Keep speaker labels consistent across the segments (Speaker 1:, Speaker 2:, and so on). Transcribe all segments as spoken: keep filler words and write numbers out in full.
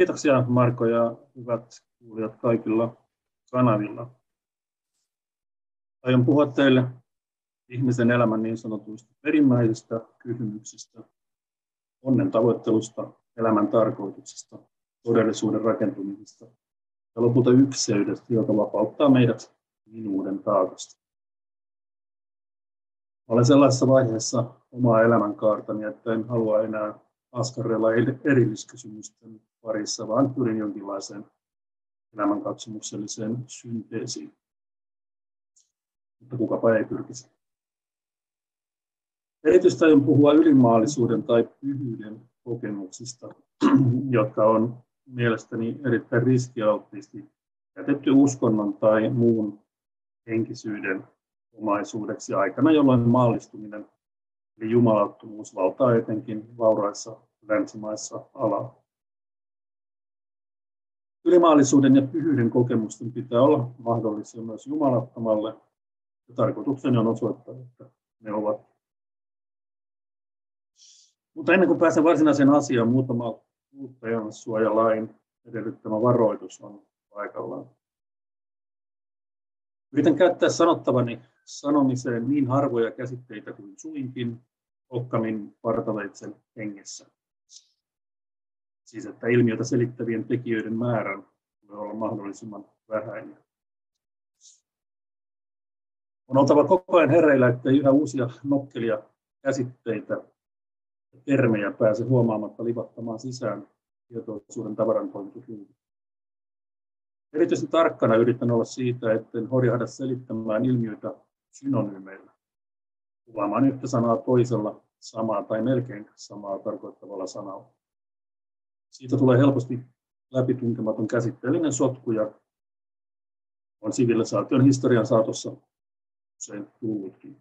Speaker 1: Kiitoksia Marko ja hyvät kuulijat kaikilla kanavilla. Aion puhua teille ihmisen elämän niin sanotuista perimmäisistä kysymyksistä, onnen tavoittelusta, elämän tarkoituksesta, todellisuuden rakentumisesta ja lopulta ykseydestä, joka vapauttaa meidät minuuden taakasta. Olen sellaisessa vaiheessa omaa elämänkaartani, että en halua enää askarrella erilliskysymysten parissa, vaan pyrin jonkinlaiseen elämänkatsomukselliseen synteesiin. Mutta kukapa ei pyrkisi. Erityisesti aion puhua ylimaallisuuden tai pyhyyden kokemuksista, jotka on mielestäni erittäin riskialttiisti jätetty uskonnon tai muun henkisyyden omaisuudeksi aikana, jolloin maallistuminen eli jumalattomuus valtaa etenkin vauraissa länsimaissa alaa. Ylimaallisuuden ja pyhyyden kokemusten pitää olla mahdollisia myös jumalattomalle, ja tarkoitukseni on osoittaa, että ne ovat. Mutta ennen kuin pääsen varsinaiseen asiaan, muutama kuluttajansuojalain edellyttämä varoitus on paikallaan. Yritän käyttää sanottavani sanomiseen niin harvoja käsitteitä kuin suinkin Okkamin partaveitsen hengessä. Siis että ilmiötä selittävien tekijöiden määrän tulee olla mahdollisimman vähäinen. On oltava koko ajan hereillä, ettei yhä uusia nokkelia käsitteitä ja termejä pääse huomaamatta livattamaan sisään tietoisuuden tavarantoimitusliikkeelle. Erityisen tarkkana yritän olla siitä, etten horjahda selittämään ilmiöitä synonyymeillä, kuvaamaan yhtä sanaa toisella samaa tai melkein samaa tarkoittavalla sanalla. Siitä tulee helposti läpitunkematon käsitteellinen sotku ja on sivilisaation historian saatossa usein tullutkin.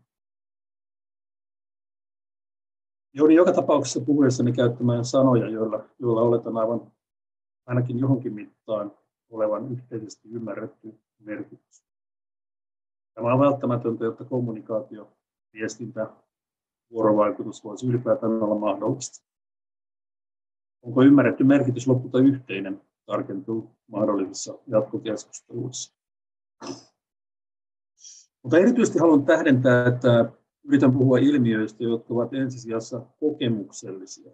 Speaker 1: Joudun joka tapauksessa puhuessani käyttämään sanoja, joilla, joilla oletan aivan ainakin johonkin mittaan olevan yhteisesti ymmärretty merkitys. Tämä on välttämätöntä, jotta kommunikaatio, viestintä, vuorovaikutus voisi ylipäätään olla mahdollista. Onko ymmärretty merkitys lopulta yhteinen, tarkentuu mahdollisissa jatkokeskusteluissa. Mutta erityisesti haluan tähdentää, että yritän puhua ilmiöistä, jotka ovat ensisijassa kokemuksellisia.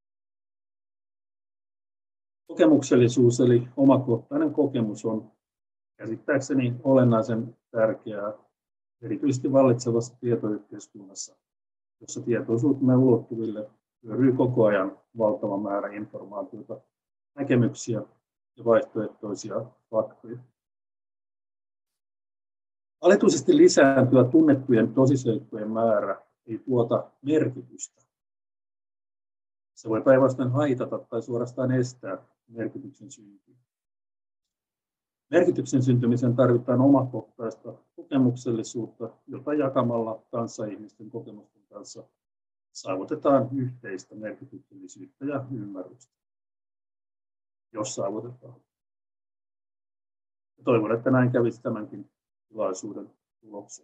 Speaker 1: Kokemuksellisuus eli omakohtainen kokemus on käsittääkseni olennaisen tärkeää, erityisesti vallitsevassa tietoyhteiskunnassa, jossa tietoisuutemme ulottuville hyöryy koko ajan valtava määrä informaatiota, näkemyksiä ja vaihtoehtoisia faktoja. Alituisesti lisääntyvä tunnettujen tosiseikkojen määrä ei tuota merkitystä. Se voi päinvastoin haitata tai suorastaan estää merkityksen syntyä. Merkityksen syntymiseen tarvitaan omakohtaista kokemuksellisuutta, jota jakamalla kanssaihmisten kokemusten kanssa saavutetaan yhteistä merkityksellisyyttä ja ymmärrystä, jos saavutetaan. Ja toivon, että näin kävisi tämänkin tilaisuuden tulokseen.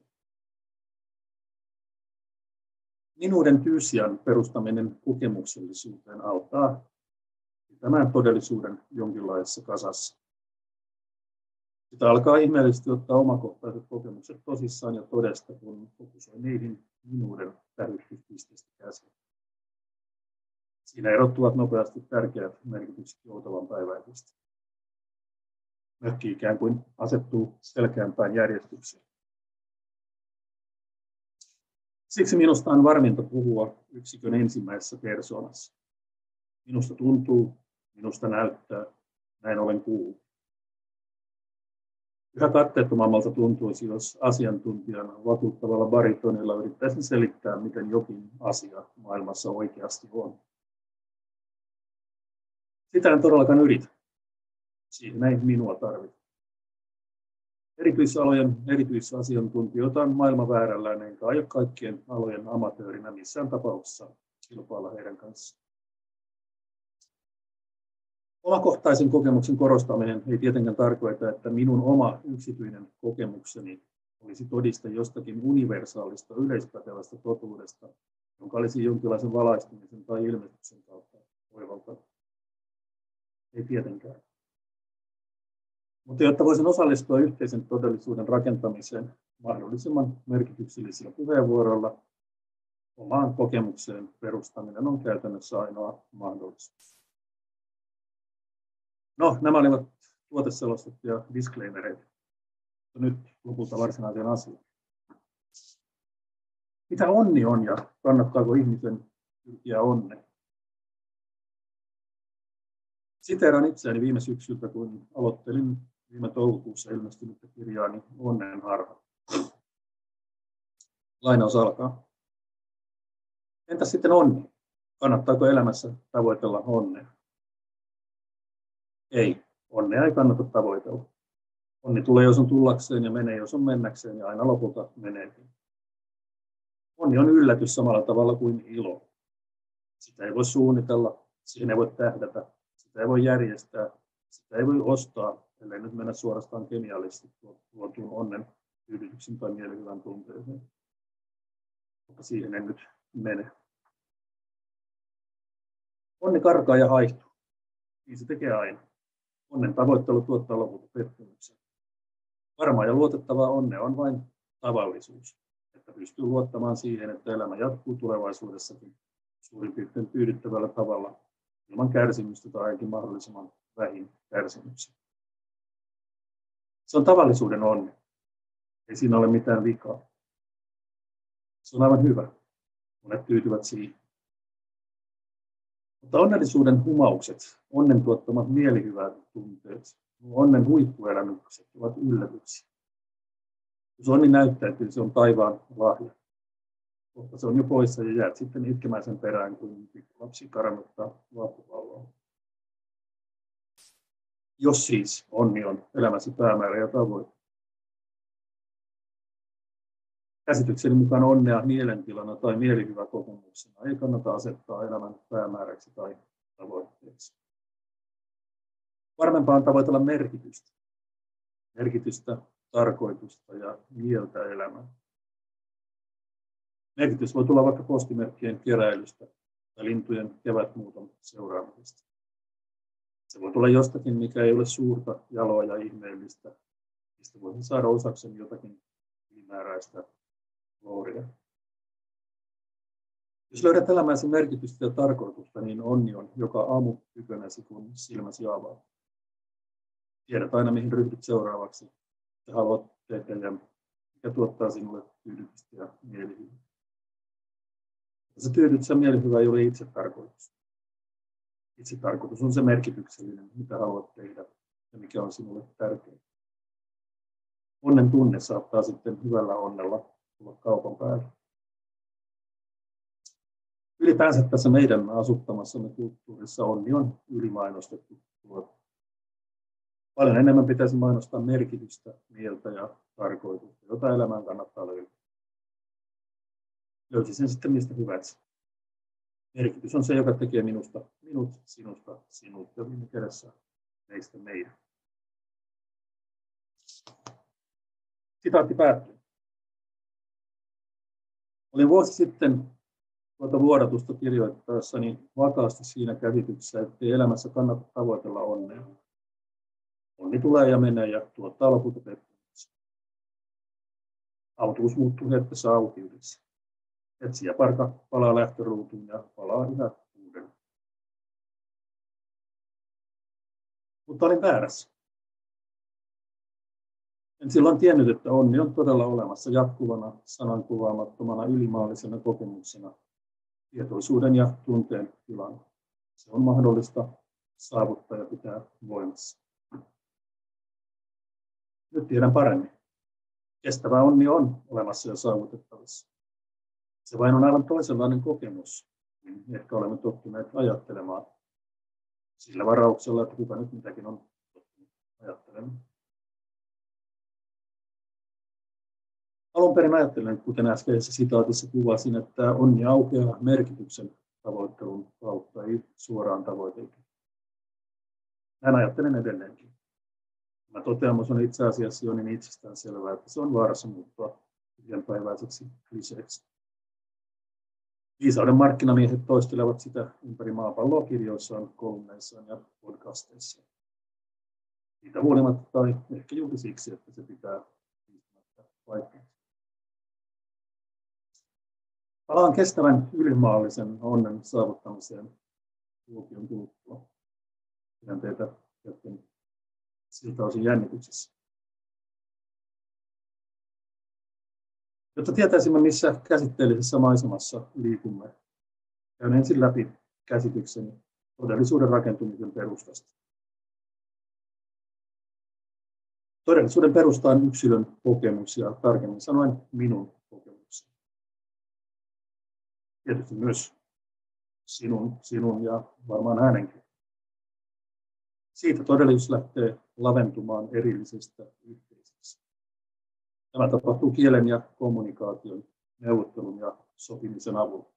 Speaker 1: Minuuden tyysian perustaminen kokemuksellisuuteen auttaa pitämään todellisuuden jonkinlaisessa kasassa. Sitä alkaa ihmeellisesti ottaa omakohtaiset kokemukset tosissaan ja todesta, kun fokusoi niihin minuuden tähystyspisteestä käsin. Siinä erottuvat nopeasti tärkeät merkitykset joutavan päiväisesti. Mökki ikään kuin asettuu selkeämpään järjestykseen. Siksi minusta on varminta puhua yksikön ensimmäisessä persoonassa. Minusta tuntuu, minusta näyttää, näin olen kuullut. Yhä katteettomammalta tuntuisi, jos asiantuntijan vakuuttavalla baritonilla yrittäisin selittää, miten jokin asia maailmassa oikeasti on. Sitä en todellakaan yritä. Siihen ei minua tarvita. Erityisalojen erityisasiantuntijoita on maailman väärällään, enkä aio kaikkien alojen amatöörinä missään tapauksessa kilpailla heidän kanssaan. Omakohtaisen kokemuksen korostaminen ei tietenkään tarkoita, että minun oma yksityinen kokemukseni olisi todiste jostakin universaalista yleispätevästä totuudesta, jonka olisi jonkinlaisen valaistumisen tai ilmestyksen kautta oivaltanut. Ei tietenkään. Mutta jotta voisin osallistua yhteisen todellisuuden rakentamiseen mahdollisimman merkityksellisillä puheenvuoroilla, omaan kokemukseen perustaminen on käytännössä ainoa mahdollisuus. No, nämä olivat tuoteselostot ja disclaimereita. Nyt lopulta varsinaiseen asiaan. Mitä onni on ja kannattaako ihmisen pyrkiä onneen? Siteeraan itseäni viime syksyltä, kun aloittelin viime toukokuussa ilmestynyttä kirjaani Onnen harha. Lainaus alkaa. Entäs sitten onni? Kannattaako elämässä tavoitella onnea? Ei, onnea ei kannata tavoitella. Onni tulee, jos on tullakseen, ja menee, jos on mennäkseen, ja aina lopulta meneekin. Onni on yllätys samalla tavalla kuin ilo. Sitä ei voi suunnitella, siihen ei voi tähdätä, sitä ei voi järjestää, sitä ei voi ostaa, ellei nyt mennä suorastaan kemiallisesti tuotuun onnen, tyydytyksen tai mielihyvän tunteeseen. Mutta siihen en nyt mene. Onni karkaa ja haihtuu. Niin se tekee aina. Onnen tavoittelu tuottaa lopulta pettymyksen. Varmaa ja luotettavaa onnea on vain tavallisuus, että pystyy luottamaan siihen, että elämä jatkuu tulevaisuudessakin suurin piirtein tyydyttävällä tavalla ilman kärsimystä tai ainakin mahdollisimman vähin kärsimyksiä. Se on tavallisuuden onni. Ei siinä ole mitään vikaa. Se on aivan hyvä. Monet tyytyvät siihen. Mutta onnellisuuden humaukset, onnen tuottamat mielihyvät tunteet, onnen huippuelämykset ovat yllätyksiä. Jos onni näyttäytyy, se on taivaan lahja. Mutta se on jo poissa ja jäät sitten itkemään sen perään, kun lapsi karamuttaa vappupalloa. Jos siis onni on elämäsi päämäärä ja tavoite. Käsitykseni mukaan onnea mielentilana tai mielihyväkokemuksena ei kannata asettaa elämän päämääräksi tai tavoitteeksi. Varmempaa on tavoitella merkitystä. Merkitystä, tarkoitusta ja mieltä elämään. Merkitys voi tulla vaikka postimerkkien keräilystä tai lintujen kevätmuuton seuraamisesta. Se voi tulla jostakin, mikä ei ole suurta, jaloa ja ihmeellistä, mistä voisin saada osakseni jotakin ylimääräistä gloria. Jos löydät elämäsi merkitystä ja tarkoitusta, niin onni on joka aamu tykönäsi, kun silmäsi avaa. Tiedät aina, mihin ryhdyt seuraavaksi ja haluat tehdä ja mikä tuottaa sinulle tyydytystä ja mielihyvää. Se tyydytys ja mielihyvä ei ole itse tarkoitus. Itse tarkoitus on se merkityksellinen, mitä haluat tehdä ja mikä on sinulle tärkeää. Onnen tunne saattaa sitten hyvällä onnella tulla kaupan päälle. Ylipäänsä tässä meidän asuttamassamme kulttuurissa onni on ylimainostettu tuote. Paljon enemmän pitäisi mainostaa merkitystä, mieltä ja tarkoitusta, jota elämään kannattaa löytää. Löysi sen sitten mistä hyväksi. Merkitys on se, joka tekee minusta minut, sinusta sinut ja viime kädessä meistä meidän. Sitaatti päättyy. Olin vuosi sitten tuota vuodatusta kirjoittaessani vakaasti siinä käsityksessä, ettei elämässä kannata tavoitella onnea. Onni tulee ja menee ja tuottaa lopulta pettymyksen. Autuus muuttuu hetkessä autioideksi. Etsiä parka palaa lähtöruutuun ja palaa yhä uudelleen. Mutta olin väärässä. En silloin tiennyt, että onni on todella olemassa jatkuvana, sanankuvaamattomana, ylimaallisena kokemuksena, tietoisuuden ja tunteen tilana. Se on mahdollista saavuttaa ja pitää voimassa. Nyt tiedän paremmin. Kestävä onni on olemassa ja saavutettavissa. Se vain on aivan toisenlainen kokemus, niin ehkä olemme tottuneet ajattelemaan sillä varauksella, että kuka nyt mitäkin on tottunut ajattelemaan. Alun perin ajattelen, kuten äskeisessä sitaatissa kuvasin, että onni aukeaa merkityksen tavoittelun kautta, ei suoraan tavoiteltu. Näin ajattelen edelleenkin. Tämä toteamus on itse asiassa jo niin itsestään selvää, että se on vaarassa muuttua tyhjänpäiväiseksi kliseeksi. Viisauden markkinamiehet toistelevat sitä ympäri maapalloa kirjoissaan, kolumneissaan ja podcasteissaan. Siitä huolimatta tai ehkä juuri siksi, että se pitää paikkansa. Palaan kestävän ylimaallisen onnen saavuttamiseen luokion kuluttua. Pidän teitä hetken siltä osin jännityksessä. Jotta tietäisimme, missä käsitteellisessä maisemassa liikumme, käyn ensin läpi käsitykseni todellisuuden rakentumisen perustasta. Todellisuuden perusta on yksilön kokemus ja tarkemmin sanoen minun kokemukseni. Tietysti myös sinun, sinun ja varmaan hänenkin. Siitä todellisuus lähtee laventumaan erillisestä yhteisöstä. Tämä tapahtuu kielen ja kommunikaation, neuvottelun ja sopimisen avulla.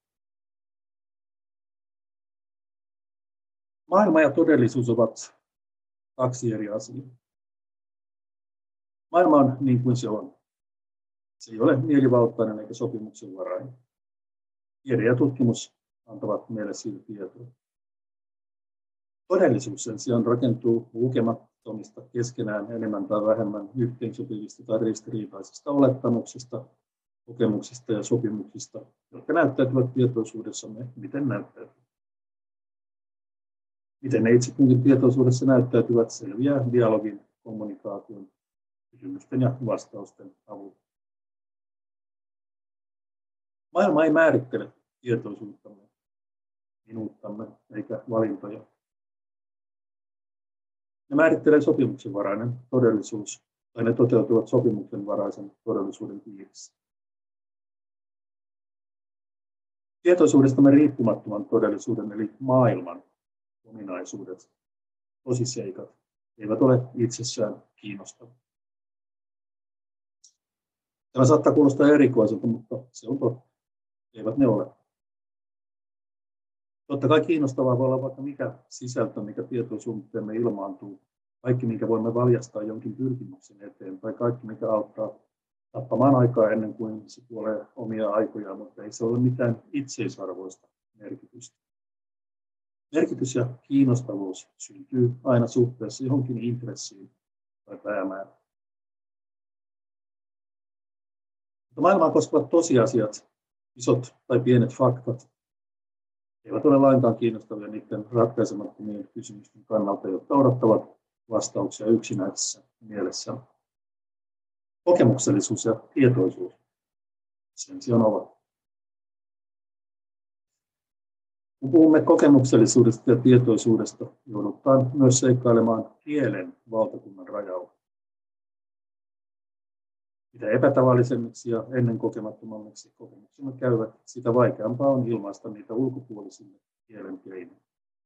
Speaker 1: Maailma ja todellisuus ovat kaksi eri asiaa. Maailma on niin kuin se on. Se ei ole mielivaltainen eikä sopimuksenvarainen. Tiede ja tutkimus antavat meille siitä tietoa. Todellisuus sen sijaan rakentuu lukemattomista keskenään enemmän tai vähemmän yhteensopivista tai ristiriitaisista olettamuksista, kokemuksista ja sopimuksista, jotka näyttäytyvät tietoisuudessamme, miten näyttäytyvät. Miten ne itse kunkin tietoisuudessa näyttäytyvät, selviää dialogin, kommunikaation, kysymysten ja vastausten avulla. Maailma ei määrittele tietoisuuttamme, minuuttamme eikä valintoja. Ne määrittelee sopimuksenvarainen todellisuus, tai ne toteutuvat sopimuksenvaraisen todellisuuden piirissä. Tietoisuudestamme riippumattoman todellisuuden, eli maailman ominaisuudet, tosiseikat, eivät ole itsessään kiinnostavia. Tämä saattaa kuulostaa erikoiselta, mutta se on totta. Eivät ne ole. Totta kai kiinnostavaa voi olla vaikka mikä sisältö, mikä tietoisuuteemme ilmaantuu, kaikki, mikä voimme valjastaa jonkin pyrkimyksen eteen, tai kaikki, mikä auttaa tappamaan aikaa ennen kuin se tulee omia aikojaan, mutta ei se ole mitään itseisarvoista merkitystä. Merkitys ja kiinnostavuus syntyy aina suhteessa johonkin intressiin tai päämäärään. Mutta maailmaa koskevat tosiasiat, isot tai pienet faktat, eivät ole lainkaan kiinnostavia niiden ratkaisemattomien kysymysten kannalta, jotka odottavat vastauksia yksinäisessä mielessä. Kokemuksellisuus ja tietoisuus sen sijaan ovat. Kun puhumme kokemuksellisuudesta ja tietoisuudesta, joudutaan myös seikkailemaan kielen valtakunnan rajalla. Mitä epätavallisemmiksi ja ennen kokemattomammiksi kokemuksemme käyvät, sitä vaikeampaa on ilmaista niitä ulkopuolisille kielen keinoin.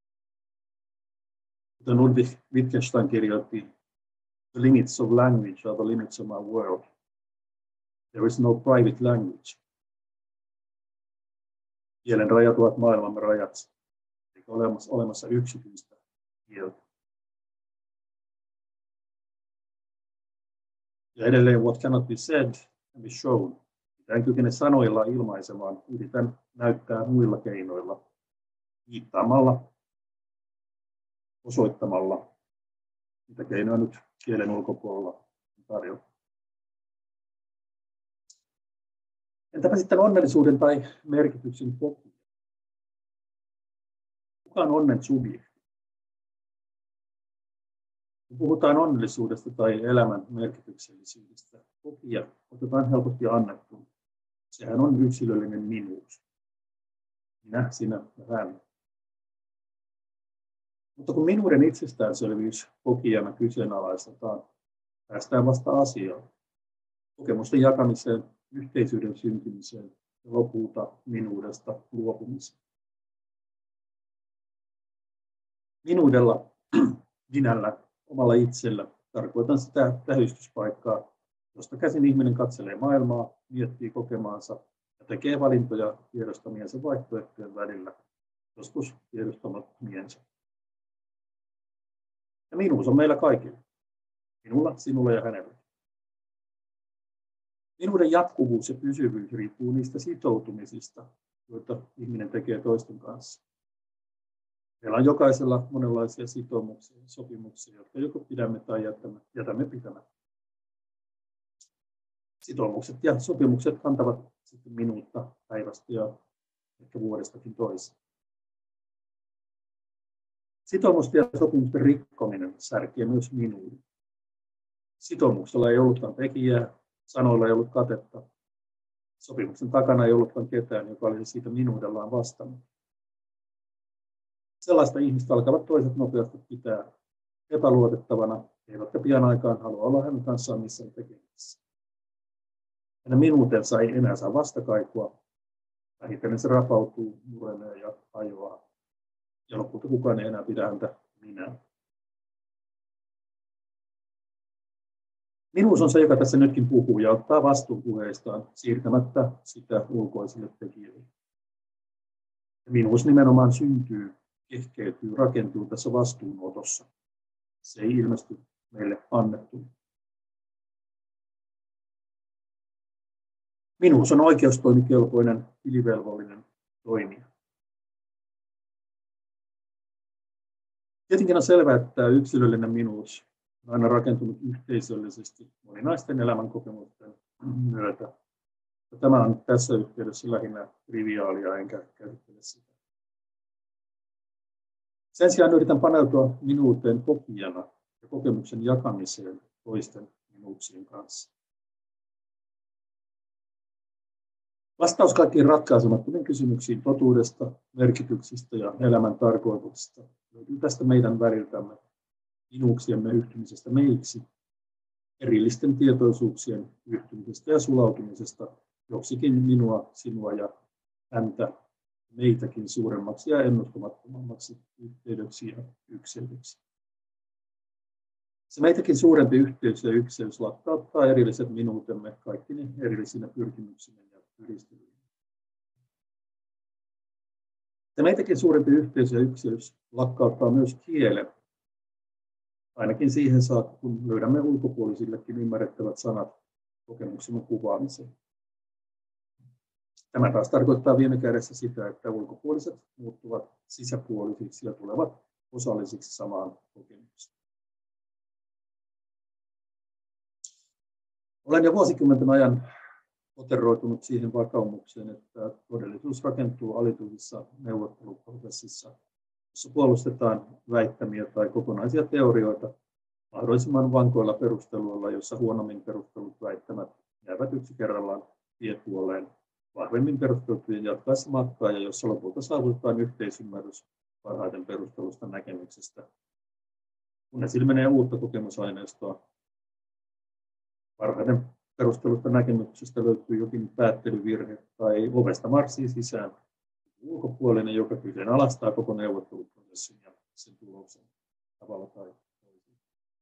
Speaker 1: Kuten Ludwig Wittgenstein kirjoitti, "The limits of language are the limits of my world. There is no private language." Kielen rajat ovat maailmamme rajat, eikä ole olemassa yksityistä kieltä. Ja edelleen, what cannot be said can be shown. Mitä en kykene sanoilla ilmaisemaan, yritän näyttää muilla keinoilla, viittaamalla, osoittamalla, mitä keinoja nyt kielen ulkopuolella tarjolla. Entäpä sitten onnellisuuden tai merkityksen kokija? Kuka on onnen subjekti? Kun puhutaan onnellisuudesta tai elämän merkityksellisyydestä, kokija otetaan helposti annettua. Sehän on yksilöllinen minuus. Minä, sinä ja hän. Mutta kun minuuden itsestäänselvyys kokijana kyseenalaistetaan, päästään vasta asiaan. Kokemusten jakamiseen, yhteisyyden syntymiseen ja lopulta minuudesta luopumiseen. Minuudella, minällä, omalla itsellä tarkoitan sitä tähystyspaikkaa, josta käsin ihminen katselee maailmaa, miettii kokemaansa ja tekee valintoja tiedostamiensa vaihtoehtojen välillä, joskus tiedostamattomiensa. Ja minuus on meillä kaikilla. Minulla, sinulla ja hänellä. Minuuden jatkuvuus ja pysyvyys riippuu niistä sitoutumisista, joita ihminen tekee toisten kanssa. Meillä on jokaisella monenlaisia sitoumuksia ja sopimuksia, jotka joko pidämme tai jätämme, jätämme pitämättä. Sitoumukset ja sopimukset kantavat sitten minuutta päivästä ja ehkä vuodestakin toiseen. Sitoumusten ja sopimusten rikkominen särkee myös minuuden. Sitoumuksella ei ollutkaan tekijää, sanoilla ei ollut katetta. Sopimuksen takana ei ollutkaan ketään, joka olisi siitä minuudellaan vastannut. Sellaista ihmistä alkavat toiset nopeasti pitää epäluotettavana, eivätkä pian aikaan halua olla hänen kanssaan missään tekemisissä. Hänen minuutensa ei enää saa vastakaikua, vähitellen se rapautuu, murenee ja hajoaa, ja lopulta kukaan ei enää pidä häntä minä. Minuus on se, joka tässä nytkin puhuu ja ottaa vastuun puheistaan siirtämättä sitä ulkoisille tekijöille. Minuus nimenomaan syntyy, kehkeytyy, rakentuu tässä vastuunotossa. Se ei ilmesty meille annettu. Minuus on oikeustoimikelpoinen, tilivelvollinen toimija. Tietenkin on selvää, että tämä yksilöllinen minuus on aina rakentunut yhteisöllisesti moninaisten elämänkokemusten myötä. Ja tämä on tässä yhteydessä lähinnä triviaalia, enkä käsittele sitä. Sen sijaan yritän paneutua minuuteen kokijana ja kokemuksen jakamiseen toisten minuuksien kanssa. Vastaus kaikkiin ratkaisemattomiin kysymyksiin totuudesta, merkityksistä ja elämän tarkoituksesta löytyy tästä meidän väliltämme, minuuksiemme yhtymisestä meiksi, erillisten tietoisuuksien yhtymisestä ja sulautumisesta joksikin minua, sinua ja häntä, meitäkin suuremmaksi ja ennustamattomammaksi yhteydeksi ja ykseydeksi. Se meitäkin suurempi yhteys ja ykseys lakkauttaa erilliset minuutemme kaikkine erillisinä pyrkimyksinä ja pyristelyinä. Se meitäkin suurempi yhteys ja ykseys lakkauttaa myös kielen, ainakin siihen saakka, kun löydämme ulkopuolisillekin ymmärrettävät sanat kokemuksemme kuvaamiseen. Tämä taas tarkoittaa viime kädessä sitä, että ulkopuoliset muuttuvat sisäpuolisiksi ja tulevat osallisiksi samaan kokemukseen. Olen jo vuosikymmenten ajan oteroitunut siihen vakaumukseen, että todellisuus rakentuu alituisessa neuvotteluprosessissa, jossa puolustetaan väittämiä tai kokonaisia teorioita mahdollisimman vankoilla perusteluilla, jossa huonommin perustelut väittämät jäävät yksi kerrallaan tietuolleen vahvemmin perusteltujen jatkaessa matkaa ja jossa lopulta saavutetaan yhteisymmärrys parhaiten perustelusta näkemyksestä, kunnes ilmenee uutta kokemusaineistoa. Parhaiten perustelusta näkemyksestä löytyy jokin päättelyvirhe tai ovesta marssii sisään ulkopuolinen, joka kyseenalaistaa koko neuvotteluprosessin ja sen tuloksen tavalla tai toisella.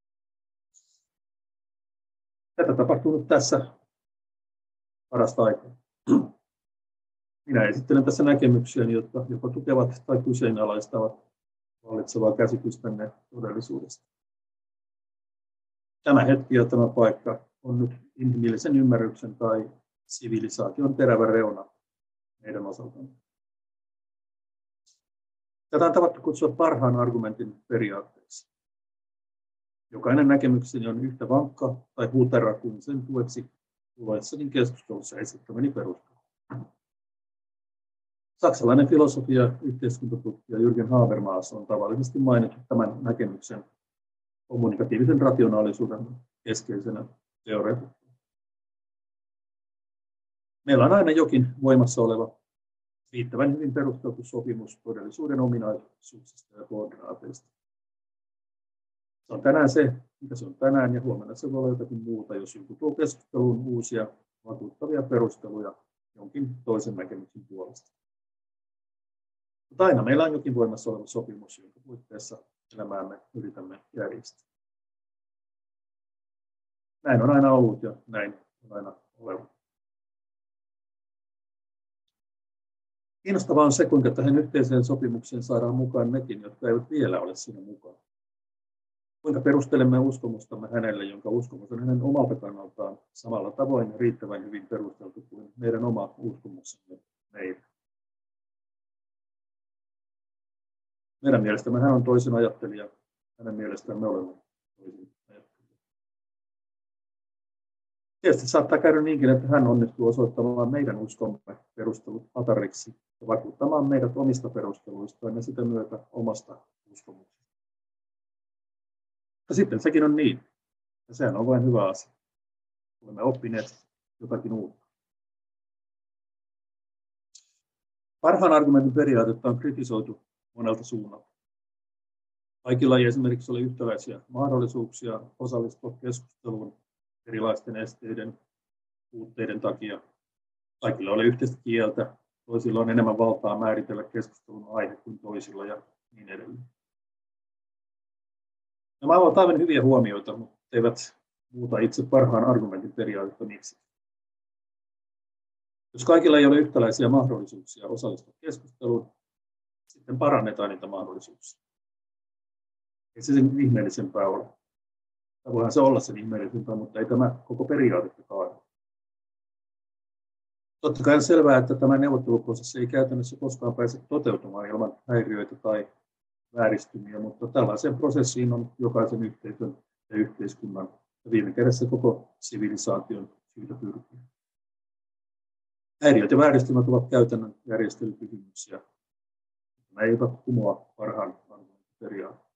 Speaker 1: Tätä tapahtuu nyt tässä parasta aikaa. Minä esittelen tässä näkemyksiä, jotka joko tukevat tai kyseenalaistavat vallitsevaa käsitystänne todellisuudesta. Tämä hetki ja tämä paikka on nyt inhimillisen ymmärryksen tai sivilisaation terävä reuna meidän osaltamme. Tätä on tavattu kutsua parhaan argumentin periaatteeksi. Jokainen näkemykseni on yhtä vankka tai huutera kuin sen tueksi tulleessakin keskustelussa esittämäni perustelu. Saksalainen filosofi ja yhteiskuntatutkija Jürgen Habermas on tavallisesti mainittu tämän näkemyksen kommunikatiivisen rationaalisuuden keskeisenä teoreetikkona. Meillä on aina jokin voimassa oleva, riittävän hyvin perusteltu sopimus todellisuuden ominaisuuksista ja koordinaateista. Se on tänään se, mikä se on tänään, ja huomenna se voi olla jotakin muuta, jos joku tuo keskusteluun uusia vakuuttavia perusteluja jonkin toisen näkemyksen puolesta. Mutta aina meillä on jokin voimassa oleva sopimus, jonka puitteissa elämäämme yritämme järjestää. Näin on aina ollut ja näin on aina oleva. Kiinnostavaa on se, kuinka tähän yhteiseen sopimukseen saadaan mukaan nekin, jotka eivät vielä ole siinä mukaan. Kuinka perustelemme uskomustamme hänelle, jonka uskomus on hänen omalta kannaltaan samalla tavoin riittävän hyvin perusteltu kuin meidän oma uskomuksemme meille. Meidän mielestämme hän on toisin ajattelija, hänen mielestään me olemme toisin ajattelija. Tietysti saattaa käydä niinkin, että hän onnistuu osoittamaan meidän uskomme perustelut hatariksi ja vakuuttamaan meidät omista perusteluistaan ja sitä myötä omasta uskomuksesta. Ja sitten sekin on niin, ja sehän on vain hyvä asia. Olemme oppineet jotakin uutta. Parhaan argumentin periaatetta on kritisoitu monelta suunnalta. Kaikilla ei esimerkiksi ole yhtäläisiä mahdollisuuksia osallistua keskusteluun erilaisten esteiden, puutteiden takia. Kaikilla ei ole yhteistä kieltä, toisilla on enemmän valtaa määritellä keskustelun aihe kuin toisilla ja niin edelleen. Nämä ovat aivan hyviä huomioita, mutta eivät muuta itse parhaan argumentin periaatetta miksi. Jos kaikilla ei ole yhtäläisiä mahdollisuuksia osallistua keskusteluun, sitten parannetaan niitä mahdollisuuksia. Ei se sen ihmeellisempää ole. Tai voihan se olla sen ihmeellisempää, mutta ei tämä koko periaatetta kaada. Totta kai on selvää, että tämä neuvotteluprosessi ei käytännössä koskaan pääse toteutumaan ilman häiriöitä tai vääristymiä, mutta tällaiseen prosessiin on jokaisen yhteisön ja yhteiskunnan ja viime kädessä koko sivilisaation syytä pyrkiä. Häiriöt ja vääristymät ovat käytännön järjestelykysymyksiä. Nämä eivät kumoa parhaan periaatteet.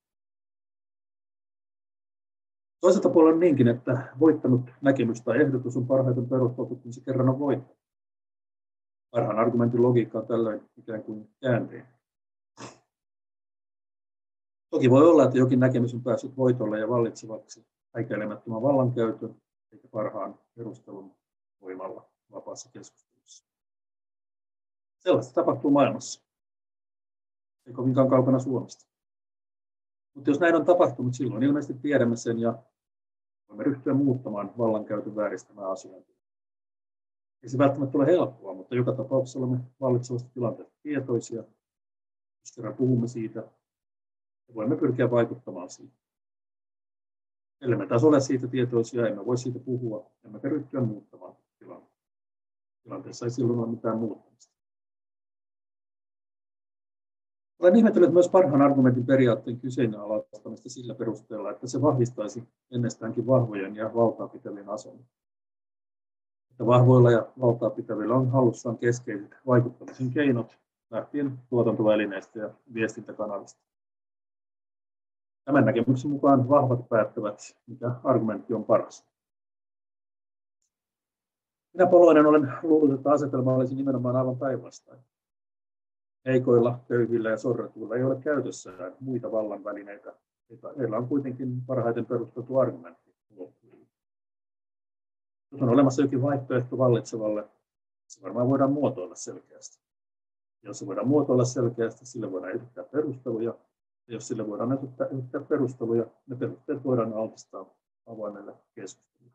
Speaker 1: Toiselta puolella on niinkin, että voittanut näkemys tai ehdotus on parhaiten perusteltu, kun se kerran on voittanut. Parhaan argumentin logiikka on tällöin ikään kuin käänteen. Toki voi olla, että jokin näkemys on päässyt voitolle ja vallitsevaksi häikäilemättömän vallankäytön eikä parhaan perustelun voimalla vapaassa keskustelussa. Sellaista tapahtuu maailmassa. Ei kovinkaan kaukana Suomesta. Mutta jos näin on tapahtunut, silloin ilmeisesti tiedämme sen ja voimme ryhtyä muuttamaan vallankäytön vääristämää asiaa. Ei se välttämättä ole helppoa, mutta joka tapauksessa olemme vallitsevasta tilanteesta tietoisia. Jos kerran puhumme siitä, ja voimme pyrkiä vaikuttamaan siihen. Ellei me taas ole siitä tietoisia, emme voi siitä puhua, emmekä ryhtyä muuttamaan tilannetta. Tilanteessa ei silloin ole mitään muuttamista. Olen ihmetellyt myös parhaan argumentin periaatteen kyseenalaistamista sillä perusteella, että se vahvistaisi ennestäänkin vahvojen ja valtaa pitävien asemaa. Että vahvoilla ja valtaa pitävillä on hallussaan keskeiset vaikuttamisen keinot lähtien tuotantovälineistä ja viestintäkanavista. Tämän näkemyksen mukaan vahvat päättävät, mikä argumentti on paras. Minä Poloinen olen luullut, että asetelma olisi nimenomaan aivan päinvastainen. Heikoilla, köyhillä ja sorretuilla ei ole käytössään muita vallan välineitä. Heillä on kuitenkin parhaiten perusteltu argumentti. Jos on olemassa jokin vaihtoehto vallitsevalle, se varmaan voidaan muotoilla selkeästi. Jos se voidaan muotoilla selkeästi, sille voidaan esittää perusteluja. Ja jos sille voidaan esittää, esittää perusteluja, ne perusteet voidaan altistaa avoimelle keskustelulle.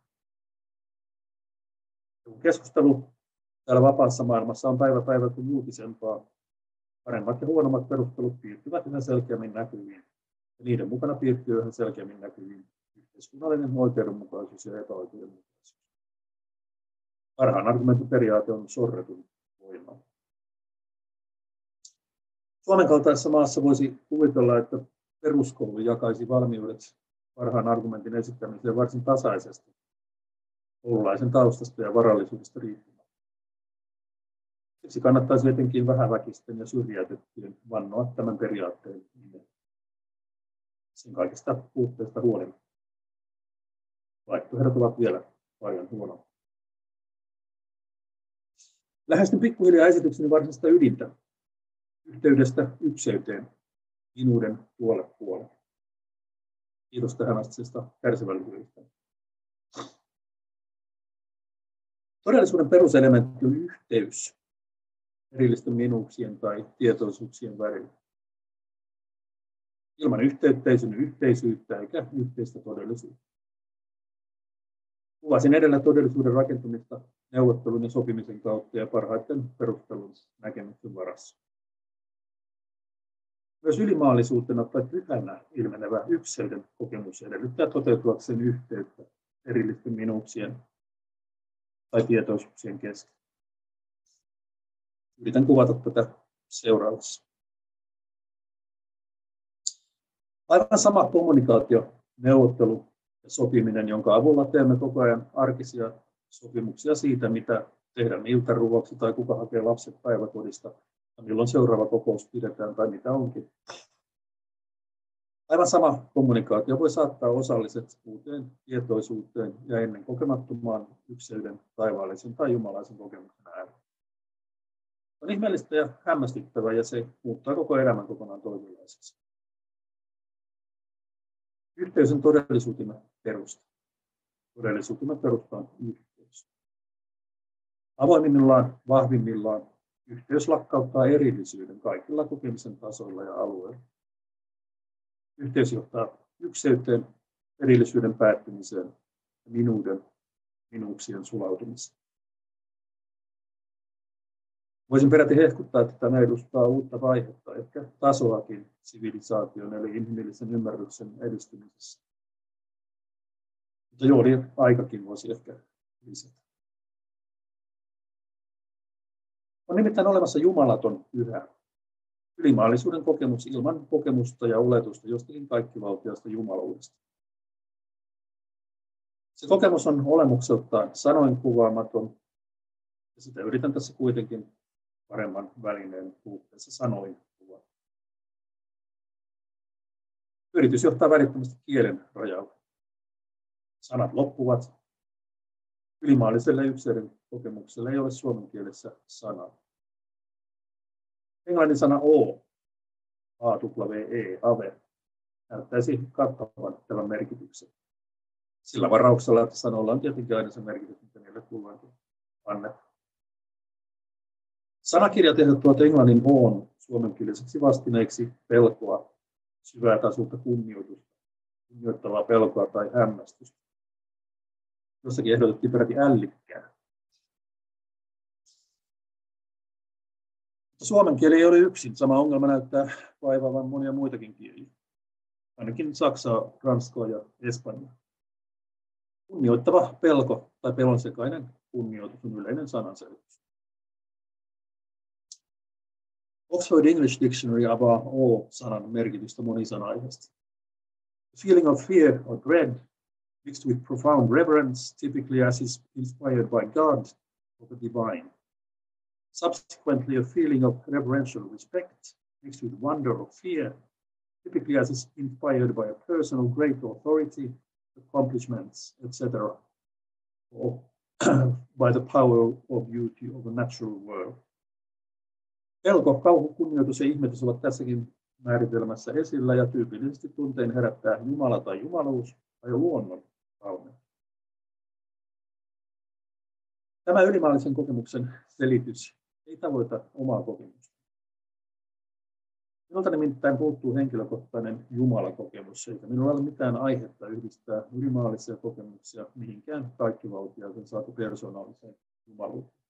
Speaker 1: Keskustelu täällä vapaassa maailmassa on päivä päivältä julkisempaa. Paremmat ja huonommat perustelut piirtyvät yhä selkeämmin näkyviin. Ja niiden mukana piirtyy yhä selkeämmin näkyviin yhteiskunnallinen oikeudenmukaisuus ja epäoikeudenmukaisuus. Parhaan argumentin periaate on sorretun voima. Suomen kaltaisessa maassa voisi kuvitella, että peruskoulu jakaisi valmiudet parhaan argumentin esittämiseen varsin tasaisesti koululaisen taustasta ja varallisuudesta riippumatta. Siksi kannattaisi etenkin vähäväkisten ja syrjäytettyjen vannoa tämän periaatteen nimeen. Sen kaikista puutteista huolimatta. Vaihtoehdot ovat vielä paljon huonommat. Lähestyn pikkuhiljaa esitykseni varsinaista ydintä. Yhteydestä ykseyteen, minuuden puole puoleen. Kiitos tähän astisesta kärsivällisyydestä. Todellisuuden peruselementti on yhteys erillisten minuuksien tai tietoisuuksien välillä. Ilman yhteyttä ei synny yhteisyyttä eikä yhteistä todellisuutta. Kuvasin edellä todellisuuden rakentumista neuvottelun ja sopimisen kautta ja parhaiten perustelun näkemyksen varassa. Myös ylimaallisuutena tai pyhänä ilmenevä ykseyden kokemus edellyttää toteutuakseen yhteyttä erillisten minuuksien tai tietoisuuksien kesken. Yritän kuvata tätä seuraavassa. Aivan sama kommunikaatio, neuvottelu ja sopiminen, jonka avulla teemme koko ajan arkisia sopimuksia siitä, mitä tehdään iltaruoksi tai kuka hakee lapset päiväkodista, ja milloin seuraava kokous pidetään tai mitä onkin. Aivan sama kommunikaatio voi saattaa osalliset uuteen tietoisuuteen ja ennen kokemattomaan ykseyden, taivaallisen tai jumalaisen kokemuksen ääreen. On ihmeellistä ja hämmästyttävää, ja se muuttaa koko elämän kokonaan toisenlaiseksi. Yhteys on todellisuutemme perusta. Todellisuutemme perusta on yhteys. Avoimimmillaan, vahvimmillaan yhteys lakkauttaa erillisyyden kaikilla kokemisen tasoilla ja alueilla. Yhteys johtaa ykseyteen, erillisyyden päättymiseen ja minuuden, minuuksien sulautumiseen. Voisin peräti hehkuttaa, että tämä edustaa uutta vaihetta, ehkä tasoakin sivilisaation eli inhimillisen ymmärryksen edistymisessä. Mutta joodin aikakin voisi ehkä lisätä. On nimittäin olemassa jumalaton pyhä, ylimaallisuuden kokemus ilman kokemusta ja oletusta jostakin kaikkivaltiasta jumaluudesta. Se kokemus on olemukseltaan sanoin kuvaamaton, ja sitä yritän tässä kuitenkin paremman välineen puutteessa sanoin kuvata. Yritys johtaa välittömästi kielen rajalle. Sanat loppuvat. Ylimaalliselle yksilön kokemukselle ei ole suomen kielessä sanaa. Englannin sana O, A W E, ave, näyttäisi kattavan tämän merkityksen. Sillä varauksella, että sanoilla on tietenkin aina se merkitys, mitä niille kulloinkin annetaan. Sanakirjat ehdottavat englannin O:n suomenkieliseksi vastineeksi pelkoa, syvää tasolta kunnioitusta, kunnioittavaa pelkoa tai hämmästystä. Jossakin ehdotettiin peräti ällikkää. Suomen kieli ei ole yksin. Sama ongelma näyttää vaivaavan monia muitakin kieliä. Ainakin saksaa, ranskaa ja espanjaa. Kunnioittava pelko tai pelonsekainen kunnioitus on yleinen sananselitys. Oxford English Dictionary avaa O-sanan merkitystä monisanaisesti. The feeling of fear or dread mixed with profound reverence, typically as is inspired by God or the divine. Subsequently, a feeling of reverential respect mixed with wonder or fear, typically as is inspired by a person of great authority, accomplishments, et cetera, or by the power or beauty of the natural world. Pelko, kauhu, kunnioitus ja ihmetys ovat tässäkin määritelmässä esillä, ja tyypillisesti tunteen herättää Jumala tai jumaluus tai luonnon kauneus. Tämä ylimaallisen kokemuksen selitys ei tavoita omaa kokemusta. Minulta nimittäin puuttuu henkilökohtainen Jumalakokemus, eikä minulla ole mitään aihetta yhdistää ylimaallisia kokemuksia mihinkään kaikkivaltiaisen saatu persoonalliseen jumaluuteen.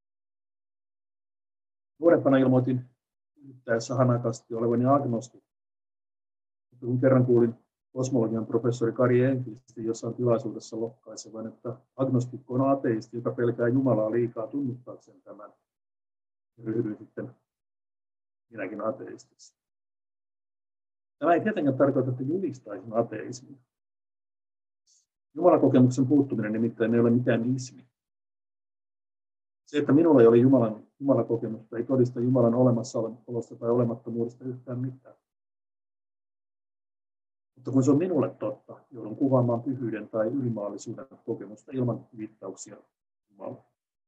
Speaker 1: Nuorempana ilmoitin yrittäessä hanakasti olevani agnostikko. Mutta kun kerran kuulin kosmologian professori Kari Enqvistin jossain tilaisuudessa lohkaisevan, että agnostikko on ateisti, joka pelkää Jumalaa liikaa tunnuttaakseen tämän, ja ryhdyin sitten minäkin ateistiksi. Tämä ei tietenkään tarkoita, että julistaisin ateismia. Jumalakokemuksen puuttuminen nimittäin ei ole mikään ismi. Se, että minulla ei ole Jumalan, Jumalakokemusta, ei todista Jumalan olemassaolosta tai olemattomuudesta yhtään mitään. Mutta kun se on minulle totta, joudun kuvaamaan pyhyyden tai ylimaallisuuden kokemusta ilman viittauksia Jumalaan.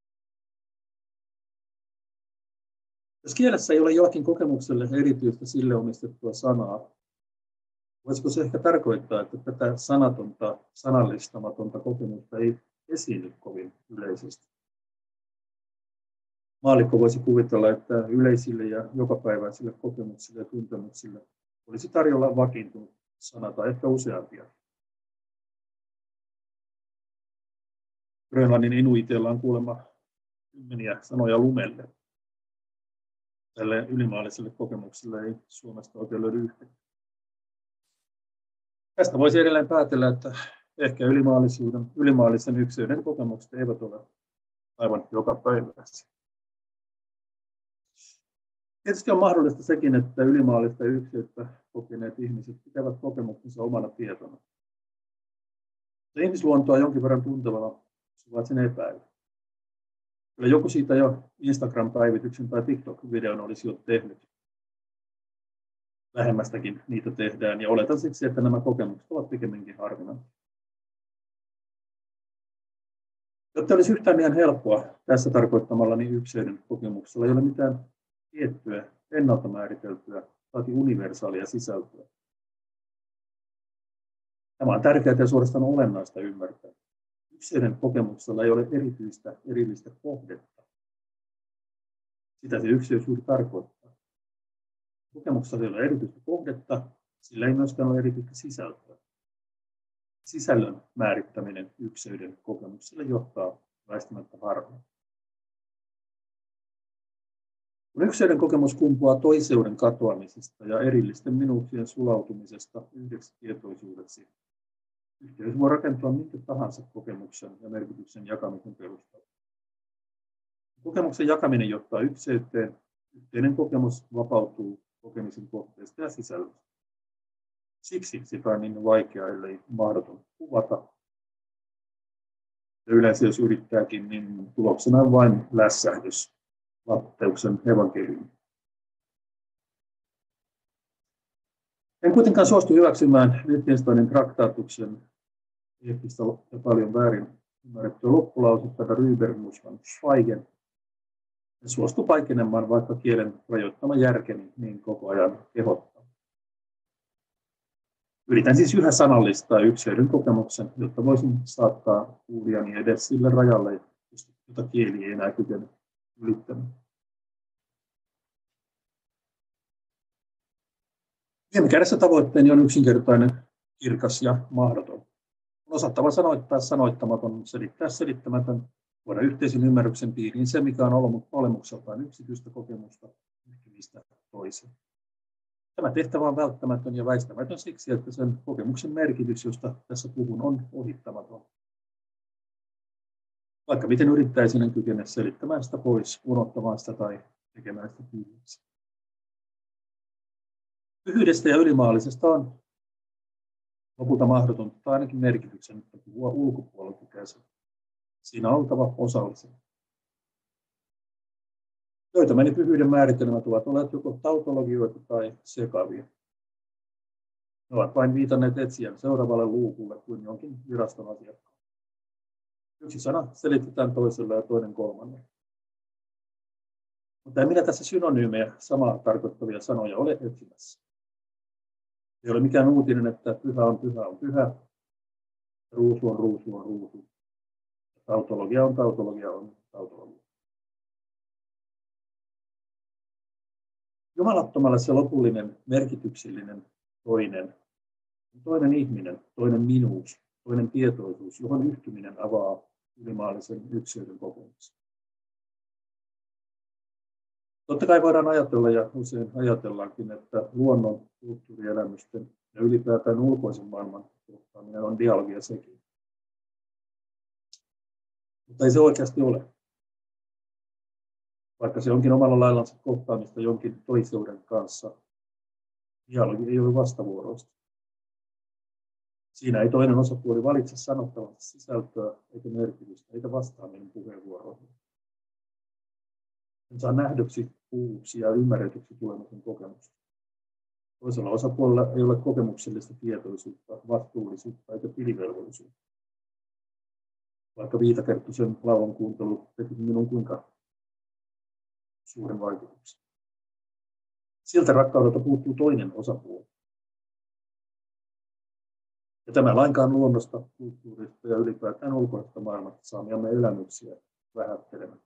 Speaker 1: Jos kielessä ei ole jollakin kokemukselle erityistä sille omistettua sanaa, voisiko se ehkä tarkoittaa, että tätä sanatonta, sanallistamatonta kokemusta ei esiinny kovin yleisesti? Maallikko voisi kuvitella, että yleisille ja jokapäiväisille kokemuksille ja tuntemuksille olisi tarjolla vakiintunut sana tai ehkä useampia. Grönlannin inuiteilla on kuulemma kymmeniä sanoja lumelle. Tälle ylimaalliselle kokemukselle ei Suomesta oikein löydy yhtäkään. Tästä voisi edelleen päätellä, että ehkä ylimaallisuuden, ylimaallisen yksilöiden kokemukset eivät ole aivan jokapäiväisiä. Tietysti on mahdollista sekin, että ylimaallista yksilöitä kokeneet ihmiset pitävät kokemuksensa omana tietona. Ja ihmisluontoa jonkin verran tuntevana suvaitsen epäillä. Kyllä joku siitä jo Instagram-päivityksen tai TikTok-videon olisi jo tehnyt. Lähemmästäkin niitä tehdään, ja oletan siksi, että nämä kokemukset ovat pikemminkin harvinaisia. Jotta olisi yhtään ihan helppoa tässä tarkoittamallani yksilöiden kokemuksella, ei ole mitään tiettyä, ennalta määriteltyä tai universaalia sisältöä. Tämä on tärkeää ja suorastaan olennaista ymmärtää. Yksilöiden kokemuksella ei ole erityistä erillistä kohdetta. Sitä se yksilöisyys tarkoittaa. Kokemuksella ei ole erityistä kohdetta, sillä ei myöskään ole erityistä sisältöä. Sisällön määrittäminen yksilöiden kokemukselle johtaa väistämättä harhaan. Kun yksilöiden kokemus kumpuaa toiseuden katoamisesta ja erillisten minuuksien sulautumisesta yhdeksi tietoisuudeksi, yhteys voi rakentua minkä tahansa kokemuksen ja merkityksen jakamisen perusteella. Kokemuksen jakaminen johtaa yksilöyteen, yhteinen kokemus vapautuu kokemisen kohteesta ja sisällöstä. Siksi sitä on niin vaikea, ellei mahdoton kuvata. Ja yleensä jos yrittääkin, niin tuloksena on vain lässähdys Matteuksen evankeliumi. En kuitenkaan suostu hyväksymään Wittgensteinin traktaatuksen eettistä ja paljon väärin ymmärrettyä loppulausetta Rüber muss man schweigen. En suostu paikenemaan, vaikka kielen rajoittama järkeni niin koko ajan kehottaa. Yritän siis yhä sanallistaa yksilöiden kokemuksen, jotta voisin saattaa kuulijani edes sille rajalle, jota kieli ei enää kykene ylittämään. Viime kädessä tavoitteeni on yksinkertainen, kirkas ja mahdoton. On osattava sanoittaa sanoittamaton, selittää selittämätön, tuoda yhteisen ymmärryksen piiriin se, mikä on olemukseltaan yksityistä kokemusta yhtymistä toiseen. Tämä tehtävä on välttämätön ja väistämätön siksi, että sen kokemuksen merkitys, josta tässä puhun, on ohittamaton. Vaikka miten yrittäisin, en kykene selittämään sitä pois, unohtamaan sitä tai tekemään sitä tyhjäksi. Pyhyydestä ja ylimaallisesta on lopulta mahdotonta tai ainakin merkityksen, että puhua ulkopuolelta käsin. Siinä on oltava osallisen. Löytämäni pyhyyden määritelmät ovat olleet joko tautologioita tai sekavia. Ne ovat vain viitanneet etsijän seuraavalle luukulle kuin jonkin viraston asiakkaan. Yksi sana selitetään toiselle ja toinen kolmannen. Mutta en minä tässä synonyymejä samaa tarkoittavia sanoja ole etsimässä. Ei ole mikään uutinen, että pyhä on pyhä on pyhä, ruusu on ruusu on ruusu, tautologia on tautologia on tautologia. Jumalattomalle se lopullinen, merkityksellinen toinen, toinen ihminen, toinen minuus, toinen tietoisuus, johon yhtyminen avaa ylimaallisen yksilön kokemuksen. Totta kai voidaan ajatella, ja usein ajatellaankin, että luonnon, kulttuurielämysten ja ylipäätään ulkoisen maailman kohtaaminen on dialogia sekin. Mutta ei se oikeasti ole. Vaikka se onkin omalla laillansa kohtaamista jonkin toiseuden kanssa, dialogi ei ole vastavuoroista. Siinä ei toinen osapuoli valitse sanottavansa sisältöä eikä merkitystä, eikä vastaaminen puheenvuoroihin. En saa nähdyksi, kuulluksi ja ymmärretyksi tulemisen kokemusta. Toisella osapuolella ei ole kokemuksellista tietoisuutta, vastuullisuutta eikä tilivelvollisuutta. Vaikka Viitakerttusen laulun kuuntelu teki minun kuinka suuren vaikutuksen. Siltä rakkaudelta puuttuu toinen osapuoli. Ja tämä lainkaan luonnosta, kulttuurista ja ylipäätään ulkoisesta maailmasta saamiamme elämyksiä vähättelemään.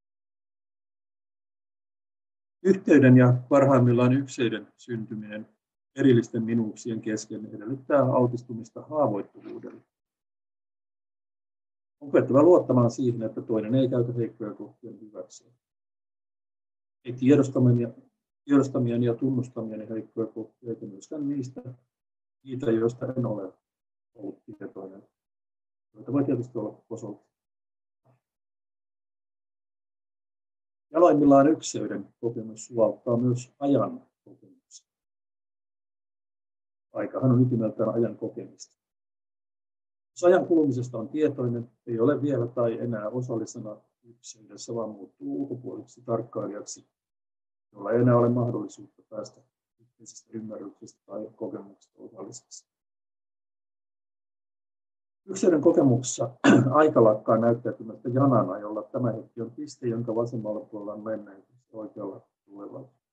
Speaker 1: Yhteyden ja parhaimmillaan yksilöiden syntyminen erillisten minuuksien kesken edellyttää altistumista haavoittuvuudelle. On kyettävä luottamaan siihen, että toinen ei käytä heikkoja kohtia hyväkseen. Ei tiedostamien ja tunnustamieni heikkoja kohtia, eikä myöskään niistä, niitä, joista en ole ollut tietoinen, joita voi tietysti olla osoittaa. Jaloimmillaan ykseyden kokemus suvauttaa myös ajan kokemuksen. Aikahan on ytimeltään ajan kokemista. Jos ajan kulumisesta on tietoinen, ei ole vielä tai enää osallisena ykseydessä, vaan muuttuu ulkopuoliseksi tarkkailijaksi, jolla ei enää ole mahdollisuutta päästä yhteisestä ymmärryksestä tai kokemuksesta osalliseksi. Yksilön kokemuksessa aika lakkaa näyttäytymättä janana, jolla tämä hetki on piste, jonka vasemmalla puolella on menneisyys ja oikealla tulevaisuus.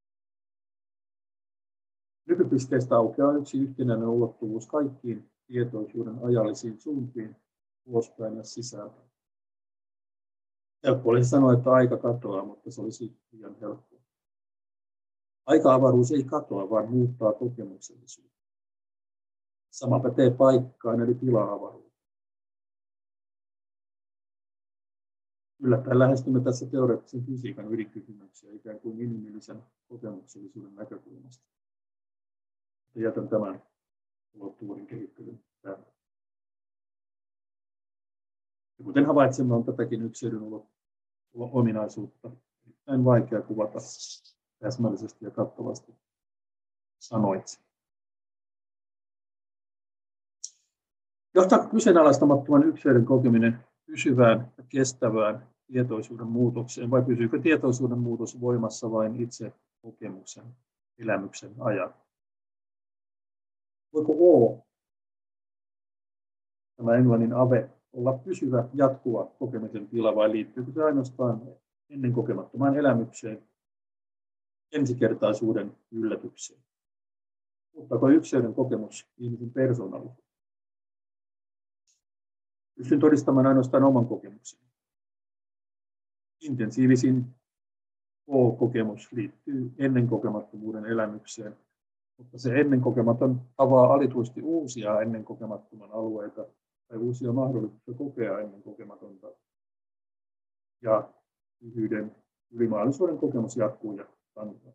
Speaker 1: Nykypisteestä aukeaa yksi yhtenäinen ulottuvuus kaikkiin tietoisuuden ajallisiin suuntiin, ulospäin ja sisäänpäin. Helppo olisi sanoa, että aika katoaa, mutta se olisi liian helppoa. Aika-avaruus ei katoa, vaan muuttaa kokemuksellisuutta. Sama pätee paikkaan eli tila-avaruuteen. Yllättäen lähestymme tässä teoreettisen fysiikan ydinkysymyksiä ikään kuin inhimillisen kokemuksellisuuden näkökulmasta. Jätän tämän ulottuvuuden kehittelyn tähän. Ja kuten havaitsemme, on tätäkin yksilön ominaisuutta erittäin vaikea kuvata täsmällisesti ja kattavasti sanoitse. Johtaako kyseenalaistamattoman yksilön kokeminen pysyvään ja kestävään tietoisuuden muutokseen, vai pysyykö tietoisuuden muutos voimassa vain itse kokemuksen, elämyksen ajan? Voiko O, tämä englannin ave, olla pysyvä, jatkuva kokemisen tila, vai liittyykö se ainoastaan ennen kokemattomaan elämykseen, ensikertaisuuden yllätykseen? Muuttaako yksilön kokemus ihmisen persoonallisuutta? Pystyn todistamaan ainoastaan oman kokemuksen. Intensiivisin O-kokemus liittyy ennen kokemattomuuden elämykseen, mutta se ennen kokematon avaa alituisesti uusia ennen kokemattoman alueita tai uusia mahdollisuuksia kokea ennen kokematonta. Ja yhden ylimaallisuuden kokemus jatkuu ja kantaa.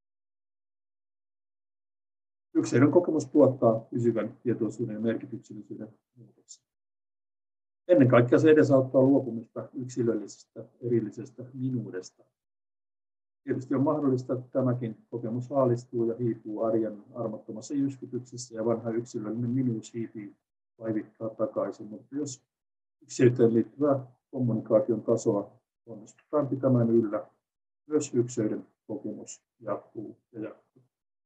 Speaker 1: Yksilön kokemus tuottaa pysyvän tietoisuuden ja merkityksellisyyden muutoksen. Ennen kaikkea se edesauttaa luopumista yksilöllisestä erillisestä minuudesta. Tietysti on mahdollista, että tämäkin kokemus haalistuu ja hiipuu arjen armottomassa jyskytyksessä ja vanha yksilöllinen minuus hiipii vaivittaa takaisin. Mutta jos yksilöiteen liittyvää kommunikaation tasoa onnistutaan pitämään yllä, myös yksilöiden kokemus jatkuu ja jatkuu.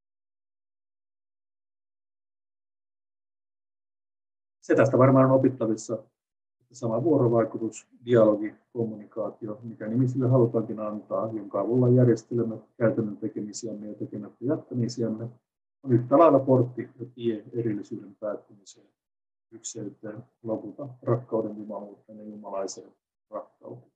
Speaker 1: Se tästä varmaan on opittavissa. Sama vuorovaikutus, dialogi, kommunikaatio, mikä nimi sille halutaankin antaa, jonka avulla järjestelemme käytännön tekemisiämme ja tekemättä jättämisiämme, on yhtä lailla portti ja tie erillisyyden päättymiseen, ykseyteen, lopulta rakkauden jumaluuteen ja jumalaiseen rakkauteen.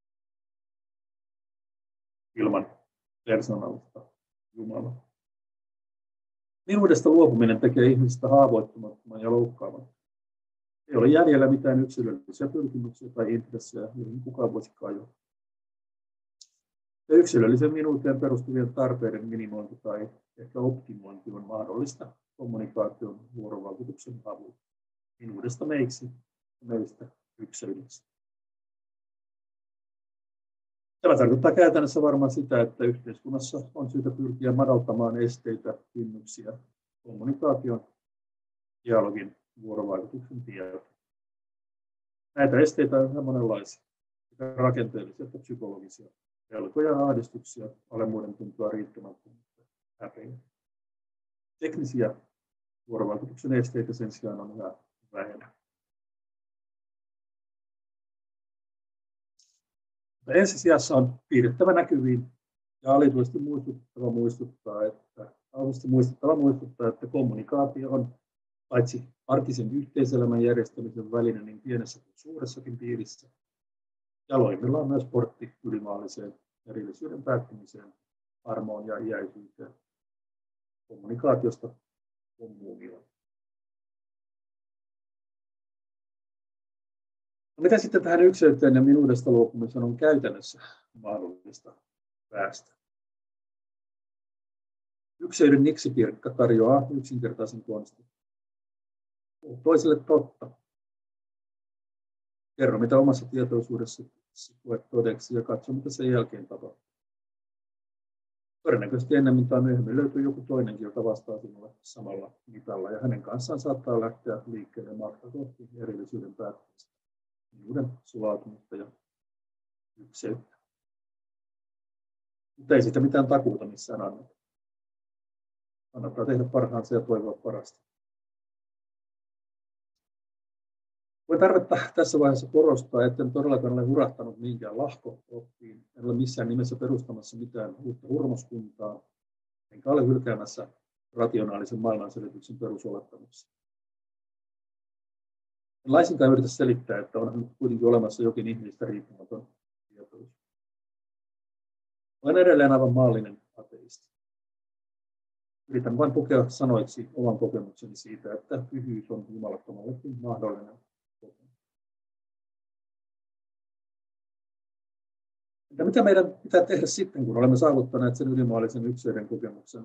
Speaker 1: Ilman persoonallista Jumalaa. Minuudesta luopuminen tekee ihmisestä haavoittumattoman ja loukkaamattoman. Ei ole jäljellä mitään yksilöllisiä pyrkimyksiä tai intressejä, joihin kukaan voisi kajota. Ja yksilöllisen minuuteen perustuvien tarpeiden minimointi tai ehkä optimointi on mahdollista kommunikaation vuorovaikutuksen avulla. Minuudesta meiksi ja meistä yksilöksi. Tämä tarkoittaa käytännössä varmaan sitä, että yhteiskunnassa on syytä pyrkiä madaltamaan esteitä, kynnyksiä, kommunikaation, dialogin, vuorovaikutuksen tieltä. Näitä esteitä on monenlaisia, sekä rakenteellisia että psykologisia, pelkoja ja ahdistuksia, alemmuuden tuntua riittämättömyyttä, häpeää. Teknisiä vuorovaikutuksen esteitä sen sijaan on yhä vähemmän. Ensisijassa on piirrettävä näkyviin ja alituisesti muistuttava muistuttaa, että, muistuttava muistuttaa, että kommunikaatio on paitsi arkisen yhteiselämän järjestämisen väline niin pienessä kuin suuressakin piirissä, jaloimmilla on myös portti ylimaalliseen erillisyyden päättymiseen, armoon ja iäisyyteen, kommunikaatiosta kommunioon. No, mitä sitten tähän ykseyteen ja minuudesta luopumiseen on käytännössä mahdollista päästä? Ykseyden niksipirkka tarjoaa yksinkertaisen konstin. Toiselle totta. Kerro, mitä omassa tietoisuudessasi koe todeksi ja katso, mitä sen jälkeen tapahtuu. Todennäköisesti ennemmin tai myöhemmin löytyy joku toinenkin, joka vastaa sinulle samalla mitalla, ja hänen kanssaan saattaa lähteä liikkeelle matka kohti erillisyyden päättymistä, uuden sulautumista ja ykseyttä. Mutta ei siitä mitään takuuta missään anneta. Kannattaa tehdä parhaansa ja toivoa parasta. Voi tarvetta tässä vaiheessa korostaa, että en todellakaan ole hurahtanut minkään lahko-oppiin. En ole missään nimessä perustamassa mitään uutta hurmoskuntaa, enkä ole hylkäämässä rationaalisen maailmanselityksen perusolettamuksia. En laisinkaan yritä selittää, että onhan nyt kuitenkin olemassa jokin ihmistä riippumaton tietoisuus. Olen edelleen aivan maallinen ateisti. Yritän vain pukea sanoiksi oman kokemukseni siitä, että pyhyys on jumalattomallekin mahdollinen. Ja mitä meidän pitää tehdä sitten, kun olemme saavuttaneet sen ylimaallisen ykseyden kokemuksen?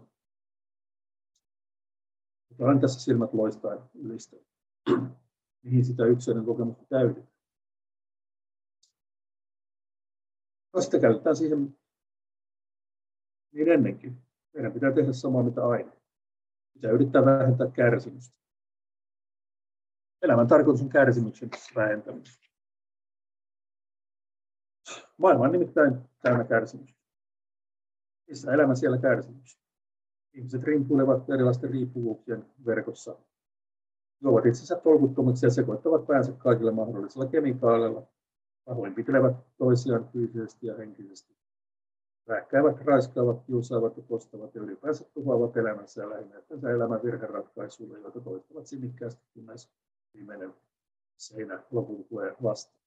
Speaker 1: Olen tässä silmät loistaen ylistänyt. Mihin sitä ykseyden kokemusta täydetään? No sitten käytetään siihen niin ennenkin. Meidän pitää tehdä samaa mitä aina. Pitää yrittää vähentää kärsimystä. Elämän tarkoitus on kärsimyksen vähentäminen. Maailma on nimittäin täynnä kärsimystä. Missä elämä siellä kärsimys? Ihmiset rimpuilevat erilaisten riippuvuuksien verkossa, juovat itsensä tolkuttomiksi ja sekoittavat päänsä kaikilla mahdollisilla kemikaaleilla, pahoinpitelevät toisiaan fyysisesti ja henkisesti, rääkkäävät, raiskaavat, kiusaavat ja kostavat ja ylipäänsä tuhoavat elämänsä ja lähinnäyttänsä elämän virheratkaisuille, joita toistavat sinnikkäästi, kunnes viimeinen seinä lopulta tulee vastaan.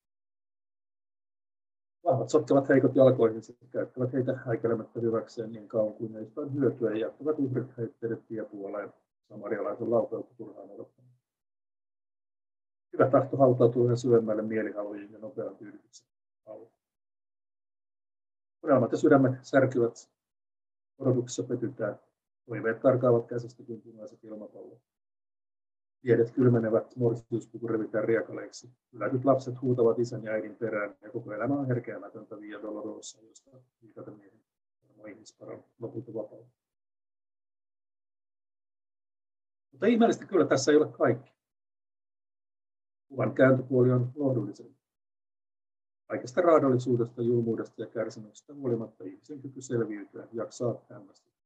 Speaker 1: Vahvat sotkevat heikot jalkoihinsa ja käyttävät heitä häikäilemättä hyväkseen niin kauan kuin ne jostain hyötyä ja jättävät uhrit heitteille tiepuoleen samarialaisen laupeutu turhaan odottamaan. Hyvä tahto hautautuu yhä syvemmälle mielihalujen ja nopean tyydytyksen alle. Unelmat ja sydämet särkyvät, odotuksissa petytään, toiveet karkaavat käsistä kuin punaiset ilmapallot. Tiedet kylmenevät, morsiuspuku revitään riekaleiksi. Hylätyt lapset huutavat isän ja äidin perään, ja koko elämä on herkeämätöntä via dolorosa, josta viikata miehen varma ihmisparan lopulta vapautta. Mutta ihmeellisesti kyllä tässä ei ole kaikki. Kuvan kääntöpuoli on lohdullisen. Kaikesta raadollisuudesta, julmuudesta ja kärsimyksestä huolimatta ihmisen kyky selviytyä jaksaa hämmästyä.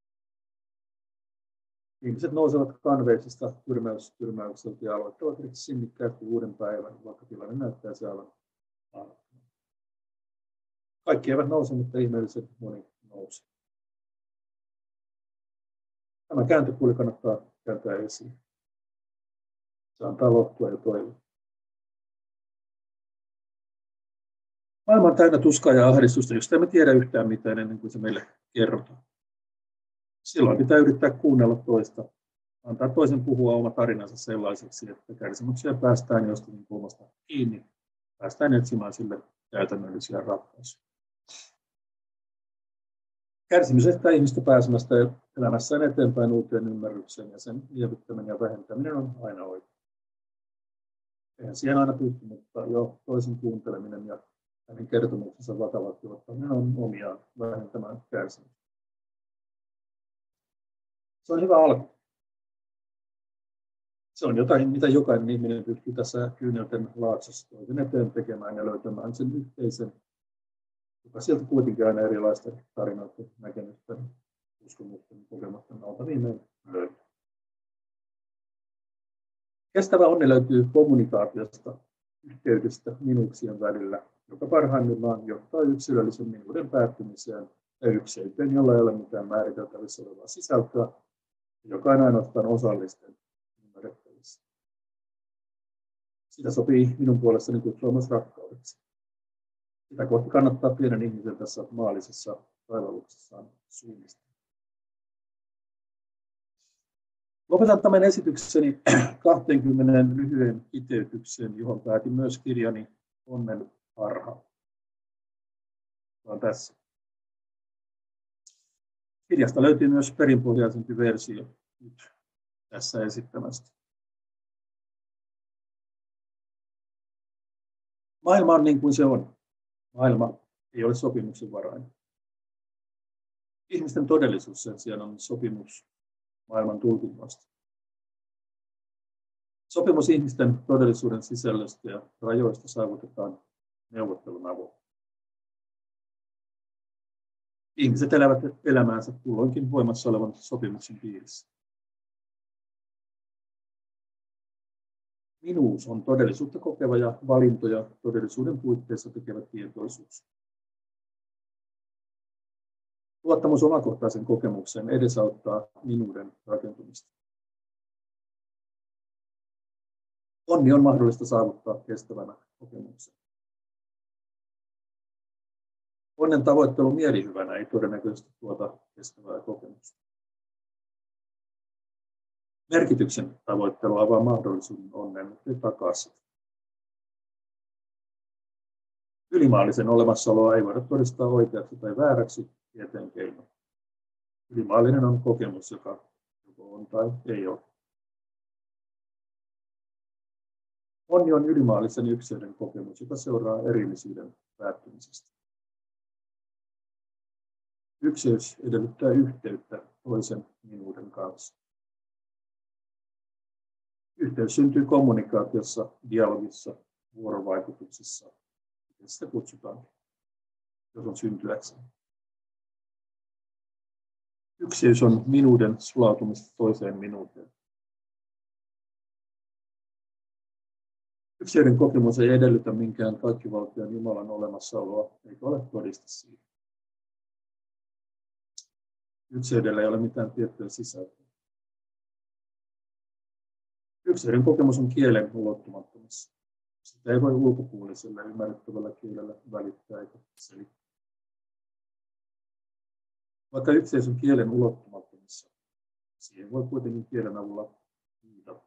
Speaker 1: Ihmiset nousevat kanveisista tyrmäystyrmäykseltä ja aloittavat rikki sinnikkäästi uuden päivän, vaikka tilanne näyttäisi aivan mahdottomalta. Kaikki eivät nouse, mutta ihmeellisen moni nousee. Tämä kääntöpuoli kannattaa kääntää esiin. Se antaa lohtua ja toivoa. Maailma on täynnä tuskaa ja ahdistusta, josta emme tiedä yhtään mitään ennen kuin se meille kerrotaan. Silloin pitää yrittää kuunnella toista, antaa toisen puhua oma tarinansa sellaiseksi, että kärsimyksiä päästään jostakin kulmasta kiinni, päästään etsimään sille käytännöllisiä ratkaisuja. Kärsimys estää ihmistä pääsemästä elämässään eteenpäin uuteen ymmärrykseen, ja sen lievittäminen ja vähentäminen on aina oikein. Eihän siihen aina pysty, mutta jo toisen kuunteleminen ja hänen kertomuksensa vakavasti ottaminen on omiaan vähentämään kärsimystä. Se on hyvä alku. Se on jotain, mitä jokainen ihminen pystyy tässä kyynelten laaksossa toisen eteen tekemään ja löytämään sen yhteisen, joka sieltä kuitenkin aina erilaisten tarinoiden, näkemysten, uskomusten, kokemusten alta viimein löytyy. Kestävä onni löytyy kommunikaatiosta, yhteydestä minuuksien välillä, joka parhaimmillaan johtaa yksilöllisen minuuden päättymiseen ja ykseyteen, jolla ei ole mitään määriteltävissä olevaa sisältöä, joka on ainoastaan osallisten ymmärrettävissä. Sitä sopii minun puolestani kutsua myös rakkaudeksi. Sitä kohti kannattaa pienen ihmisen tässä maallisessa taivalluksessaan suunnistella. Lopetan tämän esitykseni kaksikymmentä lyhyen kiteytykseen, johon päätin myös kirjani Onnen harha. Vaan tässä. Kirjasta löytyy myös perinpohjaisempi versio nyt tässä esittämästä. Maailma on niin kuin se on. Maailma ei ole sopimuksenvarainen. Ihmisten todellisuus sen sijaan on sopimus maailman tulkinnoista. Sopimus ihmisten todellisuuden sisällöstä ja rajoista saavutetaan neuvottelun avulla. Ihmiset elävät elämäänsä kulloinkin voimassa olevan sopimuksen piirissä. Minuus on todellisuutta kokeva ja valintoja todellisuuden puitteissa tekevä tietoisuus. Luottamus omakohtaisen kokemukseen edesauttaa minuuden rakentumista. Onni on mahdollista saavuttaa kestävänä kokemuksena. Onnen tavoittelu mielihyvänä ei todennäköisesti tuota kestävää kokemusta. Merkityksen tavoittelu avaa mahdollisuuden onnen, mutta ei takaa sitä. Ylimaallisen olemassaoloa ei voida todistaa oikeaksi tai vääräksi tieteen keinoin. Ylimaallinen on kokemus, joka joko on tai ei ole. Onni on ylimaallisen yksilön kokemus, joka seuraa erillisyyden päättymisestä. Ykseys edellyttää yhteyttä toisen minuuden kanssa. Yhteys syntyy kommunikaatiossa, dialogissa, vuorovaikutuksessa, miten sitä kutsutaan, jos on syntyäkseen. Ykseys on minuuden sulautumista toiseen minuuteen. Ykseyden kokemus ei edellytä minkään kaikkivaltiaan Jumalan olemassaoloa, eikä ole todiste siitä. Ykseydellä ei ole mitään tiettyä sisältöä. Yksilön kokemus on kielen ulottumattomissa. Sitä ei voi ulkopuolisella ymmärrettävällä kielellä välittää eikä selittää. Vaikka yksilö on kielen ulottumattomissa, siihen voi kuitenkin kielen avulla viitata.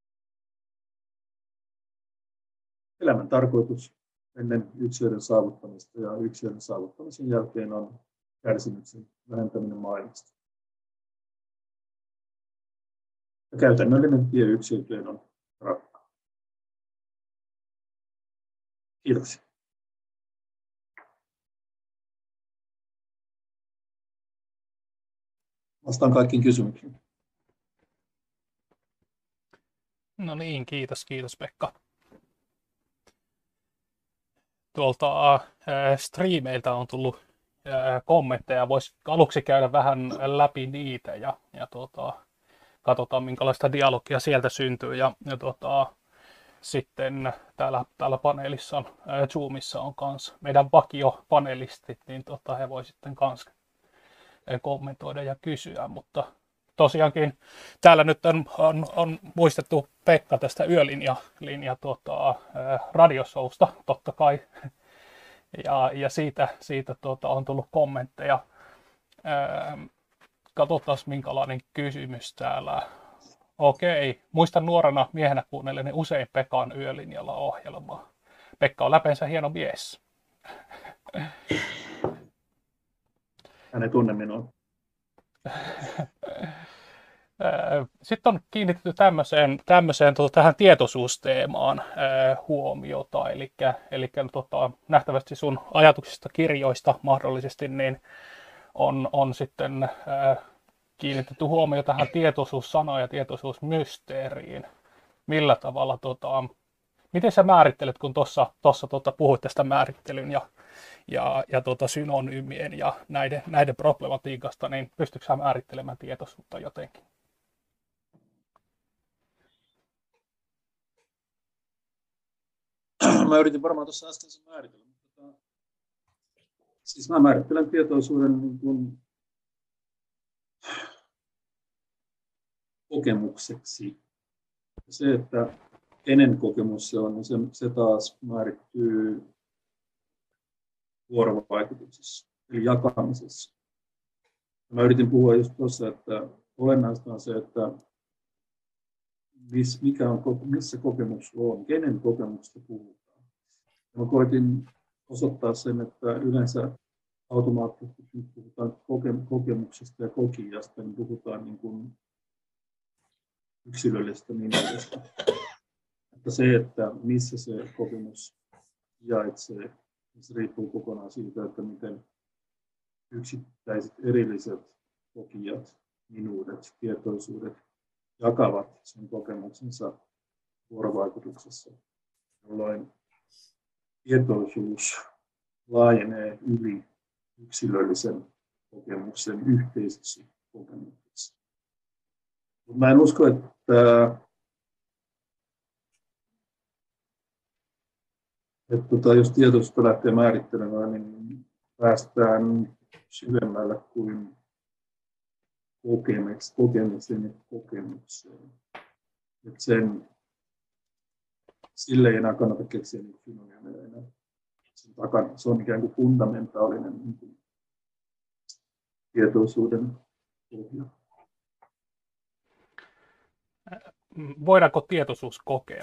Speaker 1: Elämän tarkoitus ennen yksilön saavuttamista ja yksilön saavuttamisen jälkeen on kärsimyksen vähentäminen maailmasta. Ja käytännöllinen tie yksilöön on rakkaus. Kiitoksia. Vastaan kaikkiin kysymyksiin.
Speaker 2: No niin, kiitos, kiitos Pekka. Tuolta äh, striimeiltä on tullut äh, kommentteja. Voisi aluksi käydä vähän läpi niitä ja, ja tuota, katsotaan minkälaista dialogia sieltä syntyy. Ja, ja tuota, sitten täällä, täällä paneelissa on, äh, Zoomissa on kans meidän vakiopanelistit, niin tuota, he voi sitten kans kommentoida ja kysyä, mutta tosiaankin täällä nyt on, on, on muistettu Pekka tästä yölinja linja, tuota, radioshowsta totta kai, ja, ja siitä, siitä tuota, on tullut kommentteja. Katsotaan minkälainen kysymys täällä. Okei, muistan nuorena miehenä kuunnelleni usein Pekan yölinjalla ohjelmaa. Pekka on läpeensä hieno mies.
Speaker 1: Hän ei tunne minua.
Speaker 2: Sitten on kiinnitetty tämmöiseen, tämmöiseen tuota, tähän tietoisuusteemaan ää, huomiota, eli, eli tota, nähtävästi sun ajatuksista, kirjoista mahdollisesti, niin on, on sitten ää, kiinnitetty huomio tähän tietoisuussanaan ja tietoisuusmysteeriin. Millä tavalla, tota, miten sä määrittelet, kun tuossa tota, puhuit tästä määrittelyn ja ja, ja tuota, synonyymien ja näiden, näiden problematiikasta, niin pystytkö sä määrittelemään tietoisuutta jotenkin?
Speaker 1: Mä yritin varmaan tuossa äsken sen määritellä, mutta siis mä määrittelen tietoisuuden niin kuin kokemukseksi. Se, että kenen kokemus se on, niin se, se taas määrittyy vuorovaikutuksessa, eli jakamisessa. Mä yritin puhua just tuossa, että olennaista on se, että miss, mikä on, missä kokemus on, kenen kokemuksesta puhutaan. Ja mä koitin osoittaa sen, että yleensä automaattisesti, kun puhutaan kokemuksesta ja kokijasta, niin puhutaan niin kuin yksilöllisestä minuudesta. Että se, että missä se kokemus jaitsee, Se riippuu kokonaan siitä, että miten yksittäiset erilliset kokijat, minuudet, tietoisuudet jakavat sen kokemuksensa vuorovaikutuksessa, jolloin tietoisuus laajenee yli yksilöllisen kokemuksen yhteiseksi kokemukseksi. Mutta mä en usko, että, että tota, jos tietoisuutta lähtee määrittelemään, niin päästään syvemmälle kuin kokemuksen ja kokemukseen. Et sen, sille ei enää kannata keksiä niitä synonyymejä enää. Sen takana. Se on ikään kuin fundamentaalinen niin kuin tietoisuuden pohja.
Speaker 2: Voidaanko tietoisuus kokea?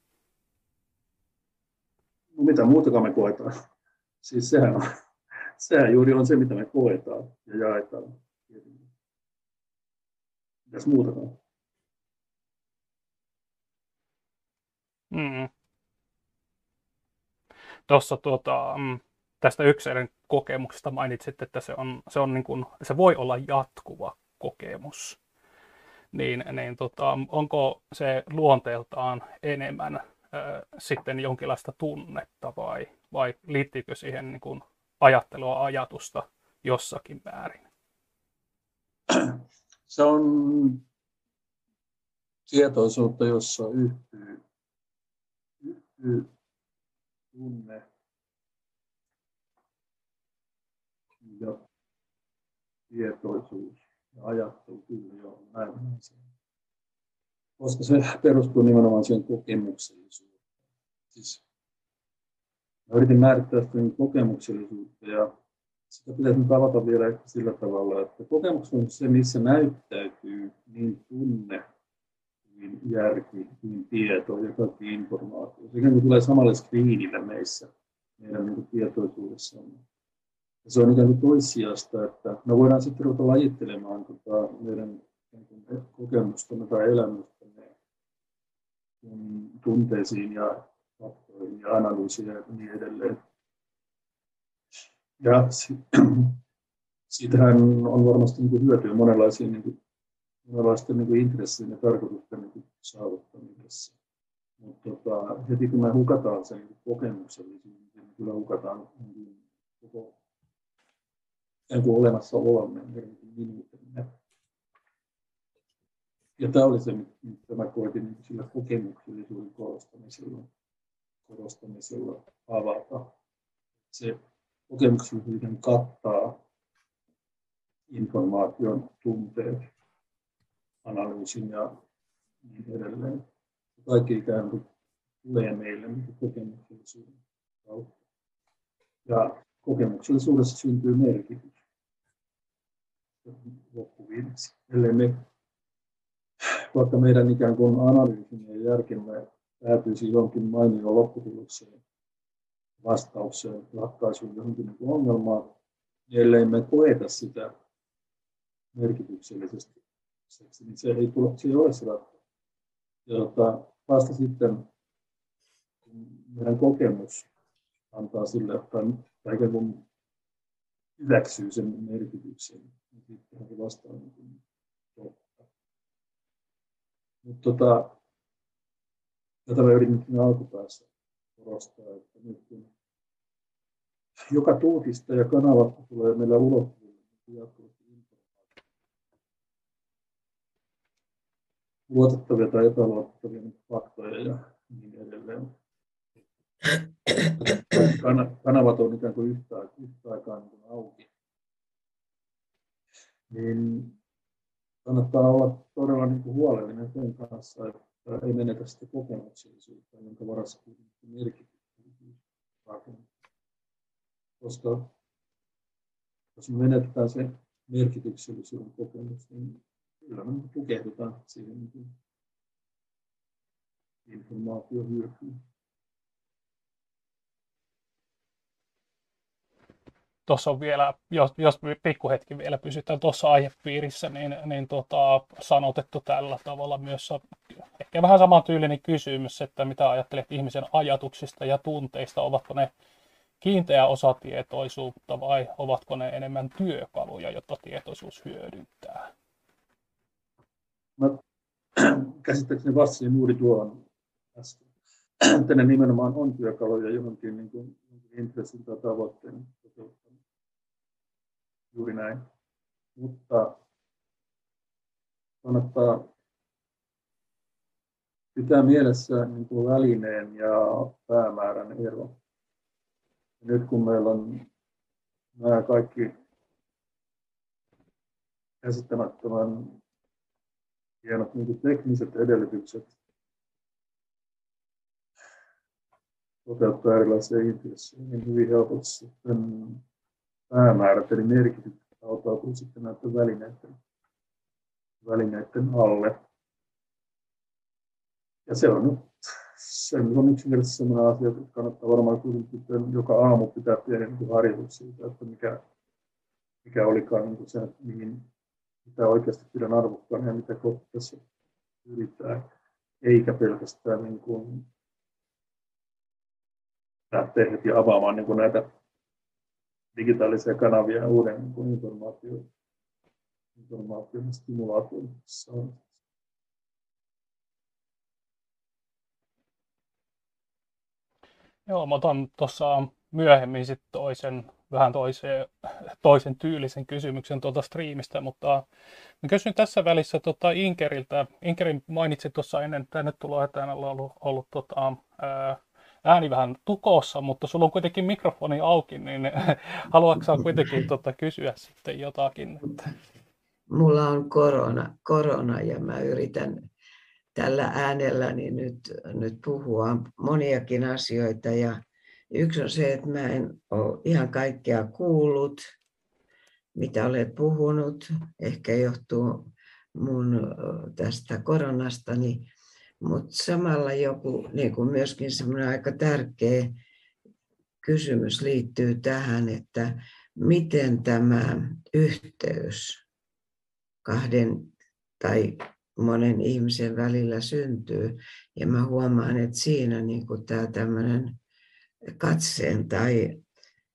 Speaker 1: No, mitä muutakaan me koetaan. Siis sehän, on, sehän juuri on se, mitä me koetaan ja jaetaan. Mitäs muutakaan?
Speaker 2: Mm. Tuossa tuota, tästä yksilön kokemuksesta mainitsit, että se, on, se, on niin kuin, se voi olla jatkuva kokemus. Niin, niin tota, onko se luonteeltaan enemmän ö, sitten jonkinlaista tunnetta vai, vai liittyykö siihen niin kuin ajattelua, ajatusta jossakin määrin?
Speaker 1: Se on tietoisuutta, jossa yhtyy, yhtyy tunne ja tietoisuus ja ajattelu kyllä jo näin. Koska se perustuu nimenomaan siihen kokemuksellisuuteen. Siis mä yritin määrittää sitä kokemuksellisuutta ja sitä pitäisi nyt avata vielä ehkä sillä tavalla, että kokemus on se, missä näyttäytyy niin tunne, niin järki, niin tieto ja kaikki informaatio. Se ikään kuin tulee samalle screenille meissä, meidän niin kuin tietoisuudessamme. Ja se on ikään kuin toissijasta, että me voidaan sitten ruveta lajittelemaan tota meidän niin kokemustamme tai elämästämme tunteisiin ja faktoihin ja analyysiin ja niin edelleen. Ja siitähän on varmasti niin hyötyä monenlaisiin niin monenlaisten niin intressien ja tarkoitusten niin saavuttamisessa. Mutta tota, heti kun me hukataan sen niin kokemuksellisuuden, niin me kyllä hukataan niin koko niin olemassa olevamme minuutemme. Ja tämä oli se, mitä mä koitin niin sillä kokemuksellisuuden korostamisella, korostamisella avata. Se kokemuksellisuuden kattaa informaation, tunteet, analyysin ja niin edelleen. Kaikki ikään kuin tulee meille niin kokemuksellisuuden kautta. Ja kokemuksellisuudessa syntyy merkitys loppuviimeksi. Ellei me, vaikka meidän ikään kuin analyysin ja järkemme päätyisi johonkin mainioon lopputulokseen, vastaukseen, ratkaisuun johonkin ongelmaan, niin ellei me koeta sitä merkityksellisesti, niin se ei, tule, se ei ole se ratkaisu. Ja tota, vasta sitten meidän kokemus antaa sille, tai ikään kuin hyväksyy sen merkityksen, niin sitten se vastaa niin totta. Mutta tota, tätä mä yritin alkupäässä korostaa, että nyt kun joka tuutista ja kanavasta tulee meillä ulottuville jatkuvasti informaatiota. Luotettavia tai epäluotettavia faktoja ja niin edelleen. Kanavat on ikään kuin yhtä, yhtä aikaa niin auki. Niin kannattaa olla todella niin kuin huolellinen sen kanssa, että ei menetä sitä kokemuksellisuutta, jonka varassa merkityksellisyys rakentaa. Koska jos me menetetään se merkityksellisyyden kokemus, niin kyllä me tukehdutaan siihen informaatiohyökyyn.
Speaker 2: Tuossa on vielä, jos, jos pikkuhetki vielä pysytään tuossa aihepiirissä, niin, niin tota, sanotettu tällä tavalla myös ehkä vähän samantyylinen kysymys, että mitä ajattelet ihmisen ajatuksista ja tunteista, ovatko ne kiinteää osatietoisuutta vai ovatko ne enemmän työkaluja, jotta tietoisuus hyödyntää?
Speaker 1: Mä käsittääkseni vastasin juuri tuohon äsken. Että ne nimenomaan on työkaluja johonkin niin kuin, intressin tai tavoitteen toteuttaminen. Juuri näin. Mutta kannattaa pitää mielessä niin kuin välineen ja päämäärän ero. Ja nyt kun meillä on nämä kaikki käsittämättömän hienot niin kuin tekniset edellytykset toteuttaa erilaisia intressejä, niin hyvin helposti sitten päämäärät eli merkitykset autautuu sitten näiden välineiden, välineiden alle. Ja se on, se on yksinkertaisesti sellainen asia, että kannattaa varmaan kuitenkin joka aamu pitää tehdä niin harjoitus siitä, että mikä, mikä olikaan niin se, mihin, mitä oikeasti pidän arvokkaan ja mitä kohta tässä yrittää, eikä pelkästään niin kuin lähteä heti avaamaan niin kuin näitä digitaalisia kanavia ja uuden niin kuin informaatio, informaation stimulaation.
Speaker 2: Joo, mä otan tuossa myöhemmin sitten toisen, vähän toisen, toisen tyylisen kysymyksen tuolta striimistä, mutta mä kysyn tässä välissä tota Inkeriltä. Inkerin mainitsi tuossa ennen tänne tuloa, että hänellä on ollut, ollut tota, ää, ääni vähän tukossa, mutta sulla on kuitenkin mikrofoni auki, niin haluatko sä kuitenkin tota, kysyä sitten jotakin? Että...
Speaker 3: Mulla on korona, korona ja mä yritän tällä äänelläni nyt, nyt puhua moniakin asioita. Ja yksi on se, että mä en ole ihan kaikkea kuullut, mitä olet puhunut. Ehkä johtuu mun tästä koronastani. Mutta samalla joku niin kuin myöskin semmoinen aika tärkeä kysymys liittyy tähän, että miten tämä yhteys kahden tai monen ihmisen välillä syntyy. Ja mä huomaan, että siinä niin kuin tämä tämmöinen katseen tai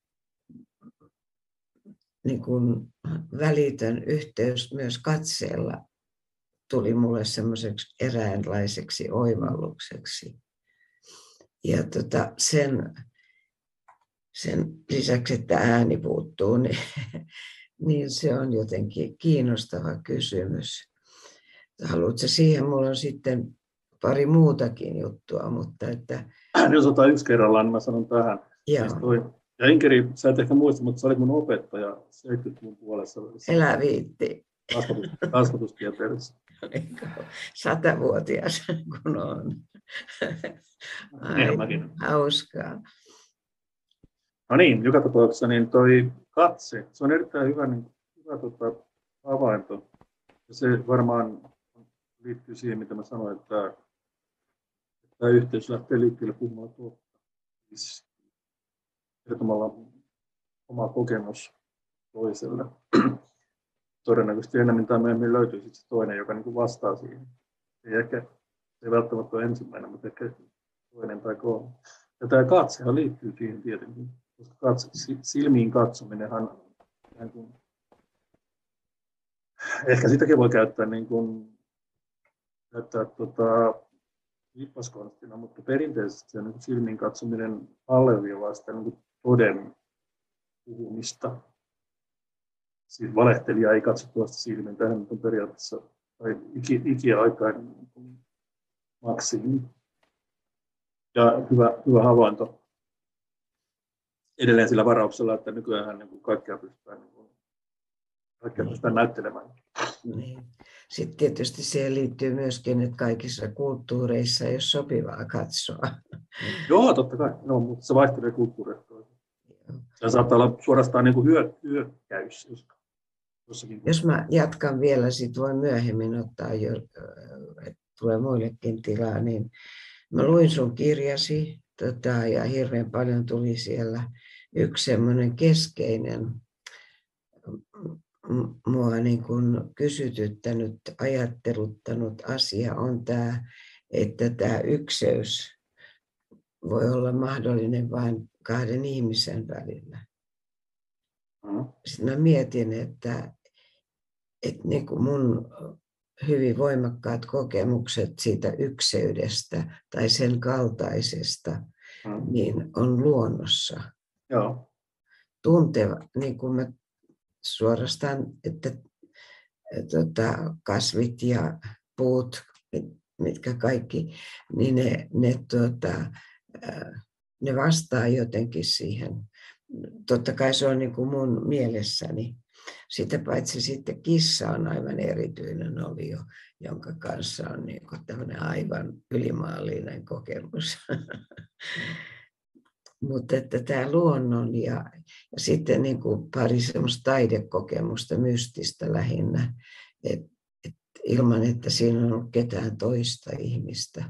Speaker 3: niin kuin välitön yhteys myös katseella tuli mulle semmoiseksi eräänlaiseksi oivallukseksi. Ja tota, sen, sen lisäksi, että ääni puuttuu, niin, niin se on jotenkin kiinnostava kysymys. Haluatko siihen? Mulla on sitten pari muutakin juttua, mutta että...
Speaker 1: Jos otan yksi kerrallaan, niin mä sanon tähän. Siis toi, ja Inkeri, sä et ehkä muista, mutta sä olit mun opettaja seitsemänkymmentäluvun puolessa.
Speaker 3: Elä viitti.
Speaker 1: Kasvatus, kasvatustieteellistä.
Speaker 3: Satavuotias kun on. Ai, hauskaa.
Speaker 1: No niin, joka tapauksessa niin toi katse, se on erittäin hyvä, niin, hyvä tota, havainto. Ja se varmaan liittyy siihen, mitä mä sanoin, että tämä yhteys lähtee liikkeelle puhumaan tuotta. Siis kertomalla oma kokemus toiselle. Todennäköisesti enemmän tai myöhemmin löytyy sitten toinen, joka niin vastaa siihen. Ei ehkä ei välttämättä ole ensimmäinen, mutta ehkä toinen tai kolme. Ja tämä katsehan liittyy siihen tietenkin, koska katse, silmiin katsominenhan, niin kuin, ehkä sitäkin voi käyttää, niin kuin, käyttää tota, vippaskonstina, mutta perinteisesti se niin silmiin katsominen alleviivaa sitä niin toden puhumista. Siis valehtelija ei katso tuosta silmiin. Tähän on periaatteessa tai iki, ikiaikainen niin maksimi. Ja hyvä, hyvä havainto. Edelleen sillä varauksella, että nykyään niin kaikkea pystytään, niin kuin, kaikkea pystytään näyttelemään.
Speaker 3: Niin. Sitten tietysti siihen liittyy myöskin, että kaikissa kulttuureissa ei ole sopivaa katsoa.
Speaker 1: Joo, totta kai. No, mutta se vaihtelee kulttuureista. Se saattaa olla suorastaan niin kuin hyö, hyökkäys. Jossakin.
Speaker 3: Jos mä jatkan vielä, sit voin myöhemmin ottaa, jo, että tulee muillekin tilaa, niin mä luin sun kirjasi tota, ja hirveän paljon tuli siellä yksi semmoinen keskeinen mua niin kuin kysytyttänyt, ajatteluttanut asia on tämä, että tämä ykseys voi olla mahdollinen vain kahden ihmisen välillä.
Speaker 1: Mm.
Speaker 3: Sitten mä mietin, että, että niin kuin mun hyvin voimakkaat kokemukset siitä ykseydestä tai sen kaltaisesta,
Speaker 1: Mm.
Speaker 3: niin on luonnossa.
Speaker 1: Joo.
Speaker 3: Tunteva, niin kuin mä suorastaan, että tota, kasvit ja puut, mitkä kaikki, niin ne, ne, tota, ne vastaa jotenkin siihen. Totta kai se on niin kuin mun mielessäni. Sitä paitsi sitten kissa on aivan erityinen olio, jonka kanssa on niin kuin tämmöinen aivan ylimaallinen kokemus. Mutta että tämä luonnon ja, ja sitten niin kuin pari semmoista taidekokemusta, mystistä lähinnä, et, et ilman että siinä on ollut ketään toista ihmistä.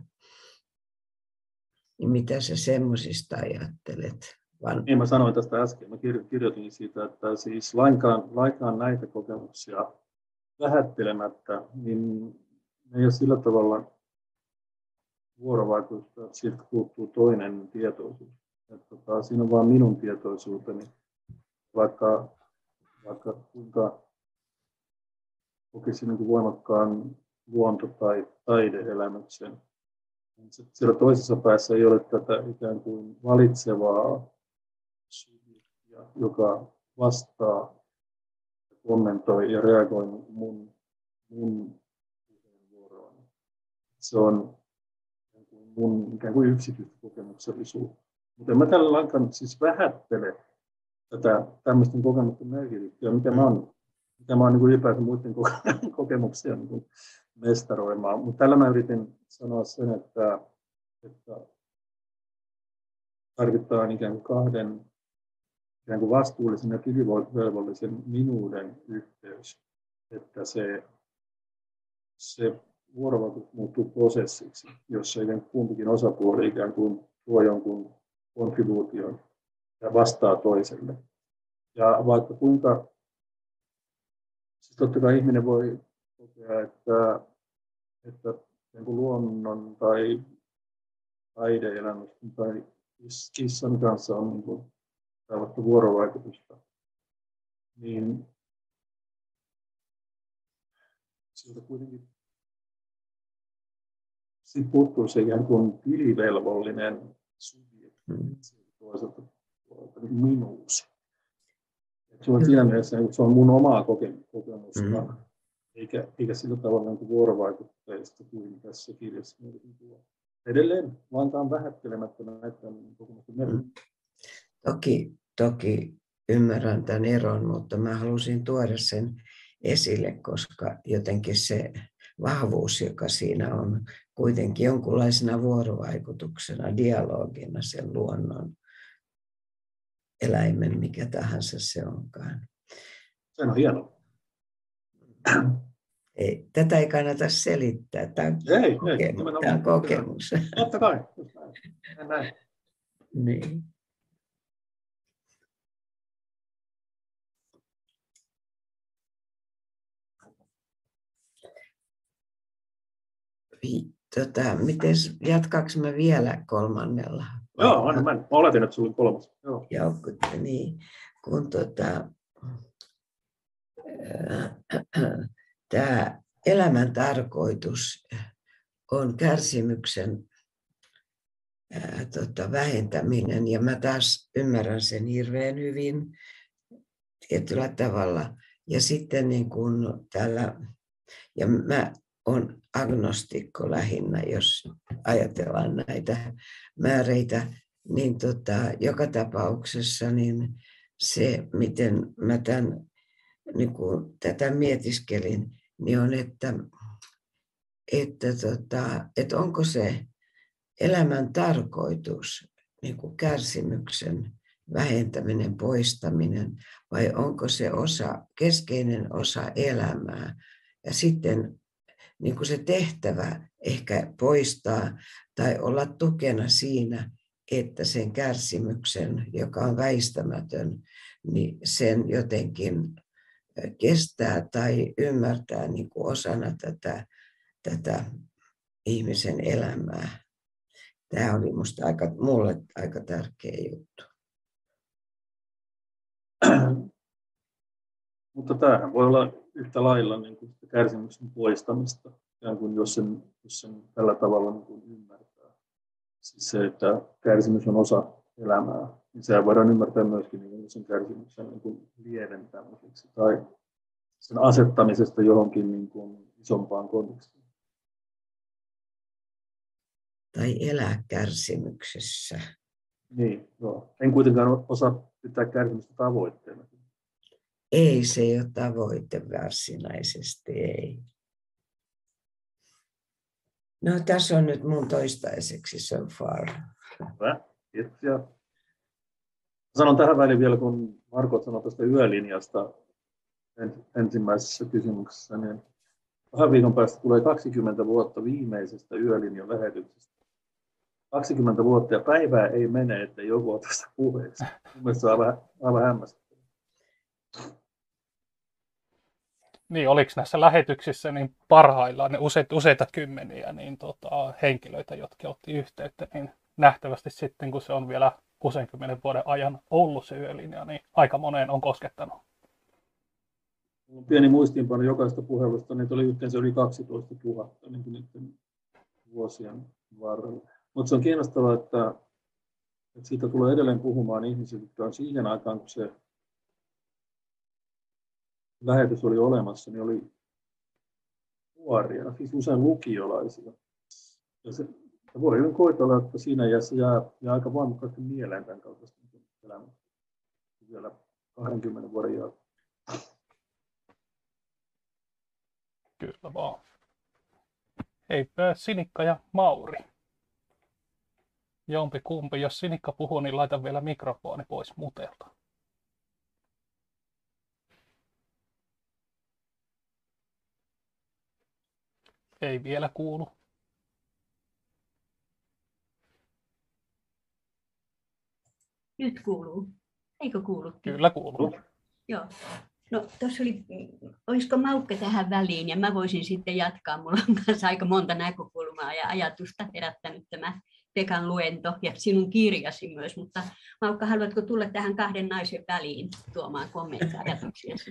Speaker 3: Niin mitä sä semmoisista ajattelet? Van...
Speaker 1: Niin mä sanoin tästä äsken, mä kirjoitin siitä, että siis lainkaan, lainkaan näitä kokemuksia vähättelemättä, niin ne ei ole sillä tavalla vuorovaikutusta, että siitä puuttuu toinen tietoisuus. Että, tota, siinä on vain minun tietoisuuteni, vaikka, vaikka kuinka kokisin niin voimakkaan luonto- tai taide-elämyksen. Siellä toisessa päässä ei ole tätä ikään kuin valitsevaa subjektia, joka vastaa, kommentoi ja reagoi mun, mun puheenvuoroon. Se on mun ikään kuin yksityistä kokemuksellisuutta. Mutta en mä tällä lainkaan siis vähättele tätä tämmöisten kokemusten merkitystä, mikä mä oon, mikä mä oon niin kuin ylipäätään muiden kokemuksia niin kuin mestaroimaan. Mutta tällä mä yritin sanoa sen, että, että tarvitaan ikään kuin kahden ikään kuin vastuullisen ja tilivelvollisen minuuden yhteys, että se, se vuorovaikutus muuttuu prosessiksi, jossa kumpikin osapuoli ikään kuin tuo jonkun kontribuution ja vastaa toiselle. Ja vaikka kuinka, siis totta kai ihminen voi kokea, että, että luonnon tai taide-elämysten tai kissan kanssa on niin kuin tällaista vuorovaikutusta, niin siltä kuitenkin siitä puuttuu se ikään kuin tilivelvollinen subjekti, mm. toisaalta minuus. Se on siinä mielessä, että se on mun omaa kokemusta, mm. eikä, eikä sillä tavalla niin vuorovaikutteista kuin tässä kirjassa. Edelleen lainkaan vähättelemättä näiden kokemusten merkitystä.
Speaker 3: Toki, toki ymmärrän tämän eron, mutta mä halusin tuoda sen esille, koska jotenkin se vahvuus, joka siinä on kuitenkin jonkunlaisena vuorovaikutuksena, dialogina sen luonnon, eläimen, mikä tahansa se onkaan.
Speaker 1: Se on hienoa.
Speaker 3: Ei, tätä ei kannata selittää. Tämä on,
Speaker 1: ei,
Speaker 3: kokemus.
Speaker 1: Ei,
Speaker 3: Tämä on kokemus.
Speaker 1: Totta kai. Näin.
Speaker 3: Niin. Tota, mites, jatkaanko mä vielä kolmannella?
Speaker 1: Joo, aina mä oletin, että sulla oli kolmas. Joo,
Speaker 3: Joo niin, kun tota, tämä elämän tarkoitus on kärsimyksen ää, tota, vähentäminen, ja mä taas ymmärrän sen hirveän hyvin tietyllä tavalla. Ja sitten niin kun täällä, ja mä on agnostikko lähinnä, jos ajatellaan näitä määreitä, niin tota, joka tapauksessa niin se, miten mä tämän, niin kuin tätä mietiskelin, niin on, että, että, tota, että onko se elämän tarkoitus, niin kuin kärsimyksen vähentäminen, poistaminen, vai onko se osa, keskeinen osa elämää, ja sitten niin kuin se tehtävä ehkä poistaa tai olla tukena siinä, että sen kärsimyksen, joka on väistämätön, niin sen jotenkin kestää tai ymmärtää niin kuin osana tätä, tätä ihmisen elämää. Tämä oli musta aika, mulle aika tärkeä juttu.
Speaker 1: Mutta tämähän voi olla yhtä lailla niin kuin kärsimyksen poistamista, kuin jos sen, jos sen tällä tavalla niin kuin ymmärtää. Siis se, että kärsimys on osa elämää, niin sehän voidaan ymmärtää myöskin niin kuin sen kärsimyksen niin kuin lieventämiseksi tai sen asettamisesta johonkin niin kuin isompaan kontekstiin.
Speaker 3: Tai elää kärsimyksessä.
Speaker 1: Niin, joo. En kuitenkaan osaa pitää kärsimystä tavoitteena.
Speaker 3: Ei se ei ole tavoite varsinaisesti, ei. No tässä on nyt mun toistaiseksi so far.
Speaker 1: Hyvä, kiitoksia. Sanon tähän väliin vielä, kun Marko sanoi tästä yölinjasta ensimmäisessä kysymyksessä, niin vähän viikon päästä tulee kaksikymmentä vuotta viimeisestä yölinjan lähetyksestä. kaksikymmentä vuotta ja päivää ei mene, että joku on tästä puheessa. Mielestäni se on aivan, aivan hämmästyttävää.
Speaker 2: Niin, oliko näissä lähetyksissä niin parhaillaan ne useita, useita kymmeniä niin tota, henkilöitä, jotka otti yhteyttä, niin nähtävästi sitten, kun se on vielä kuudenkymmenen vuoden ajan ollut se yölinja, niin aika moneen on koskettanut.
Speaker 1: Pieni muistiinpano jokaista puhelusta, niitä oli yhteensä yli kaksitoista tuhatta niin niiden vuosien varrella. Mutta se on kiinnostavaa, että, että siitä tulee edelleen puhumaan ihmisiä, jotka on siihen aikaan, kun se lähetys oli olemassa, niin oli nuoria, siis usein lukiolaisia. Ja se, se voi hyvin koitella, että siinä iässä jää, jää aika voimakkaasti mieleen tämän kaltaista elämää vielä kahdenkymmenen vuoden jälkeen.
Speaker 2: Kyllä vaan. Heipä Sinikka ja Mauri. Jompi kumpi. Jos Sinikka puhuu, niin laita vielä mikrofoni pois mutelta. Ei vielä kuulu.
Speaker 4: Nyt kuuluu. Eikö kuulu?
Speaker 2: Kyllä kuuluu.
Speaker 4: Joo. No tuossa oli, olisiko Maukka tähän väliin ja mä voisin sitten jatkaa. Mulla on kanssa aika monta näkökulmaa ja ajatusta herättänyt tämä Pekan luento ja sinun kirjasi myös. Mutta Maukka, haluatko tulla tähän kahden naisen väliin tuomaan kommentteja ajatuksiasi?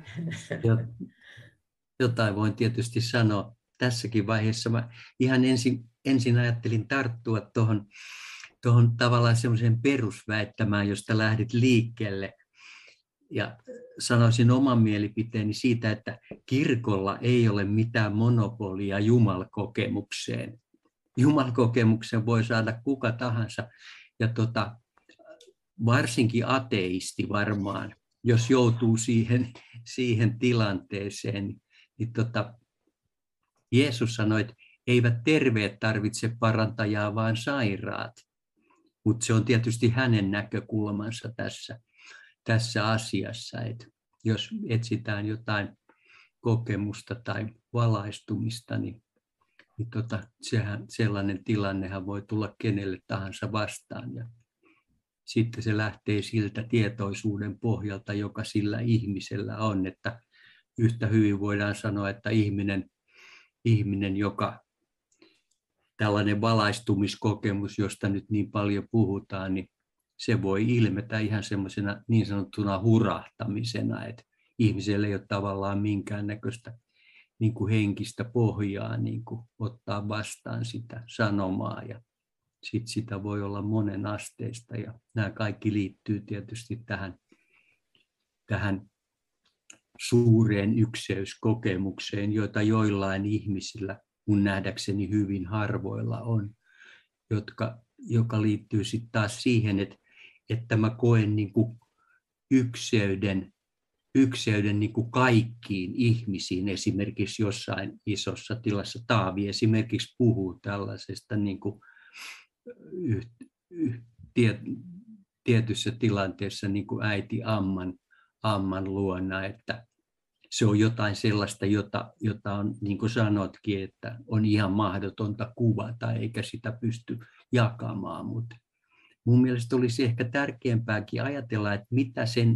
Speaker 5: Jotain voin tietysti sanoa. Tässäkin vaiheessa mä ihan ensin, ensin ajattelin tarttua tuohon tuohon tavallaan semmoiseen perusväittämään, josta lähdit liikkeelle. Ja sanoisin oman mielipiteeni siitä, että kirkolla ei ole mitään monopolia jumalkokemukseen. Jumalkokemuksen voi saada kuka tahansa. Ja tota, varsinkin ateisti varmaan, jos joutuu siihen, siihen tilanteeseen, niin tota, Jeesus sanoi, että eivät terveet tarvitse parantajaa, vaan sairaat. Mutta se on tietysti hänen näkökulmansa tässä, tässä asiassa, että jos etsitään jotain kokemusta tai valaistumista, niin, niin tota, sehän, sellainen tilannehan voi tulla kenelle tahansa vastaan. Ja sitten se lähtee siltä tietoisuuden pohjalta, joka sillä ihmisellä on, että yhtä hyvin voidaan sanoa, että ihminen, ihminen joka tällainen valaistumiskokemus, josta nyt niin paljon puhutaan, niin se voi ilmetä ihan semmoisena niin sanottuna hurahtamisena, että ihmisellä ei ole tavallaan minkäännäköistä niin kuin henkistä pohjaa niin kuin ottaa vastaan sitä sanomaa. Ja sit sitä voi olla monen asteista ja nämä kaikki liittyy tietysti tähän, tähän suureen ykseyskokemukseen, joita joillain ihmisillä mun nähdäkseni hyvin harvoilla on, jotka, joka liittyy sitten taas siihen, että, että mä koen niin kuin ykseyden, ykseyden niin kuin kaikkiin ihmisiin, esimerkiksi jossain isossa tilassa. Taavi esimerkiksi puhuu tällaisesta niin kuin yh, yh, tiet, tietyssä tilanteessa niin kuin äiti amman, amman luona, että se on jotain sellaista, jota, jota on, niin kuin sanotkin, että on ihan mahdotonta kuvata, eikä sitä pysty jakamaan. Mutta mun mielestä olisi ehkä tärkeämpääkin ajatella, että mitä sen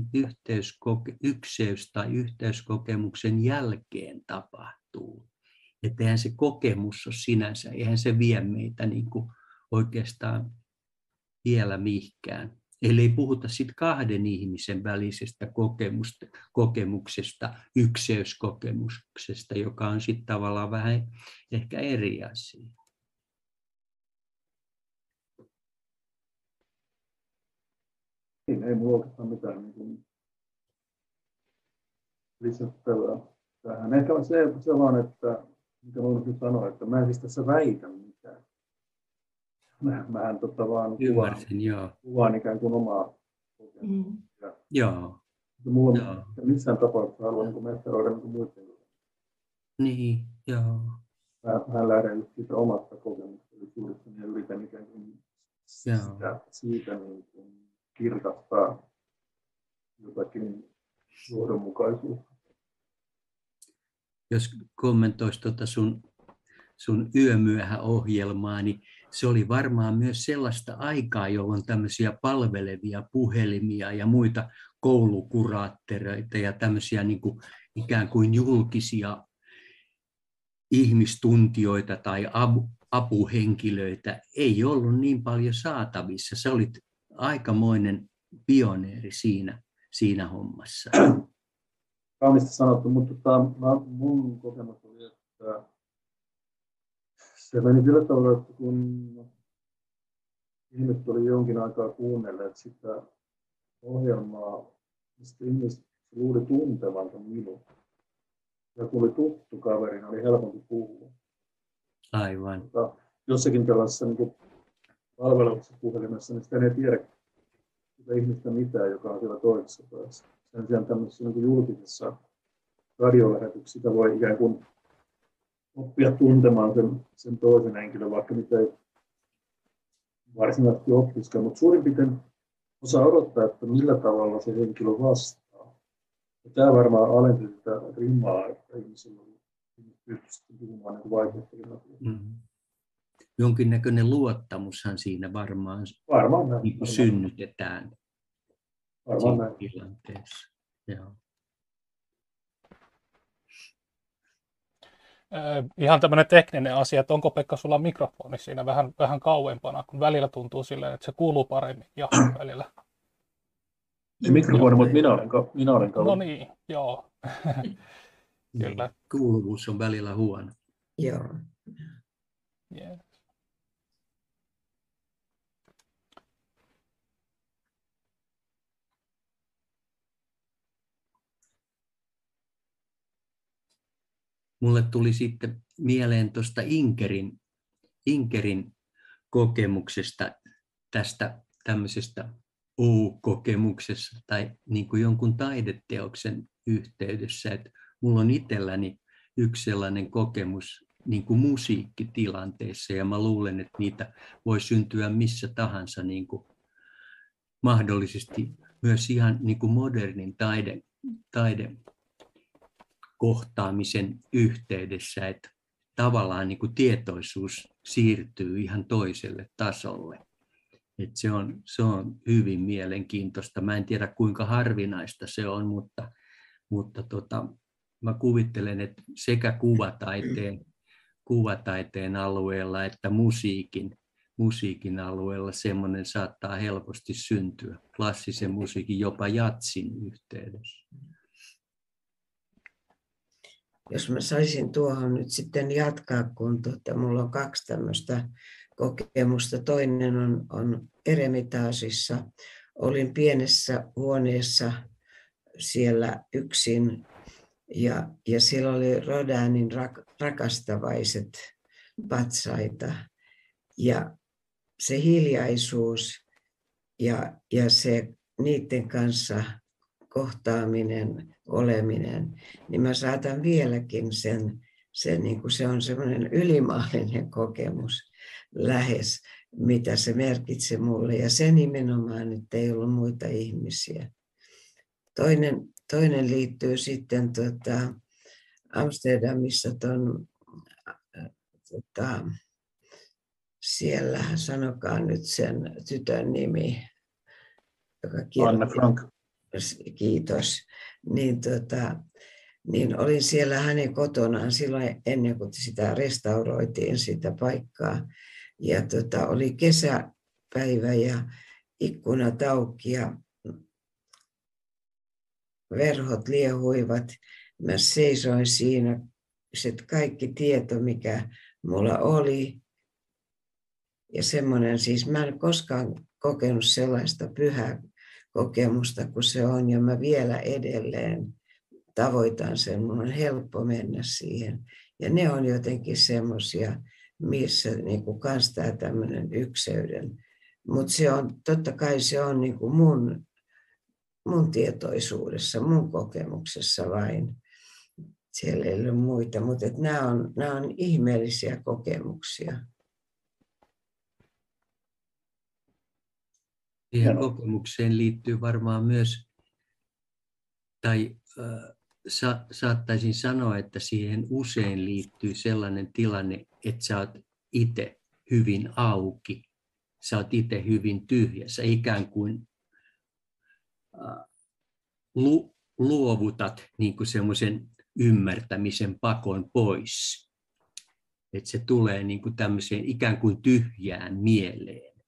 Speaker 5: ykseys- tai yhteyskokemuksen jälkeen tapahtuu. Että eihän se kokemus ole sinänsä, eihän se vie meitä niin kuin oikeastaan vielä mihinkään. Eli ei puhuta sit kahden ihmisen välisestä kokemuksesta, ykseyskokemuksesta, joka on sitten tavallaan vähän ehkä eri asia.
Speaker 1: Niin, ei minulla oikeastaan mitään niin kuin lisättävää tähän. Ehkä on se, se vaan, että mitä voin sanoa, että mä en siis tässä väitä mitään. Mä, mähän tota vaan
Speaker 5: Ymmärsin,
Speaker 1: kuvaan,
Speaker 5: joo.
Speaker 1: kuvaan ikään kuin omaa kokemusta.
Speaker 4: Mm.
Speaker 5: Joo.
Speaker 1: Mulla
Speaker 5: Joo.
Speaker 1: on missään tapauksessa halua niin mestaroida niin muiden.
Speaker 5: Niin, joo.
Speaker 1: Mä, mä lähden just siitä omasta kokemuksesta ja yritän ikään kuin sitä, siitä niin kuin kirkastaa jotakin johdonmukaisuutta.
Speaker 5: Jos kommentoisi tuota sun, sun yömyöhäohjelmaa, niin se oli varmaan myös sellaista aikaa, jolloin tämmöisiä palvelevia puhelimia ja muita koulukuraattoreita ja tämmöisiä niin kuin ikään kuin julkisia ihmistuntijoita tai apuhenkilöitä ei ollut niin paljon saatavissa. Sä olit aikamoinen pioneeri siinä, siinä hommassa.
Speaker 1: Kauniisti sanottu, mutta tota, mun kokemus oli, että se meni sillä tavalla, että kun ihmiset oli jonkin aikaa kuunnelleet sitä ohjelmaa, mistä ihmiset luuli tuntevansa minun. Ja kun oli tuttu kaveri, niin oli helpompi puhua.
Speaker 5: Aivan.
Speaker 1: Mutta jossakin tällaisessa niin palveluksessa puhelimessa, niin sitä ei tiedä sitä ihmistä mitään, joka on siellä toisessa päässä. Sen sijaan tämmöisessä niin julkisessa radiolähetyksessä sitä voi ikään kuin oppia tuntemaan sen, sen toisen henkilön, vaikka mitä ei varsinaisesti oppisikaan. Mutta suurin piirtein osaa odottaa, että millä tavalla se henkilö vastaa. Ja tämä varmaan alenti sitä rimaa, että ihmisillä pystyy puhumaan niin vaikeuttelina.
Speaker 5: Mm. Jonkinnäköinen luottamushan siinä varmaan,
Speaker 1: varmaan näin,
Speaker 5: niin
Speaker 1: varmaan.
Speaker 5: synnytetään
Speaker 1: Varmaan näin.
Speaker 5: tilanteessa. Joo.
Speaker 2: Ihan tämmöinen tekninen asia, että onko Pekka sulla mikrofoni siinä vähän, vähän kauempana, kun välillä tuntuu silleen, että se kuuluu paremmin ja välillä.
Speaker 1: Ei mikrofoni, mutta minä olen, minä olen kauan.
Speaker 2: No niin, joo. Kyllä.
Speaker 5: Kuuluvuus on välillä huono.
Speaker 3: Joo.
Speaker 2: Yeah.
Speaker 5: Mulle tuli sitten mieleen tuosta Inkerin, Inkerin kokemuksesta, tästä tämmöisestä U-kokemuksesta tai niin kuin jonkun taideteoksen yhteydessä. Että mulla on itselläni yksi sellainen kokemus niin kuin musiikkitilanteessa ja mä luulen, että niitä voi syntyä missä tahansa niin kuin mahdollisesti myös ihan niin kuin modernin taide, taide kohtaamisen yhteydessä, että tavallaan niin kuin tietoisuus siirtyy ihan toiselle tasolle. Että se on, se on hyvin mielenkiintoista. Mä en tiedä kuinka harvinaista se on, mutta, mutta tota, mä kuvittelen, että sekä kuvataiteen, kuvataiteen alueella että musiikin, musiikin alueella semmoinen saattaa helposti syntyä. Klassisen musiikin, jopa jatsin yhteydessä.
Speaker 3: Jos mä saisin tuohon nyt sitten jatkaa, kun tuota, mulla on kaksi tämmöistä kokemusta. Toinen on, on Eremitaasissa. Olin pienessä huoneessa siellä yksin ja, ja siellä oli Rodinin rak, rakastavaiset patsaita. Ja se hiljaisuus ja, ja se niiden kanssa kohtaaminen, oleminen, niin mä saatan vieläkin sen, sen niin kuin se on semmoinen ylimaallinen kokemus lähes, mitä se merkitsi mulle. Ja se nimenomaan, että ei ollut muita ihmisiä. Toinen, toinen liittyy sitten tuota, Amsterdamissa ton, tuota, siellä, sanokaa nyt sen tytön nimi, joka kirjoitti.
Speaker 1: Anne Frank.
Speaker 3: Kiitos. Niin, tota, niin olin siellä hänen kotonaan silloin ennen kuin sitä restauroitiin sitä paikkaa. ja tota, oli kesäpäivä ja ikkunat auki ja verhot liehuivat. Mä seisoin siinä, se kaikki tieto, mikä mulla oli. Ja semmoinen, siis mä en koskaan kokenut sellaista pyhää kokemusta kuin se on, ja mä vielä edelleen tavoitan sen, mun on helppo mennä siihen. Ja ne on jotenkin semmoisia, missä niinku kans tää tämmöinen ykseyden. Mutta se on, totta kai se on niinku mun, mun tietoisuudessa, mun kokemuksessa vain. Siellä ei ole muita, mutta nämä on, nämä on ihmeellisiä kokemuksia.
Speaker 5: Siihen kokemukseen liittyy varmaan myös, tai äh, sa, saattaisin sanoa, että siihen usein liittyy sellainen tilanne, että sä oot itse hyvin auki, sä oot itse hyvin tyhjä, sä ikään kuin äh, lu, luovutat niin kuin semmoisen ymmärtämisen pakon pois. Että se tulee niin kuin tämmöiseen ikään kuin tyhjään mieleen.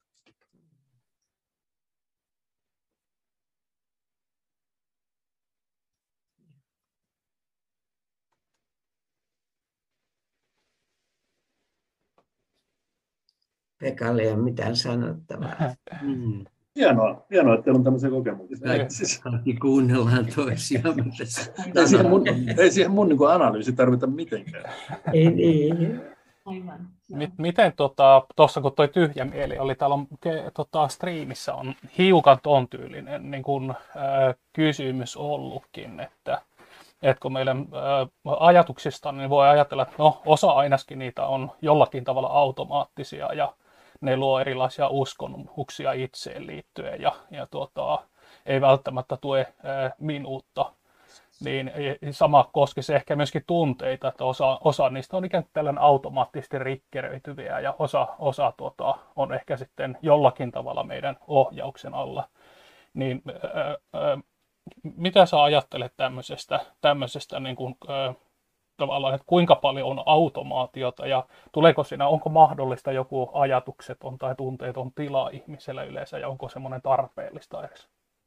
Speaker 3: Pekalle ei ole mitään sanottavaa.
Speaker 5: Mm.
Speaker 1: Hienoa, hienoa, että teillä on tämmöisiä kokemuksia.
Speaker 5: Siis... Kuunnellaan toisiamme.
Speaker 1: Ei siihen mun, ei siihen mun niin analyysi tarvita mitenkään.
Speaker 3: Ei niin.
Speaker 4: Aivan.
Speaker 2: Miten tuossa, tota, kun toi tyhjä mieli oli, täällä on tota, striimissä on hiukan ton tyylinen niin kun, äh, kysymys ollutkin, että et kun meidän äh, ajatuksista niin voi ajatella, että no, osa ainakin niitä on jollakin tavalla automaattisia ja ne luo erilaisia uskomuksia itseen liittyen ja, ja tuota, ei välttämättä tue äh, minuutta. Niin sama koskisi ehkä myöskin tunteita, että osa, osa niistä on ikään kuin tällainen automaattisesti rikkeröityviä ja osa, osa tuota, on ehkä sitten jollakin tavalla meidän ohjauksen alla. Niin, ää, ää, mitä sä ajattelet tämmöisestä, tämmöisestä niin kuin, ää, tavallaan, että kuinka paljon on automaatiota ja tuleeko siinä, onko mahdollista joku ajatukseton tai tunteeton tila ihmisellä yleensä ja onko semmoinen tarpeellista edes?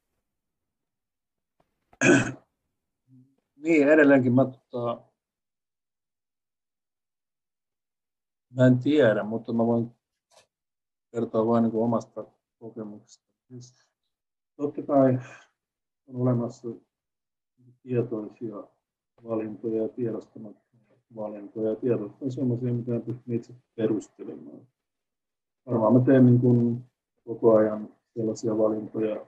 Speaker 1: Niin, edelleenkin mä, tota, mä en tiedä, mutta mä voin kertoa vain niin kuin omasta kokemuksesta. Siis, totta kai on olemassa tietoisia valintoja ja tiedostamattomia valintoja. Ja tiedot on sellaisia, mitä en pysty itse perustelemaan. Varmaan mä teen niin kuin koko ajan sellaisia valintoja,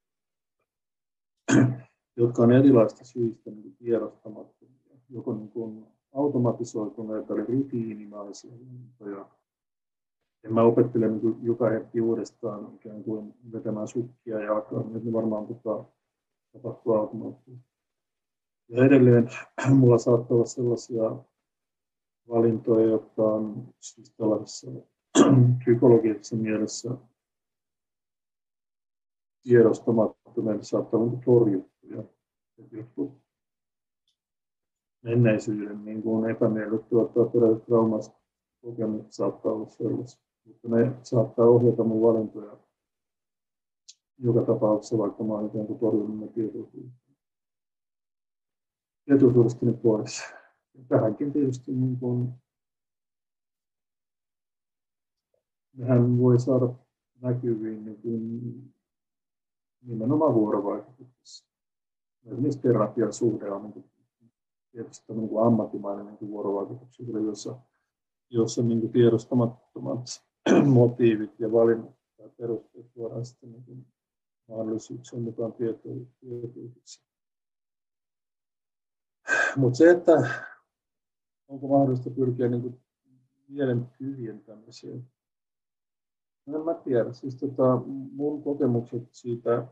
Speaker 1: jotka on erilaisista syistä niin tiedostamattomia, joko niin kuin automatisoituneita eli rutiinimaisia valintoja. En mä opettele niin kuin joka hetki uudestaan ikään kuin vetämään sukkia ja alkaa, niin ne varmaan tota, tapahtuu automaattisesti. Ja edelleen mulla saattaa olla sellaisia valintoja, jotka on siis tällaisessa psykologisessa mielessä tiedostamattomia, saattaa olla torjuttuja. Jotkut menneisyyden niin kuin epämiellyttävät tai peräiset traumaiset kokemukset saattaa olla sellaisia, mutta ne saattaa ohjata mun valintoja joka tapauksessa, vaikka mä olen ikään kuin torjunut ne tietoisuudestani pois. Tähänkin tietysti niin kuin, nehän voi saada näkyviin niin kuin, nimenomaan vuorovaikutuksessa. Esimerkiksi terapiasuhde on niin kuin, tietysti niin kuin ammattimainen niin kuin vuorovaikutuksessa, jossa, jossa niin kuin tiedostamattomat motiivit ja valinnat tai perusteet tuodaan sitten niin kuin mahdollisuuksien mukaan tietoisuudeksi. Mutta se, että onko mahdollista pyrkiä niin kuin mielen tyhjentämiseen, no en mä tiedä. Siis tota, mun kokemukset siitä,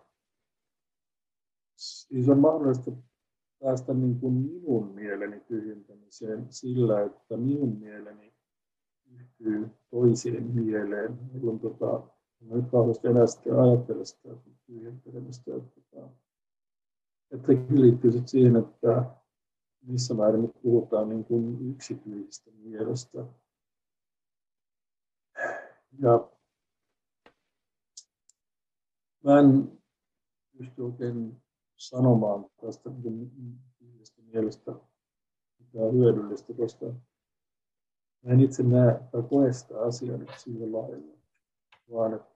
Speaker 1: siis on mahdollista päästä niin kuin minun mieleni tyhjentämiseen sillä, että minun mieleni yhtyy toiseen mieleen. Jolloin tota, mä nyt kauheasti enää sitten ajattele sitä tyhjentämistä. Että, että sekin liittyy sitten siihen, että missä määrin nyt puhutaan niin kuin yksityisestä mielestä. Ja mä en pysty oikein sanomaan tästä yhdestä mielestä mitään hyödyllistä, koska mä en itse näe tai koe sitä asiaa nyt sillä lailla, vaan että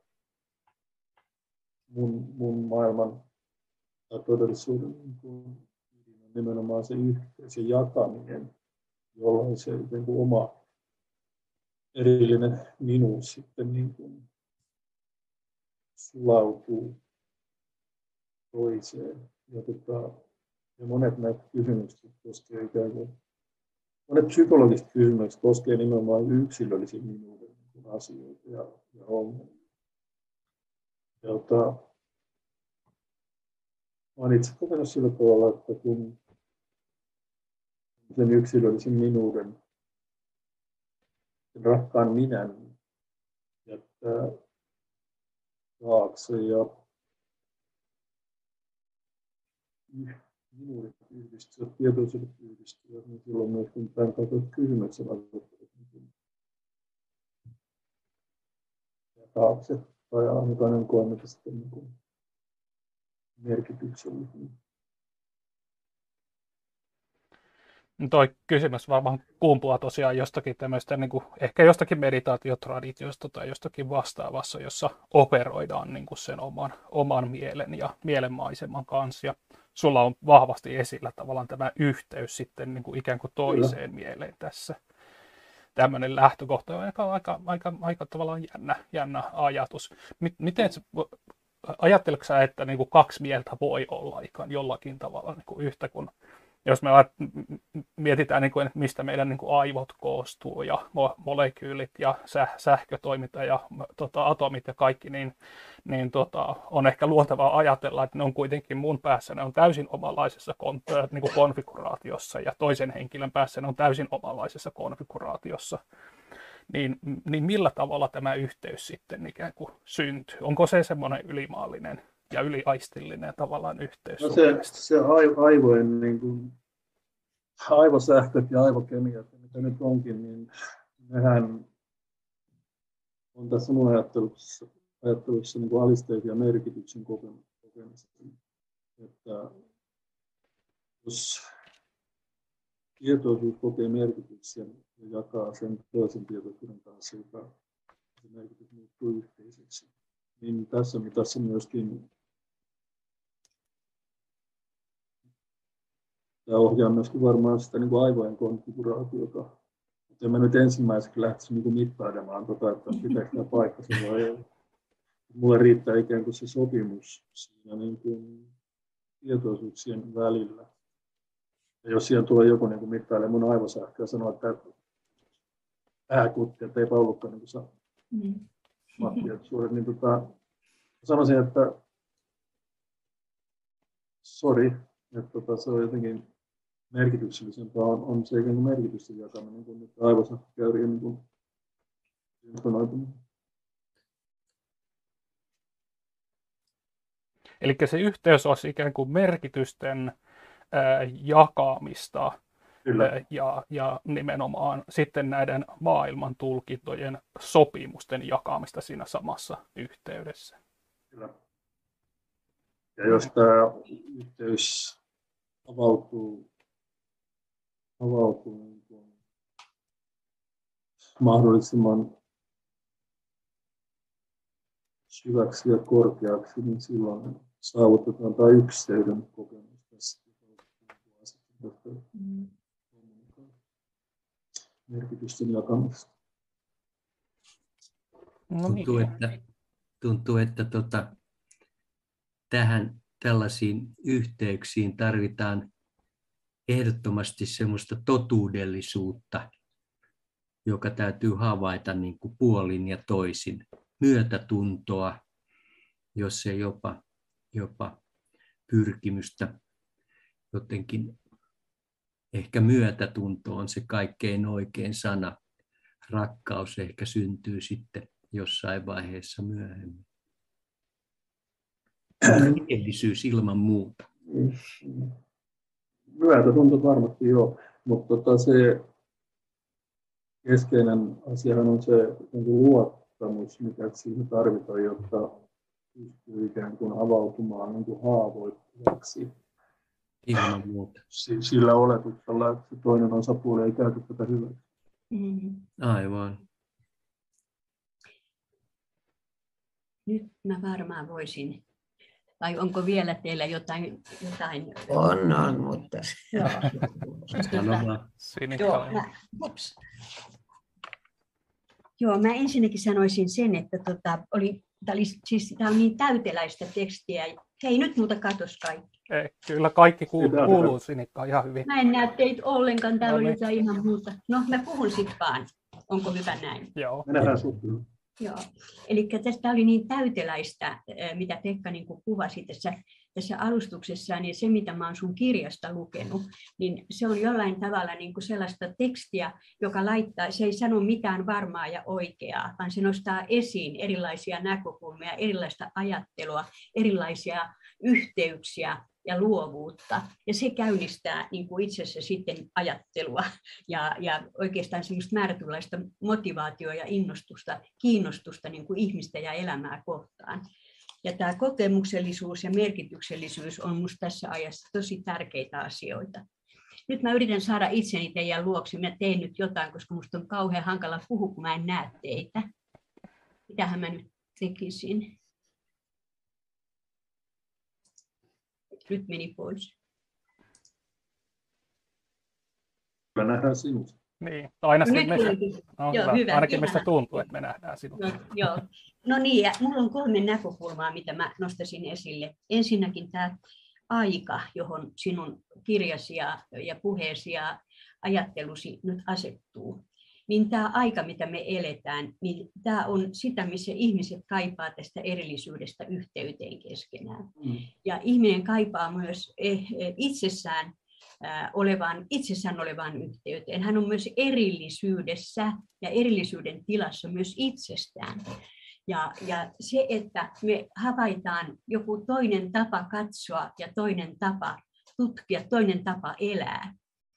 Speaker 1: mun, mun maailman tai todellisuuden niin on nimenomaan se yhteys ja jakaminen, jolloin se niin kuin oma erillinen minuus sitten niin kuin sulautuu toiseen. Ja, tota, ja monet näistä kysymyksistä koskee ikään kuin, monet psykologiset kysymykset koskee nimenomaan yksilöllisen minuuden asioita ja, ja ongelmia. Ja, tota, mä olen itse kokenut sillä tavalla, että kun sen yksilöllisen minuuden, sen rakkaan minän jättää taakse ja minuudet yhdistyvät, tietoisuudet yhdistyvät, niin silloin myös kun tämän kaltaiset kysymykset asettavat taakse tai ainakaan koemme sitten niin kuin merkityksellinen.
Speaker 2: Toi kysymys varmaan kumpuaa tosiaan jostakin tämmöistä, niin kuin, ehkä jostakin meditaatiotraditiosta tai jostakin vastaavassa, jossa operoidaan niin kuin sen oman, oman mielen ja mielenmaiseman kanssa. Ja sulla on vahvasti esillä tavallaan tämä yhteys sitten niin kuin ikään kuin toiseen Kyllä. mieleen tässä. Tämmöinen lähtökohta on aika, aika, aika, aika tavallaan jännä, jännä ajatus. Miten ajatteletko sä, että niin kuin kaksi mieltä voi olla ikään jollakin tavalla niin kuin yhtä, kun jos me mietitään, niin kuin, että mistä meidän niin kuin aivot koostuu ja molekyylit ja sähkötoiminta ja tota, atomit ja kaikki, niin, niin tota, on ehkä luontevaa ajatella, että ne on kuitenkin mun päässä, ne on täysin omanlaisessa kon, niin kuin konfiguraatiossa ja toisen henkilön päässä ne on täysin omanlaisessa konfiguraatiossa. Niin, niin millä tavalla tämä yhteys sitten ikään kuin syntyy? Onko se semmoinen ylimaallinen ja yliaistillinen tavallaan yhteys?
Speaker 1: No se, se aivojen niin kuin, aivosähköt ja aivokemiat, mitä nyt onkin, niin nehän on tässä mun ajattelussa, ajattelussa niin kuin alisteisia merkityksen kokemista. Että jos tietoisuus kokee merkityksen ja jakaa sen toisen tietoisuuden kanssa, joka se merkitys muuttuu yhteiseksi, niin tässä mitassa myöskin tämä ohjaa myöskin varmaan sitä niin kuin aivojen konfiguraatiota. En mä nyt ensimmäiseksi lähtisi niin kuin mittailemaan, tota, että pitääkö tämä paikkansa vai ei. Mulle riittää ikään kuin se sopimus siinä niin kuin tietoisuuksien välillä. Ja jos siihen tulee joku niin kuin mittailee mun aivosähköä ja sanoo, että ääkutti, että eipä ollutkaan niin kuin saa mm. mattietuisuudet, niin tota, sanoisin, että sori, että tota, se on jotenkin merkityksellisempää on, on se ikään kuin merkitysten jakaminen kuin nyt aivosähkökäyrien niin kuin synkronoituminen.
Speaker 2: Eli se yhteys olisi ikään kuin merkitysten ää, jakamista ää, ja, ja nimenomaan sitten näiden maailman tulkintojen sopimusten jakamista siinä samassa yhteydessä.
Speaker 1: Kyllä. Ja jos tämä yhteys avautuu, avautuu niin kuin mahdollisimman syväksi ja korkeaksi, niin silloin saavutetaan tämä ykseyden kokemus tässä mm. merkitysten jakamisesta.
Speaker 5: No niin. Tuntuu, että, tuntuu, että tota, tähän tällaisiin yhteyksiin tarvitaan ehdottomasti semmoista totuudellisuutta, joka täytyy havaita niin kuin puolin ja toisin. Myötätuntoa, jos ei jopa, jopa pyrkimystä jotenkin. Ehkä myötätunto on se kaikkein oikein sana. Rakkaus ehkä syntyy sitten jossain vaiheessa myöhemmin. Mielellisyys ilman muuta.
Speaker 1: Myötätunto varmasti joo, mutta tota se keskeinen asiahan on se luot, luottamus, mikä siihen tarvitaan, jotta pystyy ikään kuin avautumaan niin kuin haavoittuvaksi.
Speaker 5: Ilman muuta.
Speaker 1: Sillä oletuksella, että se toinen osapuoli ei käytä tätä hyväksi.
Speaker 4: Mm.
Speaker 5: Aivan.
Speaker 4: Nyt mä varmaan voisin. Vai onko vielä teillä jotain? jotain...
Speaker 3: On, on, mutta...
Speaker 4: Joo. Joo, mä, Joo, mä ensinnäkin sanoisin sen, että tota, oli, tää oli, siis, tää on niin täyteläistä tekstiä. Hei, nyt muuta katos kaikki.
Speaker 2: Ei, kyllä kaikki kuuluu, kuuluu Sinikka ihan hyvin.
Speaker 4: Mä en näe teitä ollenkaan, täällä
Speaker 2: No
Speaker 4: oli
Speaker 2: niin.
Speaker 4: jotain ihan muuta. No, mä puhun sit vaan. Onko hyvä näin?
Speaker 2: Joo.
Speaker 1: Me nähdään suhteen.
Speaker 4: Joo, eli tästä oli niin täyteläistä, mitä Pekka niin kuin kuvasi tässä, tässä alustuksessa, niin se mitä mä oon sun kirjasta lukenut, niin se on jollain tavalla niin kuin sellaista tekstiä, joka laittaa, se ei sano mitään varmaa ja oikeaa, vaan se nostaa esiin erilaisia näkökulmia, erilaista ajattelua, erilaisia yhteyksiä ja luovuutta. Ja se käynnistää niin kuin itsessä sitten ajattelua ja, ja oikeastaan semmoista määrätynlaista motivaatiota ja innostusta, kiinnostusta niin kuin ihmistä ja elämää kohtaan. Ja tämä kokemuksellisuus ja merkityksellisyys on minusta tässä ajassa tosi tärkeitä asioita. Nyt mä yritän saada itseni teidän luokse. Mä teen nyt jotain, koska minusta on kauhean hankala puhua, kun mä en näe teitä. Mitähän mä nyt tekisin? Nyt meni pois.
Speaker 1: Me nähdään sinut.
Speaker 2: Niin, ainakin, me, no,
Speaker 4: joo, hyvä,
Speaker 2: ainakin meistä
Speaker 4: ihana.
Speaker 2: tuntuu, että me nähdään sinut.
Speaker 4: No, joo. No niin, ja minulla on kolme näkökulmaa, mitä mä nostaisin esille. Ensinnäkin tämä aika, johon sinun kirjasi ja, ja puheesi ja ajattelusi nyt asettuu. Niin tämä aika, mitä me eletään, niin tämä on sitä, missä ihmiset kaipaa tästä erillisyydestä yhteyteen keskenään. Mm. Ja ihminen kaipaa myös itsessään olevaan, itsessään olevaan yhteyteen. Hän on myös erillisyydessä ja erillisyyden tilassa myös itsestään. Ja, ja se, että me havaitaan joku toinen tapa katsoa ja toinen tapa tutkia, toinen tapa elää.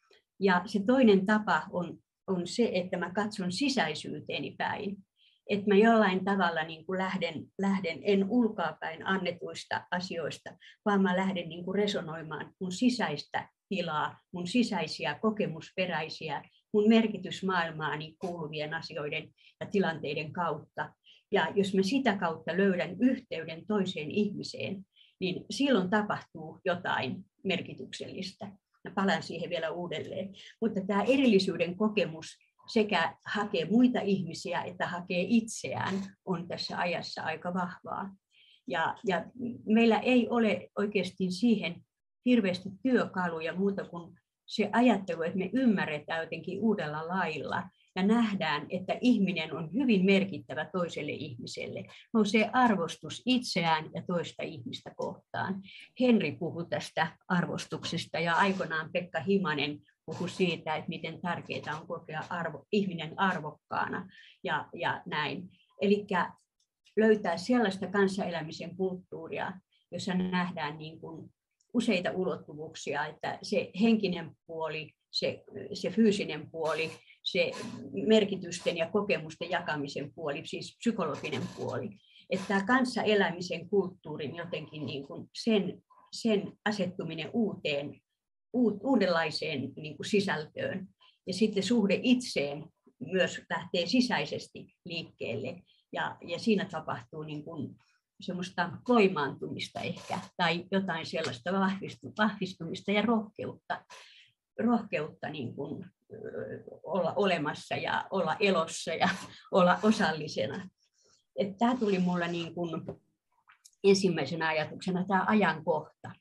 Speaker 4: Ja se toinen tapa on, on se, että mä katson sisäisyyteeni päin. Että mä jollain tavalla niin kuin lähden, lähden, en ulkoapäin annetuista asioista, vaan mä lähden niin kuin resonoimaan mun sisäistä tilaa, mun sisäisiä kokemusperäisiä, mun merkitysmaailmaani kuuluvien asioiden ja tilanteiden kautta. Ja jos mä sitä kautta löydän yhteyden toiseen ihmiseen, niin silloin tapahtuu jotain merkityksellistä. Mä palaan siihen vielä uudelleen. Mutta tämä erillisyyden kokemus sekä hakee muita ihmisiä että hakee itseään on tässä ajassa aika vahvaa. Ja, ja meillä ei ole oikeasti siihen hirveästi työkaluja muuta kuin se ajattelu, että me ymmärretään jotenkin uudella lailla ja nähdään, että ihminen on hyvin merkittävä toiselle ihmiselle. On se arvostus itseään ja toista ihmistä kohtaan. Henri puhui tästä arvostuksesta ja aikoinaan Pekka Himanen puhui siitä, että miten tärkeää on kokea arvo, ihminen arvokkaana ja, ja näin. Eli löytää sellaista kanssaelämisen kulttuuria, jossa nähdään niin kuin useita ulottuvuuksia, että se henkinen puoli, se, se fyysinen puoli, se merkitysten ja kokemusten jakamisen puoli, siis psykologinen puoli. Että tämä kanssaelämisen kulttuurin jotenkin niin kuin sen, sen asettuminen uuteen, uudenlaiseen niin kuin sisältöön ja sitten suhde itseen myös lähtee sisäisesti liikkeelle ja, ja siinä tapahtuu niin kuin semmoista voimaantumista ehkä tai jotain sellaista vahvistumista ja rohkeutta, rohkeutta niin kuin olla olemassa ja olla elossa ja olla osallisena. Että tämä tuli mulle niin kuin ensimmäisenä ajatuksena tämä ajankohta.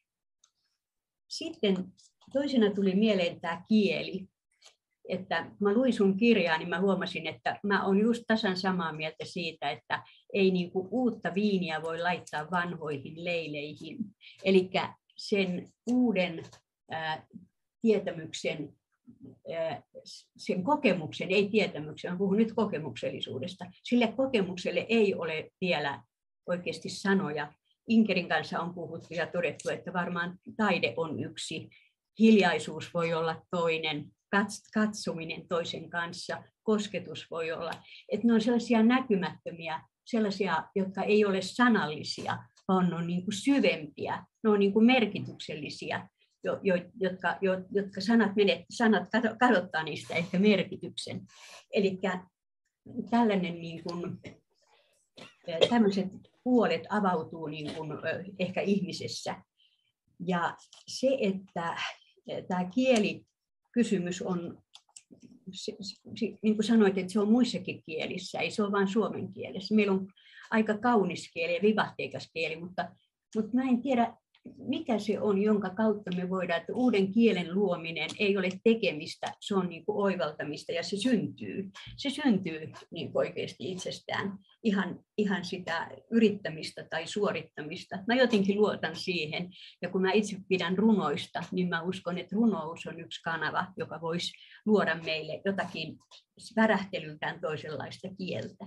Speaker 4: Sitten toisena tuli mieleen tämä kieli. Että mä luin sun kirjaa, niin mä huomasin, että mä oon just tasan samaa mieltä siitä, että ei niinku uutta viiniä voi laittaa vanhoihin leileihin. Eli sen uuden ää, tietämyksen, ää, sen kokemuksen, ei tietämyksen, mä puhun nyt kokemuksellisuudesta. Sille kokemukselle ei ole vielä oikeasti sanoja. Inkerin kanssa on puhuttu ja todettu, että varmaan taide on yksi, hiljaisuus voi olla toinen, katsominen toisen kanssa, kosketus voi olla. Että ne on sellaisia näkymättömiä, sellaisia, jotka ei ole sanallisia, vaan on niin kuin syvempiä, ne on niin kuin merkityksellisiä, jo, jo, jotka, jo, jotka sanat, menet, sanat kadottaa niistä ehkä merkityksen. Eli tällainen niin kuin, tämmöiset puolet avautuu niin kuin ehkä ihmisessä. Ja se, että tämä kielikysymys on, niin kuin sanoit, että se on muissakin kielissä, ei se ole vain suomen kielessä. Meillä on aika kaunis kieli ja vivahteikas kieli, mutta, mutta mä en tiedä, mikä se on, jonka kautta me voidaan, että uuden kielen luominen ei ole tekemistä, se on niin kuin oivaltamista ja se syntyy. Se syntyy niin kuin oikeasti itsestään, ihan, ihan sitä yrittämistä tai suorittamista. Mä jotenkin luotan siihen, ja kun mä itse pidän runoista, niin mä uskon, että runous on yksi kanava, joka voisi luoda meille jotakin värähtelyltään toisenlaista kieltä.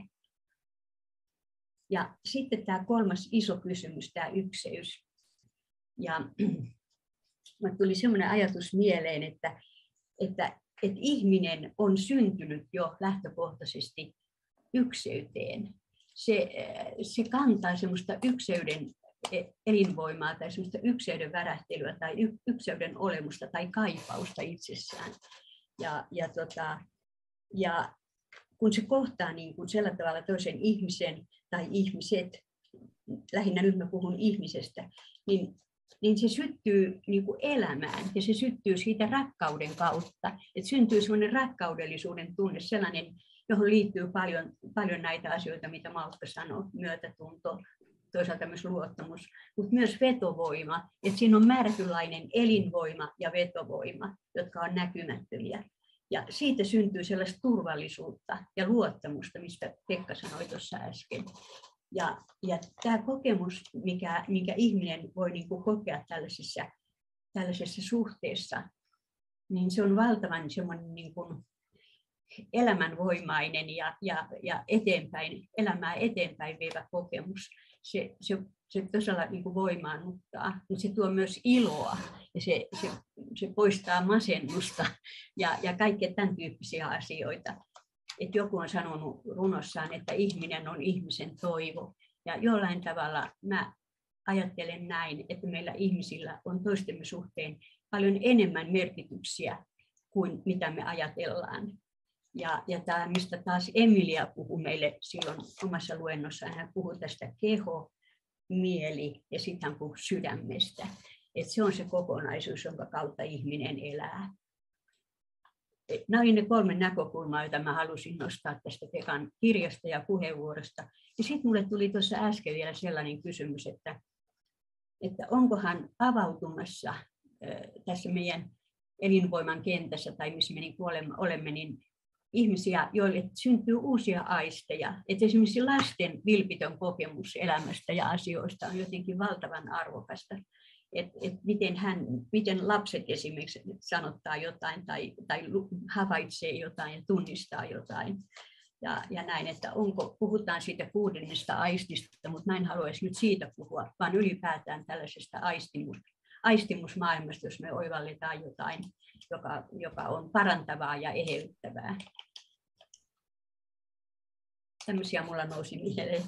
Speaker 4: Ja sitten tämä kolmas iso kysymys, tämä ykseys. Ja tuli sellainen ajatus mieleen, että, että, että ihminen on syntynyt jo lähtökohtaisesti ykseyteen. Se, se kantaa semmoista ykseyden elinvoimaa tai semmoista ykseyden värähtelyä tai ykseyden olemusta tai kaipausta itsessään. Ja, ja, tota, ja kun se kohtaa niin kuin sillä tavalla toisen ihmisen tai ihmiset, lähinnä nyt mä puhun ihmisestä, niin niin se syttyy niin kuin elämään ja se syttyy siitä rakkauden kautta. Että syntyy sellainen rakkaudellisuuden tunne, sellainen, johon liittyy paljon, paljon näitä asioita, mitä Malkka sanoi, myötätunto, toisaalta myös luottamus, mutta myös vetovoima. Että siinä on määrätynlainen elinvoima ja vetovoima, jotka on näkymättömiä. Ja siitä syntyy sellaista turvallisuutta ja luottamusta, mistä Pekka sanoi tuossa äsken. Ja, ja tämä kokemus, mikä, minkä ihminen voi niin kuin kokea tällaisessa, tällaisessa suhteessa, niin se on valtavan semmoinen niin kuin elämänvoimainen ja, ja, ja eteenpäin, elämää eteenpäin vievä kokemus. Se, se, se tosiaan niin kuin voimaannuttaa, mutta se tuo myös iloa ja se, se, se poistaa masennusta ja, ja kaikkea tämän tyyppisiä asioita. Että joku on sanonut runossaan, että ihminen on ihmisen toivo. Ja jollain tavalla mä ajattelen näin, että meillä ihmisillä on toistemme suhteen paljon enemmän merkityksiä kuin mitä me ajatellaan. Ja, ja tämä, mistä taas Emilia puhui meille silloin omassa luennossaan, hän puhui tästä keho, mieli ja sitten hän puhui sydämestä. Että se on se kokonaisuus, jonka kautta ihminen elää. Nämä olivat ne kolme näkökulmaa, joita mä halusin nostaa tästä Pekan kirjasta ja puheenvuorosta. Ja sitten mulle tuli tuossa äsken vielä sellainen kysymys, että, että onkohan avautumassa tässä meidän elinvoiman kentässä, tai missä me niin olemme, niin ihmisiä, joille syntyy uusia aisteja. Että esimerkiksi lasten vilpitön kokemus elämästä ja asioista on jotenkin valtavan arvokasta. Että et miten, hän, miten lapset esimerkiksi sanottaa jotain tai, tai havaitsee jotain ja tunnistaa jotain. Ja, ja näin, että onko, puhutaan siitä kuudennesta aistista, mutta mä en haluaisi nyt siitä puhua, vaan ylipäätään tällaisesta aistimus, aistimusmaailmasta, jos me oivalletaan jotain, joka, joka on parantavaa ja eheyttävää. Tämmöisiä mulla nousi mieleen.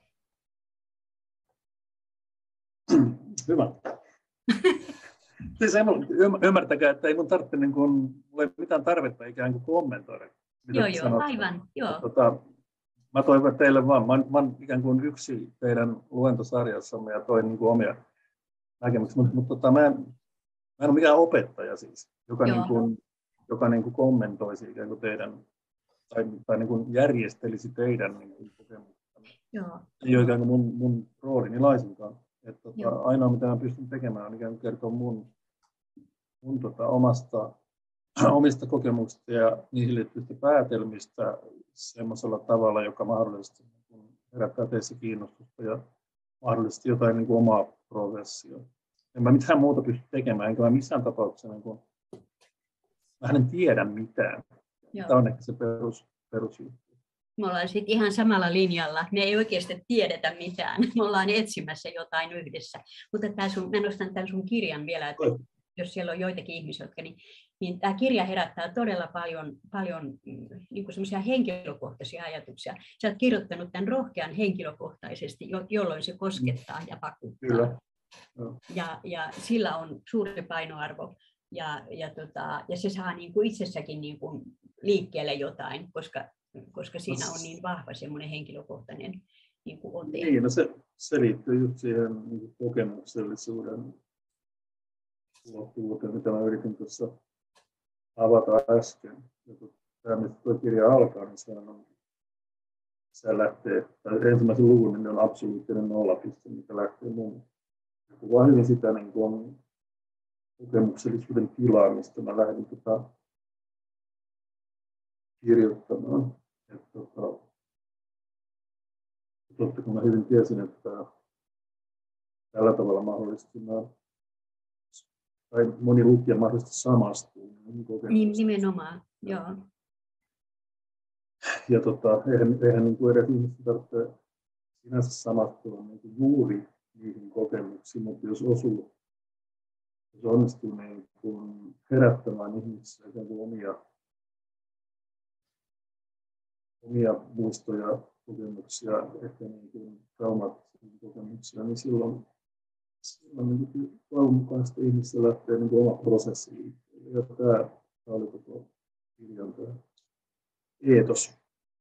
Speaker 1: Hyvä. Siis ymmärtäkää, että ei mun tarvitse, niin kuin, mulla ei mitään tarvetta ikään kuin kommentoida.
Speaker 4: Joo, joo, aivan. Joo.
Speaker 1: Tota, mä toivon teille vaan, mä, mä olen ikään kuin yksi teidän luentosarjassamme ja toin niin kuin omia näkemyksiä, mutta, mutta tota, mä, en, mä en ole mikään opettaja siis, joka, niin kuin, joka niin kuin kommentoisi ikään kuin teidän, tai, tai niin kuin järjestelisi teidän niin kuin kokemusta.
Speaker 4: Joo.
Speaker 1: Ei ole ikään kuin mun, mun roolini laisinkaan. Että tota, ainoa, mitä mä pystyn tekemään, on ikään kuin kertoa mun, mun tota, omasta, omista kokemuksista ja niihin liittyvistä päätelmistä semmoisella tavalla, joka mahdollisesti herättää teissä kiinnostusta ja mahdollisesti jotain niin kuin omaa prosessia. En mä mitään muuta pysty tekemään, enkä mä missään tapauksessa, niin kuin, mä en tiedä mitään. Joo. Tämä on ehkä se perus, perusjuttu.
Speaker 4: Me ollaan sitten ihan samalla linjalla. Me ei oikeasti tiedetä mitään. Me ollaan etsimässä jotain yhdessä. Mutta tää sun, mä nostan tämän sun kirjan vielä, että jos siellä on joitakin ihmisiä, jotka, niin, niin tämä kirja herättää todella paljon, paljon niin kuin semmoisia henkilökohtaisia ajatuksia. Sä oot kirjoittanut tämän rohkean henkilökohtaisesti, jolloin se koskettaa ja pakuttaa.
Speaker 1: Kyllä.
Speaker 4: Ja, ja sillä on suuri painoarvo. Ja, ja, tota, ja se saa niin kuin itsessäkin niin kuin liikkeelle jotain, koska, koska siinä on niin vahva semmoinen henkilökohtainen niin kuin ote.
Speaker 1: Niin, no se, se liittyy just siihen niin kuin kokemuksellisuuden ulottuvuuteen, mitä mä yritin tuossa avata äsken. Tämä, mistä tuo kirja alkaa, niin sehän on, se lähtee, tai ensimmäisen luvun niin on absoluuttinen nollapiste, mikä lähtee mun. Ja kuvaa hyvin sitä niin kuin kokemuksellisuuden tilaa, mistä mä lähdin tota kirjoittamaan. Et, tota, totta kun mä hyvin tiesin, että tällä tavalla mahdollisesti mä, tai moni lukija mahdollisesti samastuu.
Speaker 4: Niin, nimenomaan, joo.
Speaker 1: Ja tota, eihän, eihän niin kuin edes ihmistä tarvitse sinänsä samastua niin kuin juuri niihin kokemuksiin, mutta jos osuu, jos onnistuu niin kuin herättämään ihmisissä omia, omia muistoja, kokemuksia, ehkä niin kuin traumaattisia kokemuksia, niin silloin, silloin niin toivon mukaan sitä ihmistä lähtee niin kuin oma prosessi liikkeelle. Ja tämä oli koko kirjan tämä eetos.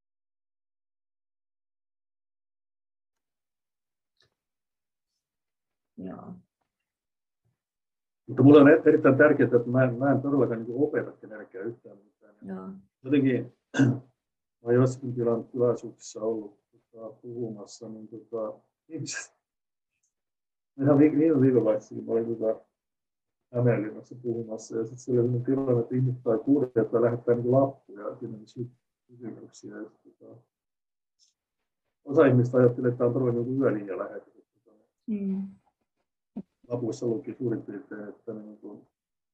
Speaker 4: Joo.
Speaker 1: Mutta minulle on erittäin tärkeää, että mä en, mä en todellakaan niin opeta kenellekään yhtään mitään.
Speaker 4: Joo.
Speaker 1: Jotenkin olen jossakin tilaisuuksissa ollut tota, puhumassa, niin tota, ihmiset, ihan viime viikonvaiheessa olin tota, Hämeenlinnassa puhumassa, ja sitten siellä oli sellainen tilanne, että ihmiset tai kuulijat tai lähettää niin lappuja sinne kysymyksiä. Ja, tota, osa ihmistä ajattelee, että tämä on todella niin yölinja lähetetty.
Speaker 4: Mm.
Speaker 1: Lapuissa luki suurin piirtein, että niin kuin,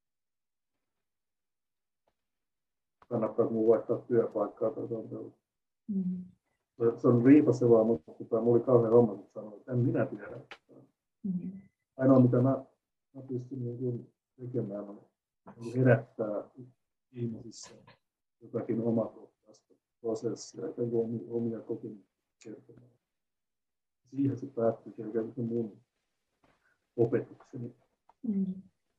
Speaker 1: kannattaa minun vaihtaa työpaikkaa tai jotain.
Speaker 4: Mm.
Speaker 1: Se on riipasevaa, mutta minulla oli kauhean homma, että sanoin, että en minä tiedä.
Speaker 4: Mm.
Speaker 1: Ainoa mitä mä, mä pystyn niin tekemään on herättää ihmisissä jotakin omakohtaista prosessia, jotain omia kokemuksia kertomaan. Siihen se päättyy, se on se mun opetukseni.
Speaker 4: Mm.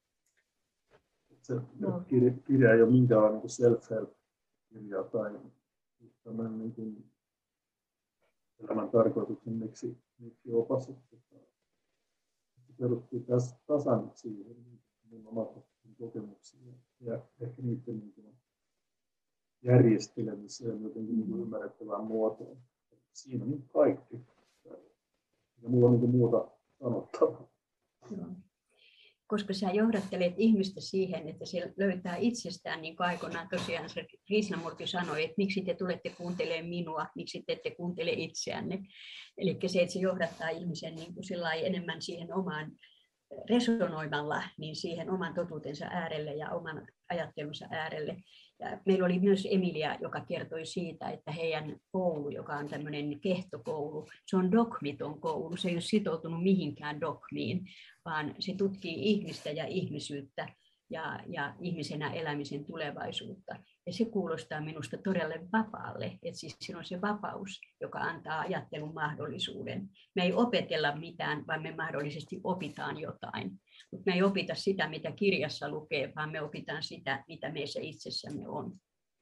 Speaker 1: Se no. kirja, kirja ei ole minkäänlainen self-help-kirja tai tämmöinen niin kuin elämän tarkoituksen miksi, miksi opas. Se perustuu tässä tasan siihen mun omakohtaisiin kokemuksiin ja ehkä niiden niin kuin järjestelemiseen jotenkin niin kuin ymmärrettävään muotoon. Siinä on kaikki. Ja mulla on niin kuin muuta sanottavaa.
Speaker 4: Joo. Koska sä johdattelet ihmistä siihen, että se löytää itsestään, niin kuin aikoinaan tosiaan se Krishnamurti sanoi, että miksi te tulette kuuntelemaan minua, miksi te ette kuuntele itseänne. Eli se, että se johdattaa ihmisen niin kuin enemmän siihen omaan resonoimalla, niin siihen oman totuutensa äärelle ja oman ajattelunsa äärelle. Ja meillä oli myös Emilia, joka kertoi siitä, että heidän koulu, joka on tämmöinen kehtokoulu, se on dogmiton koulu, se ei ole sitoutunut mihinkään dogmiin, vaan se tutkii ihmistä ja ihmisyyttä ja, ja ihmisenä elämisen tulevaisuutta. Ja se kuulostaa minusta todella vapaalle, että siis siinä on se vapaus, joka antaa ajattelun mahdollisuuden. Me ei opetella mitään, vaan me mahdollisesti opitaan jotain. Mutta me ei opita sitä, mitä kirjassa lukee, vaan me opitaan sitä, mitä meissä itsessämme on.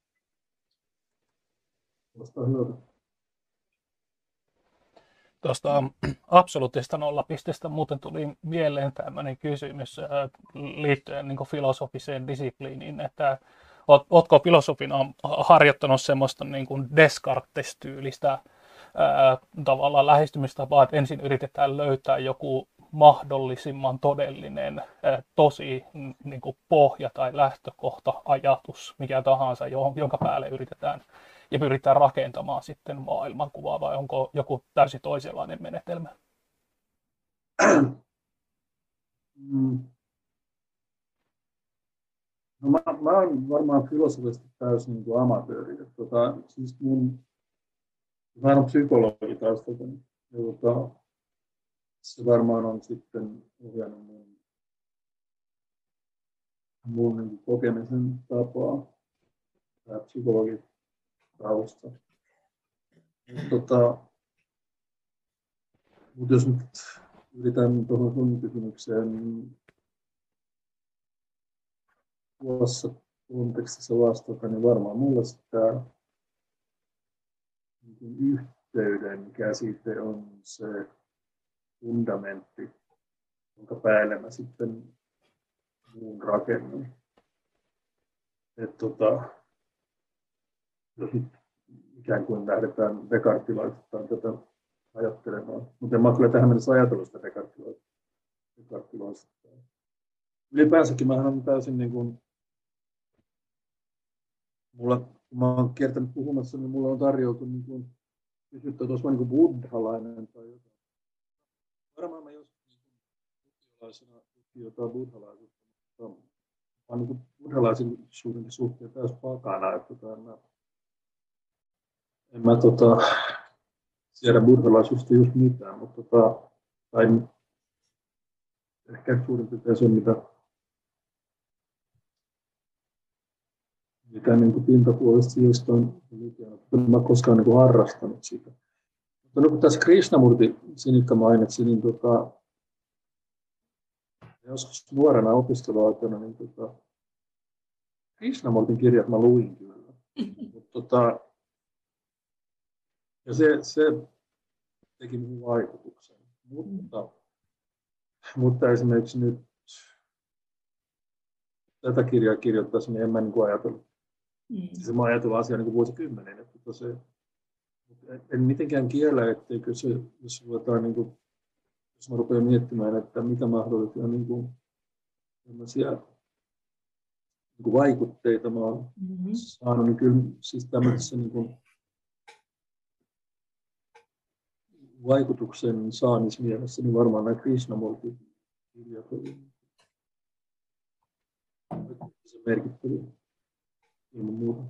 Speaker 2: Tuosta absoluuttista nollapisteestä muuten tuli mieleen tämmöinen kysymys liittyen niin kuin filosofiseen disipliiniin, että oletko filosofina harjoittanut semmoista niin kuin Descartes-tyylistä ää, tavallaan lähestymistapaa, että ensin yritetään löytää joku mahdollisimman todellinen ää, tosi niin kuin pohja tai lähtökohta, ajatus, mikä tahansa, jonka päälle yritetään ja pyritään rakentamaan sitten maailmankuvaa, vai onko joku täysin toisenlainen menetelmä?
Speaker 1: Mm. No mä, mä olen varmaan filosofisesti täysin niin kuin amatööri. Tota, siis mun, mä olen psykologi taustalta, ja tota, se varmaan on sitten ohjannut mun mun niin kokemisen tapaa, tämä psykologin tausta. Tota, mutta jos nyt yritän tuohon sun kysymykseen, niin tuossa kontekstissa vastata, niin varmaan mulla tämä niin yhteyden käsite on se fundamentti, jonka päälle mä sitten muun rakennan. Et tota, jos nyt ikään kuin lähdetään descartilaisittain tätä ajattelemaan. Mutta en mä kyllä tähän mennessä ajatellut sitä descartilaisittain. Ylipäänsäkin mä olen täysin niin kuin, mulla, kun mä oon kiertänyt puhumassa, niin mulla on tarjoutu niin kuin, kysytty, että olisi niin kuin buddhalainen tai jotain. Varmaan mä joskus buddhalaisena tutkin jotain buddhalaisuutta, mutta mä oon niin buddhalaisuudenkin suhteen täysin pakana, että mä, en mä tota, siedä buddhalaisuudesta just mitään, mutta tota, tai ehkä suurin piirtein se, mitä, mitä niin kuin pintapuolisesti jostain lukenut. En mä koskaan niin kuin harrastanut sitä. Mutta no, kun tässä Krishnamurti Sinikka mainitsi, niin tota, joskus nuorena opiskeluaikana, niin tota, Krishnamurtin kirjat mä luin kyllä. Mut, tota, ja se, se teki minun vaikutuksen. Mutta, mutta esimerkiksi nyt tätä kirjaa kirjoittaessa, niin en mä niin kuin ajatellut. Mm. Siis mä ajatellut asiaa niin kuin vuosikymmenen. Että se, en mitenkään kiellä, etteikö se, jos, ruvetaan, niin kuin, jos mä rupean miettimään, että mitä mahdollisia niin kuin, niin kuin vaikutteita mä oon mm-hmm. saanut, niin kyllä siis tämmöisessä niin kuin, vaikutuksen saamismielessä, niin varmaan nämä Krishnamurtin kirjat oli se merkittäviä ilman muuta.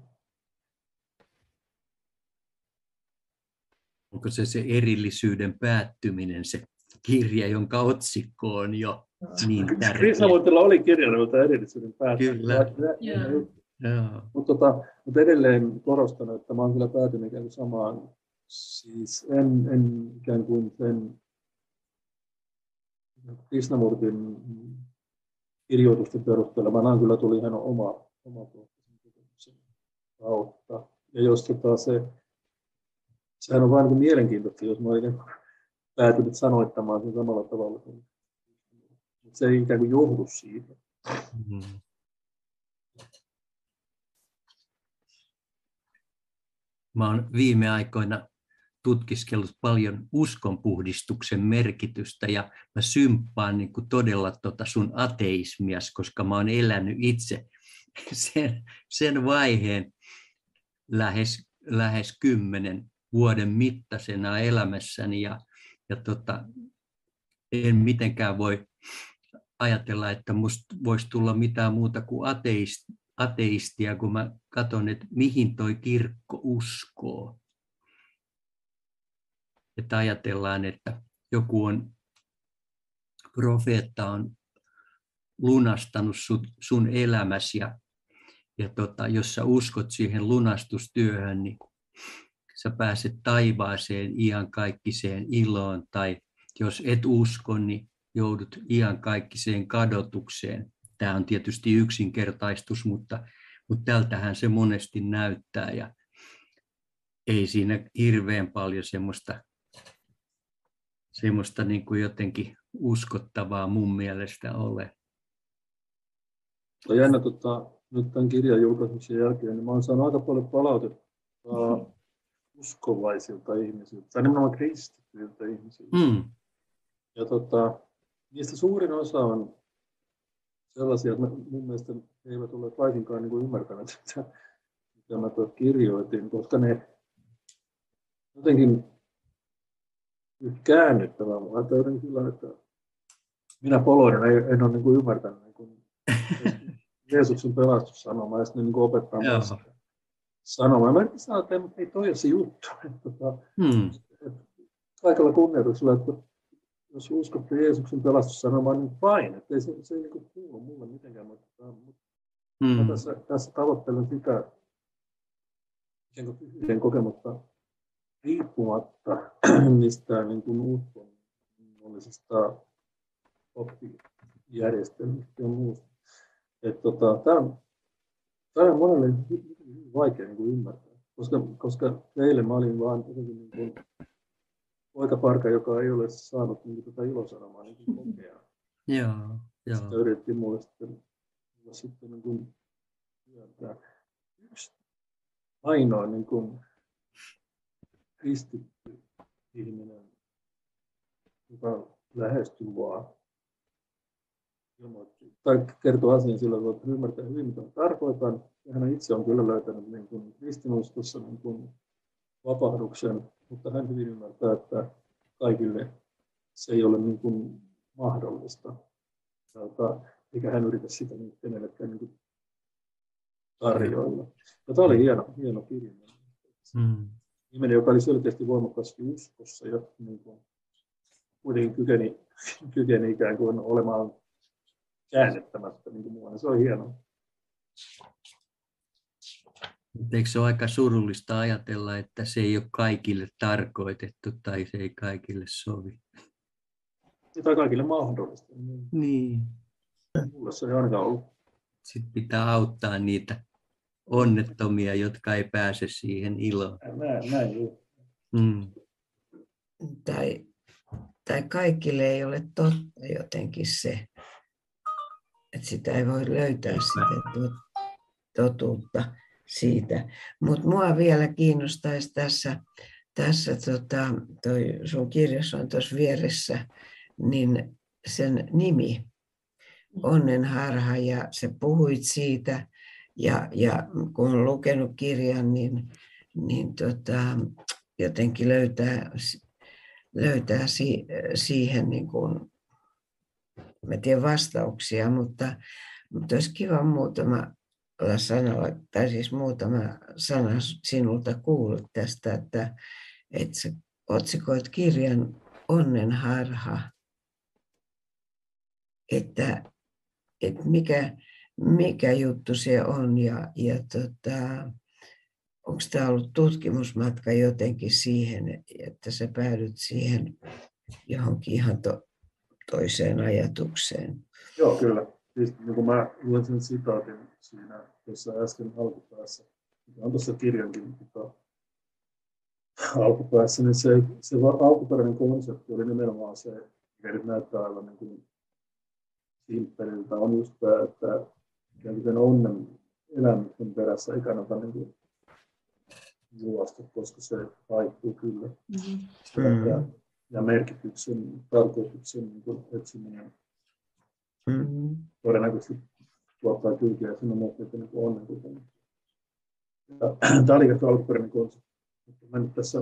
Speaker 5: Onko se se erillisyyden päättyminen, se kirja, jonka otsikko on jo niin tärkeä?
Speaker 1: Krishnamurtilla oli kirja, jota erillisyyden päättyminen.
Speaker 5: Kyllä.
Speaker 1: Yeah. Yeah. Mutta tota, mut edelleen korostan, että mä oon kyllä päätynyt ikään kuin samaan. Siis en, en ikään kuin sen Krishnamurtin kirjoitusten perusteella, vaan kyllä tuli ihan oma, oma kokemuksen kautta. Ja jos tota se, sehän on vain niin mielenkiintoista, jos mä olen päätynyt sanoittamaan sen samalla tavalla. Mutta se ei ikään kuin johdu siitä. Mm-hmm.
Speaker 5: Mä oon viime aikoina tutkiskellut paljon uskonpuhdistuksen merkitystä ja mä symppaan niin kuin todella tota sun ateismias, koska mä oon elänyt itse sen, sen vaiheen lähes, lähes kymmenen vuoden mittaisena elämässäni ja, ja tota, en mitenkään voi ajatella, että musta voisi tulla mitään muuta kuin ateisti, ateistia, kun mä katson, että mihin toi kirkko uskoo. Että ajatellaan, että joku on, profeetta on lunastanut sun, sun elämäsi ja, ja tota, jos sä uskot siihen lunastustyöhön, niin sä pääset taivaaseen iankaikkiseen iloon, tai jos et usko, niin joudut iankaikkiseen kadotukseen. Tämä on tietysti yksinkertaistus, mutta, mutta tältähän se monesti näyttää ja ei siinä hirveän paljon semmoista semmoista niin kuin jotenkin uskottavaa mun mielestä ole.
Speaker 1: On jännä, tota, nyt tämän kirjan julkaisemisen jälkeen, niin mä olen saanut aika paljon palautetta mm. uskovaisilta ihmisiltä, tai nimenomaan kristittyiltä ihmisiltä. Mm. Ja tota, niistä suurin osa on sellaisia, että mun mielestä he eivät ole laisinkaan niin kuin ymmärtäneet, mitä, mitä mä tuot kirjoitin, koska ne jotenkin käännyttävää. Mä ajattelin kyllä, että minä poloinen en, en ole niin kuin ymmärtänyt niin kuin Jeesuksen pelastussanomaa ja sitten niin opettaa sanomaa. Mä yritin sanoa, että ei, ei toi ole se juttu. Että, hmm. että, kaikella kunnioituksella, että jos uskotte Jeesuksen pelastussanomaa, niin fine. Että ei se, se ei niin kuin kuulu mulle mitenkään. Mutta, mutta Mä
Speaker 5: Mm.
Speaker 1: tässä, tässä tavoittelen sitä pyhyyden kokemusta riippumatta mistään niin kuin uskonnollisesta oppijärjestelmistä ja muusta. Tota, tämä on, tämä on monelle hyvin vaikea niin kuin ymmärtää, koska, koska eilen mä olin vaan niin kuin poikaparka, joka ei ole saanut niin kuin tätä ilosanomaa niin kuin kokea.
Speaker 5: Joo, joo.
Speaker 1: Sitä yritettiin mulle sitten, sitten niin kuin työntää. Yksi ainoa niin kuin kristitty ihminen, joka lähestyi mua, ilmoitti, tai kertoi asian sillä tavalla, että hän ymmärtää hyvin, mitä tarkoitan. Ja hän itse on kyllä löytänyt niin kuin kristinuskossa niin kuin vapahduksen, mutta hän hyvin ymmärtää, että kaikille se ei ole niin kuin mahdollista. Eikä hän yritä sitä niin kenellekään niin kuin tarjoilla. Ja tämä oli hieno, hieno kirja.
Speaker 5: Mm.
Speaker 1: Ihminen, joka oli selkeästi voimakkaasti uskossa ja niin kuin, kuitenkin kykeni, kykeni ikään kuin olemaan käännettämättä niin kuin mua. Se on hienoa.
Speaker 5: Eikö se ole aika surullista ajatella, että se ei ole kaikille tarkoitettu tai se ei kaikille sovi?
Speaker 1: Tai kaikille mahdollista.
Speaker 5: Niin.
Speaker 1: Mulle se ei ainakaan ollut.
Speaker 5: Sitten pitää auttaa niitä onnettomia, jotka ei pääse siihen iloon.
Speaker 1: Näin, näin.
Speaker 5: Mm.
Speaker 3: Tai, tai kaikille ei ole totta jotenkin se, että sitä ei voi löytää sitä totuutta siitä. Mutta mua vielä kiinnostaisi tässä, tässä tota, toi sun kirjassa on tuossa vieressä, niin sen nimi, Onnenharha, ja sä puhuit siitä, ja, ja kun olen lukenut kirjan, niin, niin tota, jotenkin löytää, löytää si, siihen, niin kuin, mä tiedän vastauksia, mutta, mutta olisi kiva muutama sanalla, tai siis muutama sana sinulta kuullut tästä, että, että sä otsikoit kirjan Onnenharha, että, että mikä, mikä juttu se on ja, ja tota, onko tämä ollut tutkimusmatka jotenkin siihen, että sä päädyt siihen johonkin ihan to, toiseen ajatukseen?
Speaker 1: Joo, kyllä. Siis, niin kuin mä luen sen sitaatin siinä tuossa äsken alkupäässä, mikä on tuossa kirjankin tota, alkupäässä, niin se, se alkuperäinen konsepti oli nimenomaan se, mikä nyt näyttää aivan niin kuin simppeliltä, on just tämä, että sen onnen elämyksen perässä ei kannata niin kuin juosta, koska se haittuu kyllä. Mm-hmm. Ja, ja merkityksen, tarkoituksen niin kuin etsiminen mm-hmm. todennäköisesti tuottaa kylkiä ja sinun mielestä niin kuin onnen kuten. Tämä oli ehkä alkuperäinen konsepti. Mä nyt tässä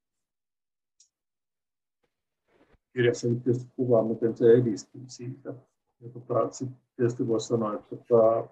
Speaker 1: kirjassa nyt tietysti kuvaan, miten se edistyy siitä. Ja tota, sitten tietysti voisi sanoa, että tota,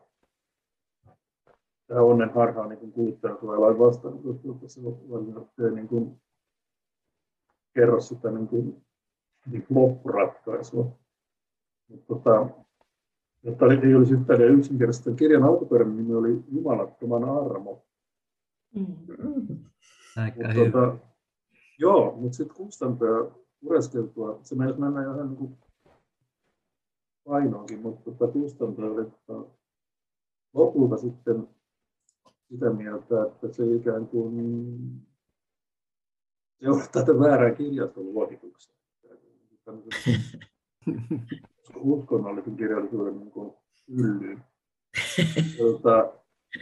Speaker 1: tämä onnenharha on niin kuluttajasuojalain vastaan, koska se ei niin kuin kerro sitä niin kuin, niin kuin loppuratkaisua. Mutta tota, jotta ei olisi yhtään yksinkertaisesti, kirjan alkuperäinen nimi oli Jumalattoman armo.
Speaker 5: Mm. Aika
Speaker 1: Mut,
Speaker 5: hyvä.
Speaker 1: tota, joo, mutta sitten kustantoja pureskeltua, se meillä mennään jo ihan niin kuin painoonkin, mutta tota, kustantoja oli tota, lopulta sitten sitä mieltä, että se ikään kuin seurattaa tätä väärään kirjastoluokitukseen. Uskonnollisen kirjallisuuden niin kuin yllyyn. Tota,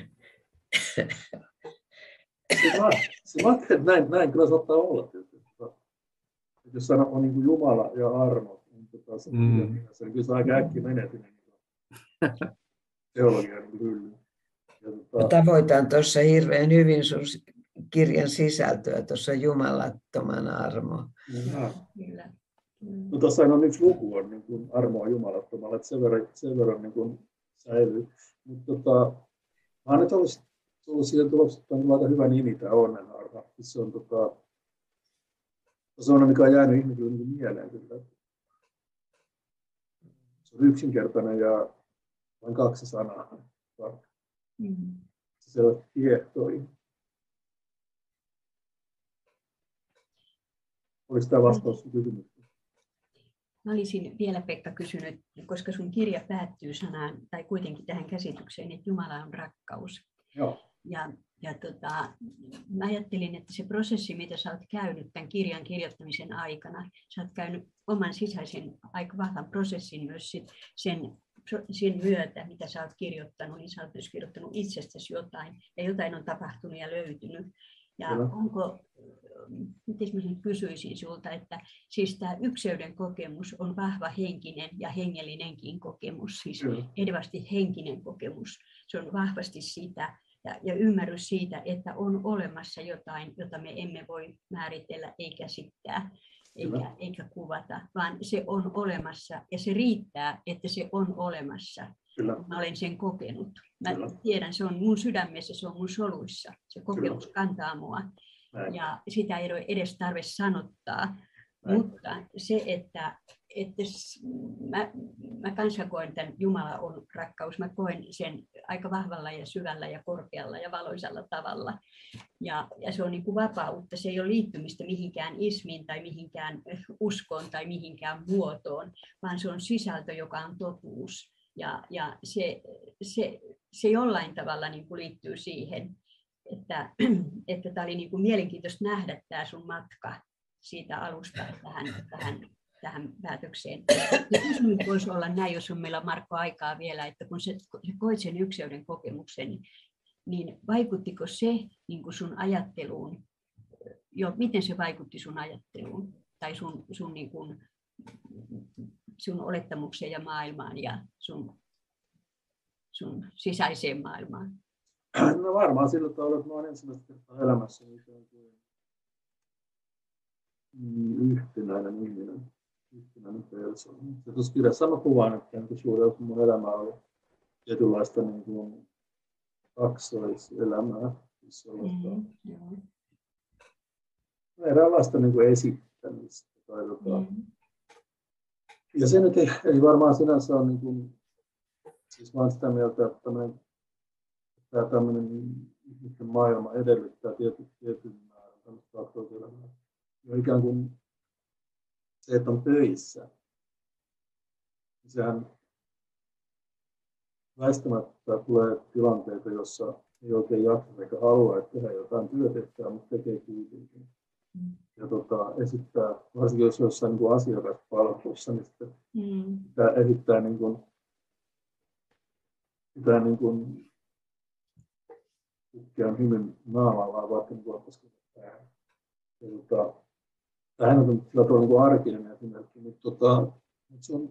Speaker 1: se va, se va, näin, näin kyllä saattaa olla. Että jos sana on niin kuin Jumala ja armo, niin tota, se, mm. se on kyllä aika äkki menetinen teologian niin hyllyyn.
Speaker 3: Tota... Tavoitan tuossa hirveän hyvin sun kirjan sisältöä, tuossa Jumalattoman armo.
Speaker 1: Ja. No tuossa on yksi luku, on niin kuin armoa jumalattomalla, että sen verran, sen verran niin kuin säilyy. Mutta tota, mä oon nyt ollut, tullut siihen tulokseen, että on aika hyvä nimi tämä onnenharha. Se on tota, sellainen, mikä on jäänyt ihmisille niin mieleen kyllä. Se on yksinkertainen ja vain kaksi sanaa. se selvästi kiehtoi. Oliko tämä vastaus kysymykseen?
Speaker 4: Mä olisin vielä, Pekka, kysynyt, koska sun kirja päättyy sanaan, tai kuitenkin tähän käsitykseen, että Jumala on rakkaus.
Speaker 1: Joo.
Speaker 4: Ja, ja tota, mä ajattelin, että se prosessi, mitä sä oot käynyt tämän kirjan kirjoittamisen aikana, sä oot käynyt oman sisäisen aika vahvan prosessin myös sit sen, sen myötä, mitä sä oot kirjoittanut, niin sä oot myös kirjoittanut itsestäsi jotain, ja jotain on tapahtunut ja löytynyt. Ja
Speaker 1: Kyllä.
Speaker 4: onko, miten mä nyt kysyisin sulta, että siis tämä ykseyden kokemus on vahva henkinen ja hengellinenkin kokemus, siis ehdottomasti henkinen kokemus. Se on vahvasti sitä ja, ja ymmärrys siitä, että on olemassa jotain, jota me emme voi määritellä eikä käsittää eikä, eikä kuvata, vaan se on olemassa ja se riittää, että se on olemassa. Kyllä. Mä olen sen kokenut. Mä Kyllä. tiedän, se on mun sydämessä, se on mun soluissa. Se kokemus Kyllä. kantaa mua. Näin. Ja sitä ei ole edes tarve sanottaa. Näin. Mutta se, että, että mä, mä kanssa koen tämän Jumala on rakkaus. Mä koen sen aika vahvalla ja syvällä ja korkealla ja valoisalla tavalla. Ja, ja se on niin kuin vapautta. Se ei ole liittymistä mihinkään ismiin tai mihinkään uskoon tai mihinkään muotoon, vaan se on sisältö, joka on totuus. Ja, ja se, se, se jollain tavalla niin kuin liittyy siihen, että, että tämä oli niin kuin mielenkiintoista nähdä tämä sun matka siitä alusta tähän, tähän, tähän päätökseen. Ja kysymys voisi olla näin, jos on meillä Markko aikaa vielä, että kun sä koit sen yksilöiden kokemuksen, niin vaikuttiko se niin kuin sun ajatteluun, jo, miten se vaikutti sun ajatteluun tai sun, sun niin kuin, sun olettamukseen ja maailmaan ja sun, sun sisäiseen maailmaan?
Speaker 1: No varmaan sillä tavalla, että mä olen ensimmäistä kertaa elämässä yhtenäinen ihminen, yhtenäinen persoona. Ja tuossa kirjassa mä kuvaan, että suuri osa mun elämää oli tietynlaista niin kuin kaksoiselämää. Mm-hmm. Eräänlaista niin kuin esittämistä. Tai tota, mm-hmm. Ja se nyt ei, ei varmaan sinänsä ole, niin kuin, siis mä olen sitä mieltä, että tämmöinen, tämä tämmöinen ihmisten maailma edellyttää tietyn, tietyn määrän tämmöistä kaksoiselämää. Ja ikään kuin se, että on töissä, niin sehän väistämättä tulee tilanteita, jossa ei oikein jaksa eikä halua tehdä jotain työtehtävää, mutta tekee kuitenkin. Ja tota, esittää, varsinkin jos jossain niin kuin asiakaspalvelussa, niin sitten mm. pitää esittää niin kuin, pitää niin kuin kukkiaan hyvin naamallaan, vaikka niin kuin tähän. Ja tota, tähän on sillä tavalla niin kuin arkinen esimerkki, mutta tota, se, on,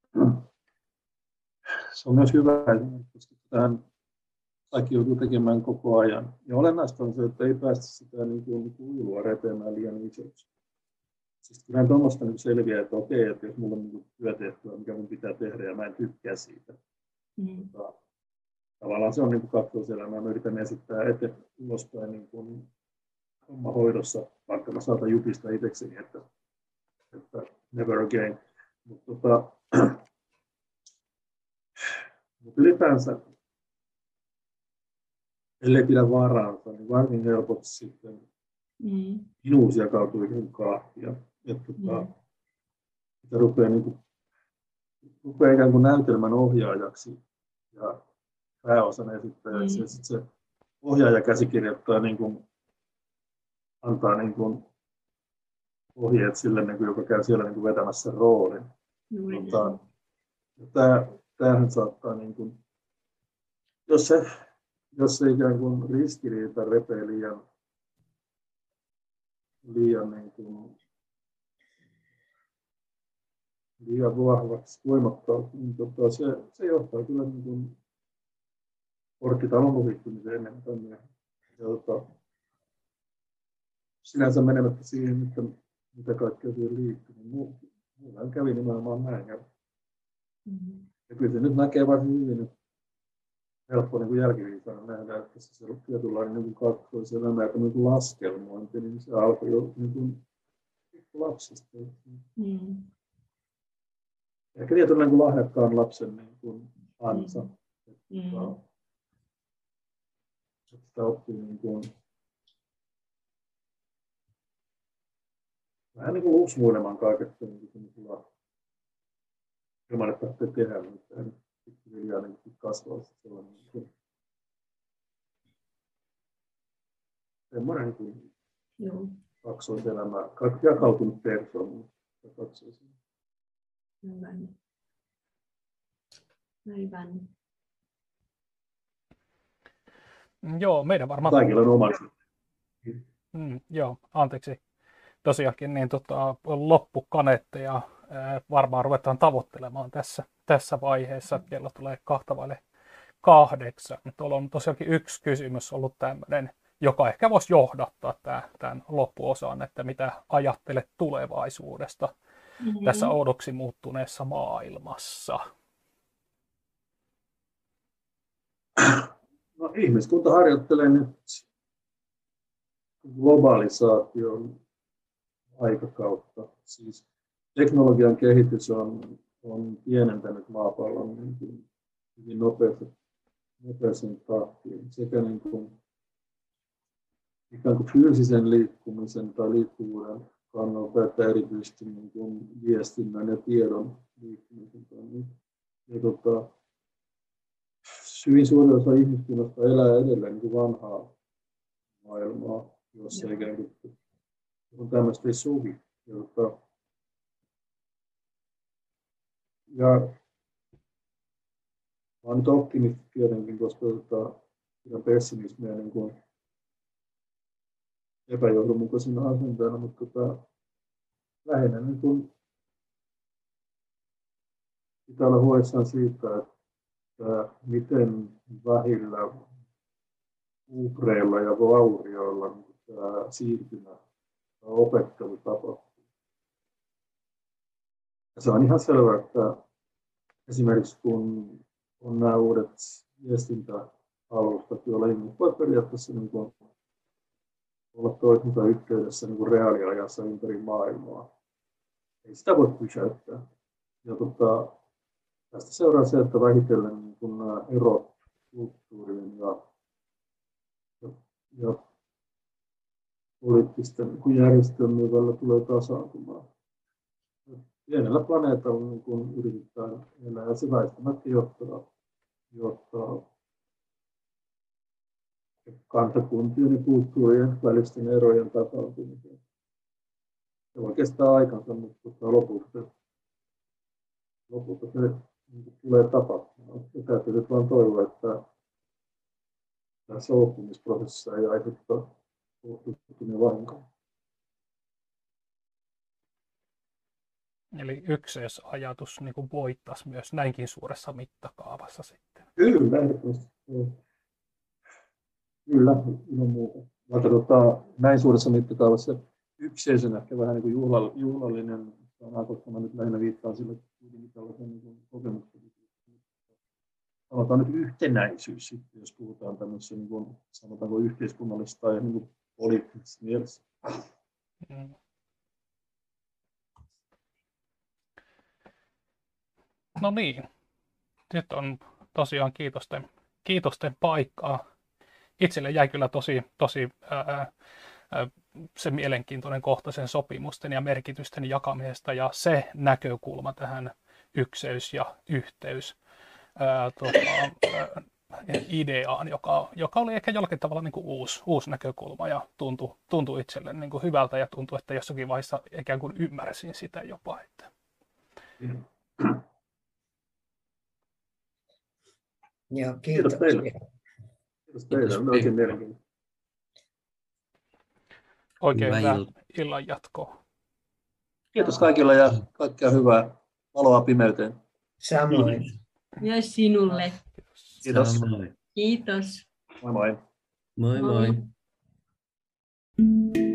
Speaker 1: se on myös hyvä esimerkki, koska tähän kaikki joutuu tekemään koko ajan. Ja olennaista on se, että ei päästä sitä niin kuin kuilua repeämään liian isoksi. Siis kyllähän tuommoista niin selviää, että okei, että jos mulla on niin työtehtävä, mikä mun pitää tehdä ja mä en tykkää siitä. Mm. Tota, tavallaan se on niin kaksoiselämää. Mä yritän esittää eteen ulospäin niin kuin homma hoidossa, vaikka mä saatan jupista itsekseni, että, että never again. Mutta tota, mut ylipäänsä ellei pidä varaansa, niin varsin helposti sitten mm. minuus jakautuu ikään kahtia. Että tota, mm. että rupeaa, niin kuin, rupeaa ikään kuin näytelmän ohjaajaksi ja pääosan esittäjäksi. Mm. Ja sitten se ohjaaja käsikirjoittaa, niin kuin, antaa niin kuin ohjeet sille, niin kuin, joka käy siellä niin kuin vetämässä roolin. Mm. Tota, tämä, tämähän saattaa, niin kuin, jos se Jos se ikään kuin ristiriita repee liian, liian, niin kuin, liian vahvaksi, voimakkaaksi, niin tota, se, se johtaa kyllä niin kuin korttitalon luvittumiseen ennen tai myöhemmin. Ja tota, sinänsä menemättä siihen, että mitä kaikkea siihen liittyy, niin minulla kävi nimenomaan näin. Ja, mm-hmm. ja kyllä se nyt näkee varsin hyvin, että helppo niin jälkiviisaan nähdä, että se on tietynlainen niin kaksoiselämä ja niin laskelmointi, niin se alkoi jo niin lapsesta. Mm. Ehkä tietynlainen niin lahjakkaan lapsen niin kuin ansa. Mm. Sitä oppii niin kuin, vähän niin kuin uusmuilemaan kaikesta niin kuin ilman, että tarvitsee tehdä mitään. Pikkuhiljaa niin kasvaa sellainen niin kuin, semmoinen niin kuin
Speaker 4: Joo.
Speaker 1: kaksoiselämä, jakautunut persoona.
Speaker 4: Aivan. Aivan.
Speaker 2: Joo, meidän varmaan...
Speaker 1: Kaikilla on omansa.
Speaker 2: Mm, joo, anteeksi. Tosiaankin niin tota, loppukaneetteja ää, varmaan ruvetaan tavoittelemaan tässä, tässä vaiheessa. Kello tulee kahta vaille kahdeksan. Tuolla on tosiaankin yksi kysymys ollut tämmöinen, joka ehkä voisi johdattaa tämän, tämän loppuosaan, että mitä ajattelet tulevaisuudesta mm-hmm. tässä oudoksi muuttuneessa maailmassa?
Speaker 1: No, ihmiskunta harjoittelee nyt globalisaation aikakautta. Siis teknologian kehitys on, on pienentänyt maapallon niin kuin hyvin nopeasti, nopeasti tahtiin. Sekä niin kuin, ikään kuin fyysisen liikkumisen tai liikkuvuuden kannalta, että erityisesti niin kuin viestinnän ja tiedon liikkumisen kannalta. Ja tota, hyvin suuri osa ihmiskunnasta elää edelleen niin kuin vanhaa maailmaa, jossa ikään kuin on tämmöistä ei sovi. Ja, tota, ja mä oon nyt optimisti tietenkin, koska tota, pidän pessimismiä niin kuin epäjohdonmukaisena asenteena, mutta tota, lähinnä niin kuin pitää olla huolissaan siitä, että miten vähillä uhreilla ja vaurioilla niin tämä siirtymä tämä opettelu tapahtuu. Ja se on ihan selvää, että esimerkiksi kun on nämä uudet viestintäalustat, joilla ihmiset voi periaatteessa niin kuin olla toisensa yhteydessä niin kuin reaaliajassa ympäri maailmaa. Ei sitä voi pysäyttää. Ja tota, tästä seuraa se, että vähitellen niin kun nämä erot kulttuurien ja, ja, ja poliittisten niin järjestelmien välillä tulee tasaantumaan. Pienellä planeetalla niin kun yritetään elää ja se väistämättä johtaa, johtaa kansakuntien ja kulttuurien välisten erojen tasaantumiseen. Se voi kestää aikansa, mutta lopulta lopulta se niin tulee tapahtumaan. Ja täytyy nyt vaan toivoa, että tässä oppimisprosessissa ei aiheuta kohtuuttomia vahinkoja.
Speaker 2: Eli yksilöajatus niin kuin voittaisi myös näinkin suuressa mittakaavassa sitten.
Speaker 1: Kyllä, ehdottomasti. Kyllä, ilman muuta. Vaikka tota, näin suuressa mittakaavassa yksilöisen ehkä vähän niin kuin juhlallinen sana, koska mä nyt lähinnä viittaan sille, että tällaisen niin kokemuksen. Sanotaan nyt yhtenäisyys, sitten, jos puhutaan tämmöisessä niin kuin, sanotaanko yhteiskunnallisesta tai niin kuin poliittisessa mielessä. Mm.
Speaker 2: No niin, nyt on tosiaan kiitosten, kiitosten paikkaa. Itselle jäi kyllä tosi, tosi ää, ää, se mielenkiintoinen kohta sen sopimusten ja merkitysten jakamisesta ja se näkökulma tähän ykseys ja yhteys ää, tuota, ää, ideaan, joka, joka oli ehkä jollakin tavalla niin kuin uusi, uusi näkökulma ja tuntui, tuntui itselle niin kuin hyvältä ja tuntui, että jossakin vaiheessa ikään kuin ymmärsin sitä jopa. Että.
Speaker 1: Mm.
Speaker 3: Joo,
Speaker 1: kiitos teille. Kiitos teille, on oikein mielenkiintoista.
Speaker 2: Oikein hyvää illan jatkoa.
Speaker 1: Kiitos kaikille ja kaikkea hyvää valoa pimeyteen.
Speaker 3: Samoin.
Speaker 4: Myös sinulle.
Speaker 1: Kiitos.
Speaker 5: Samoin.
Speaker 4: Kiitos.
Speaker 1: Moi moi.
Speaker 5: Moi moi.
Speaker 4: moi.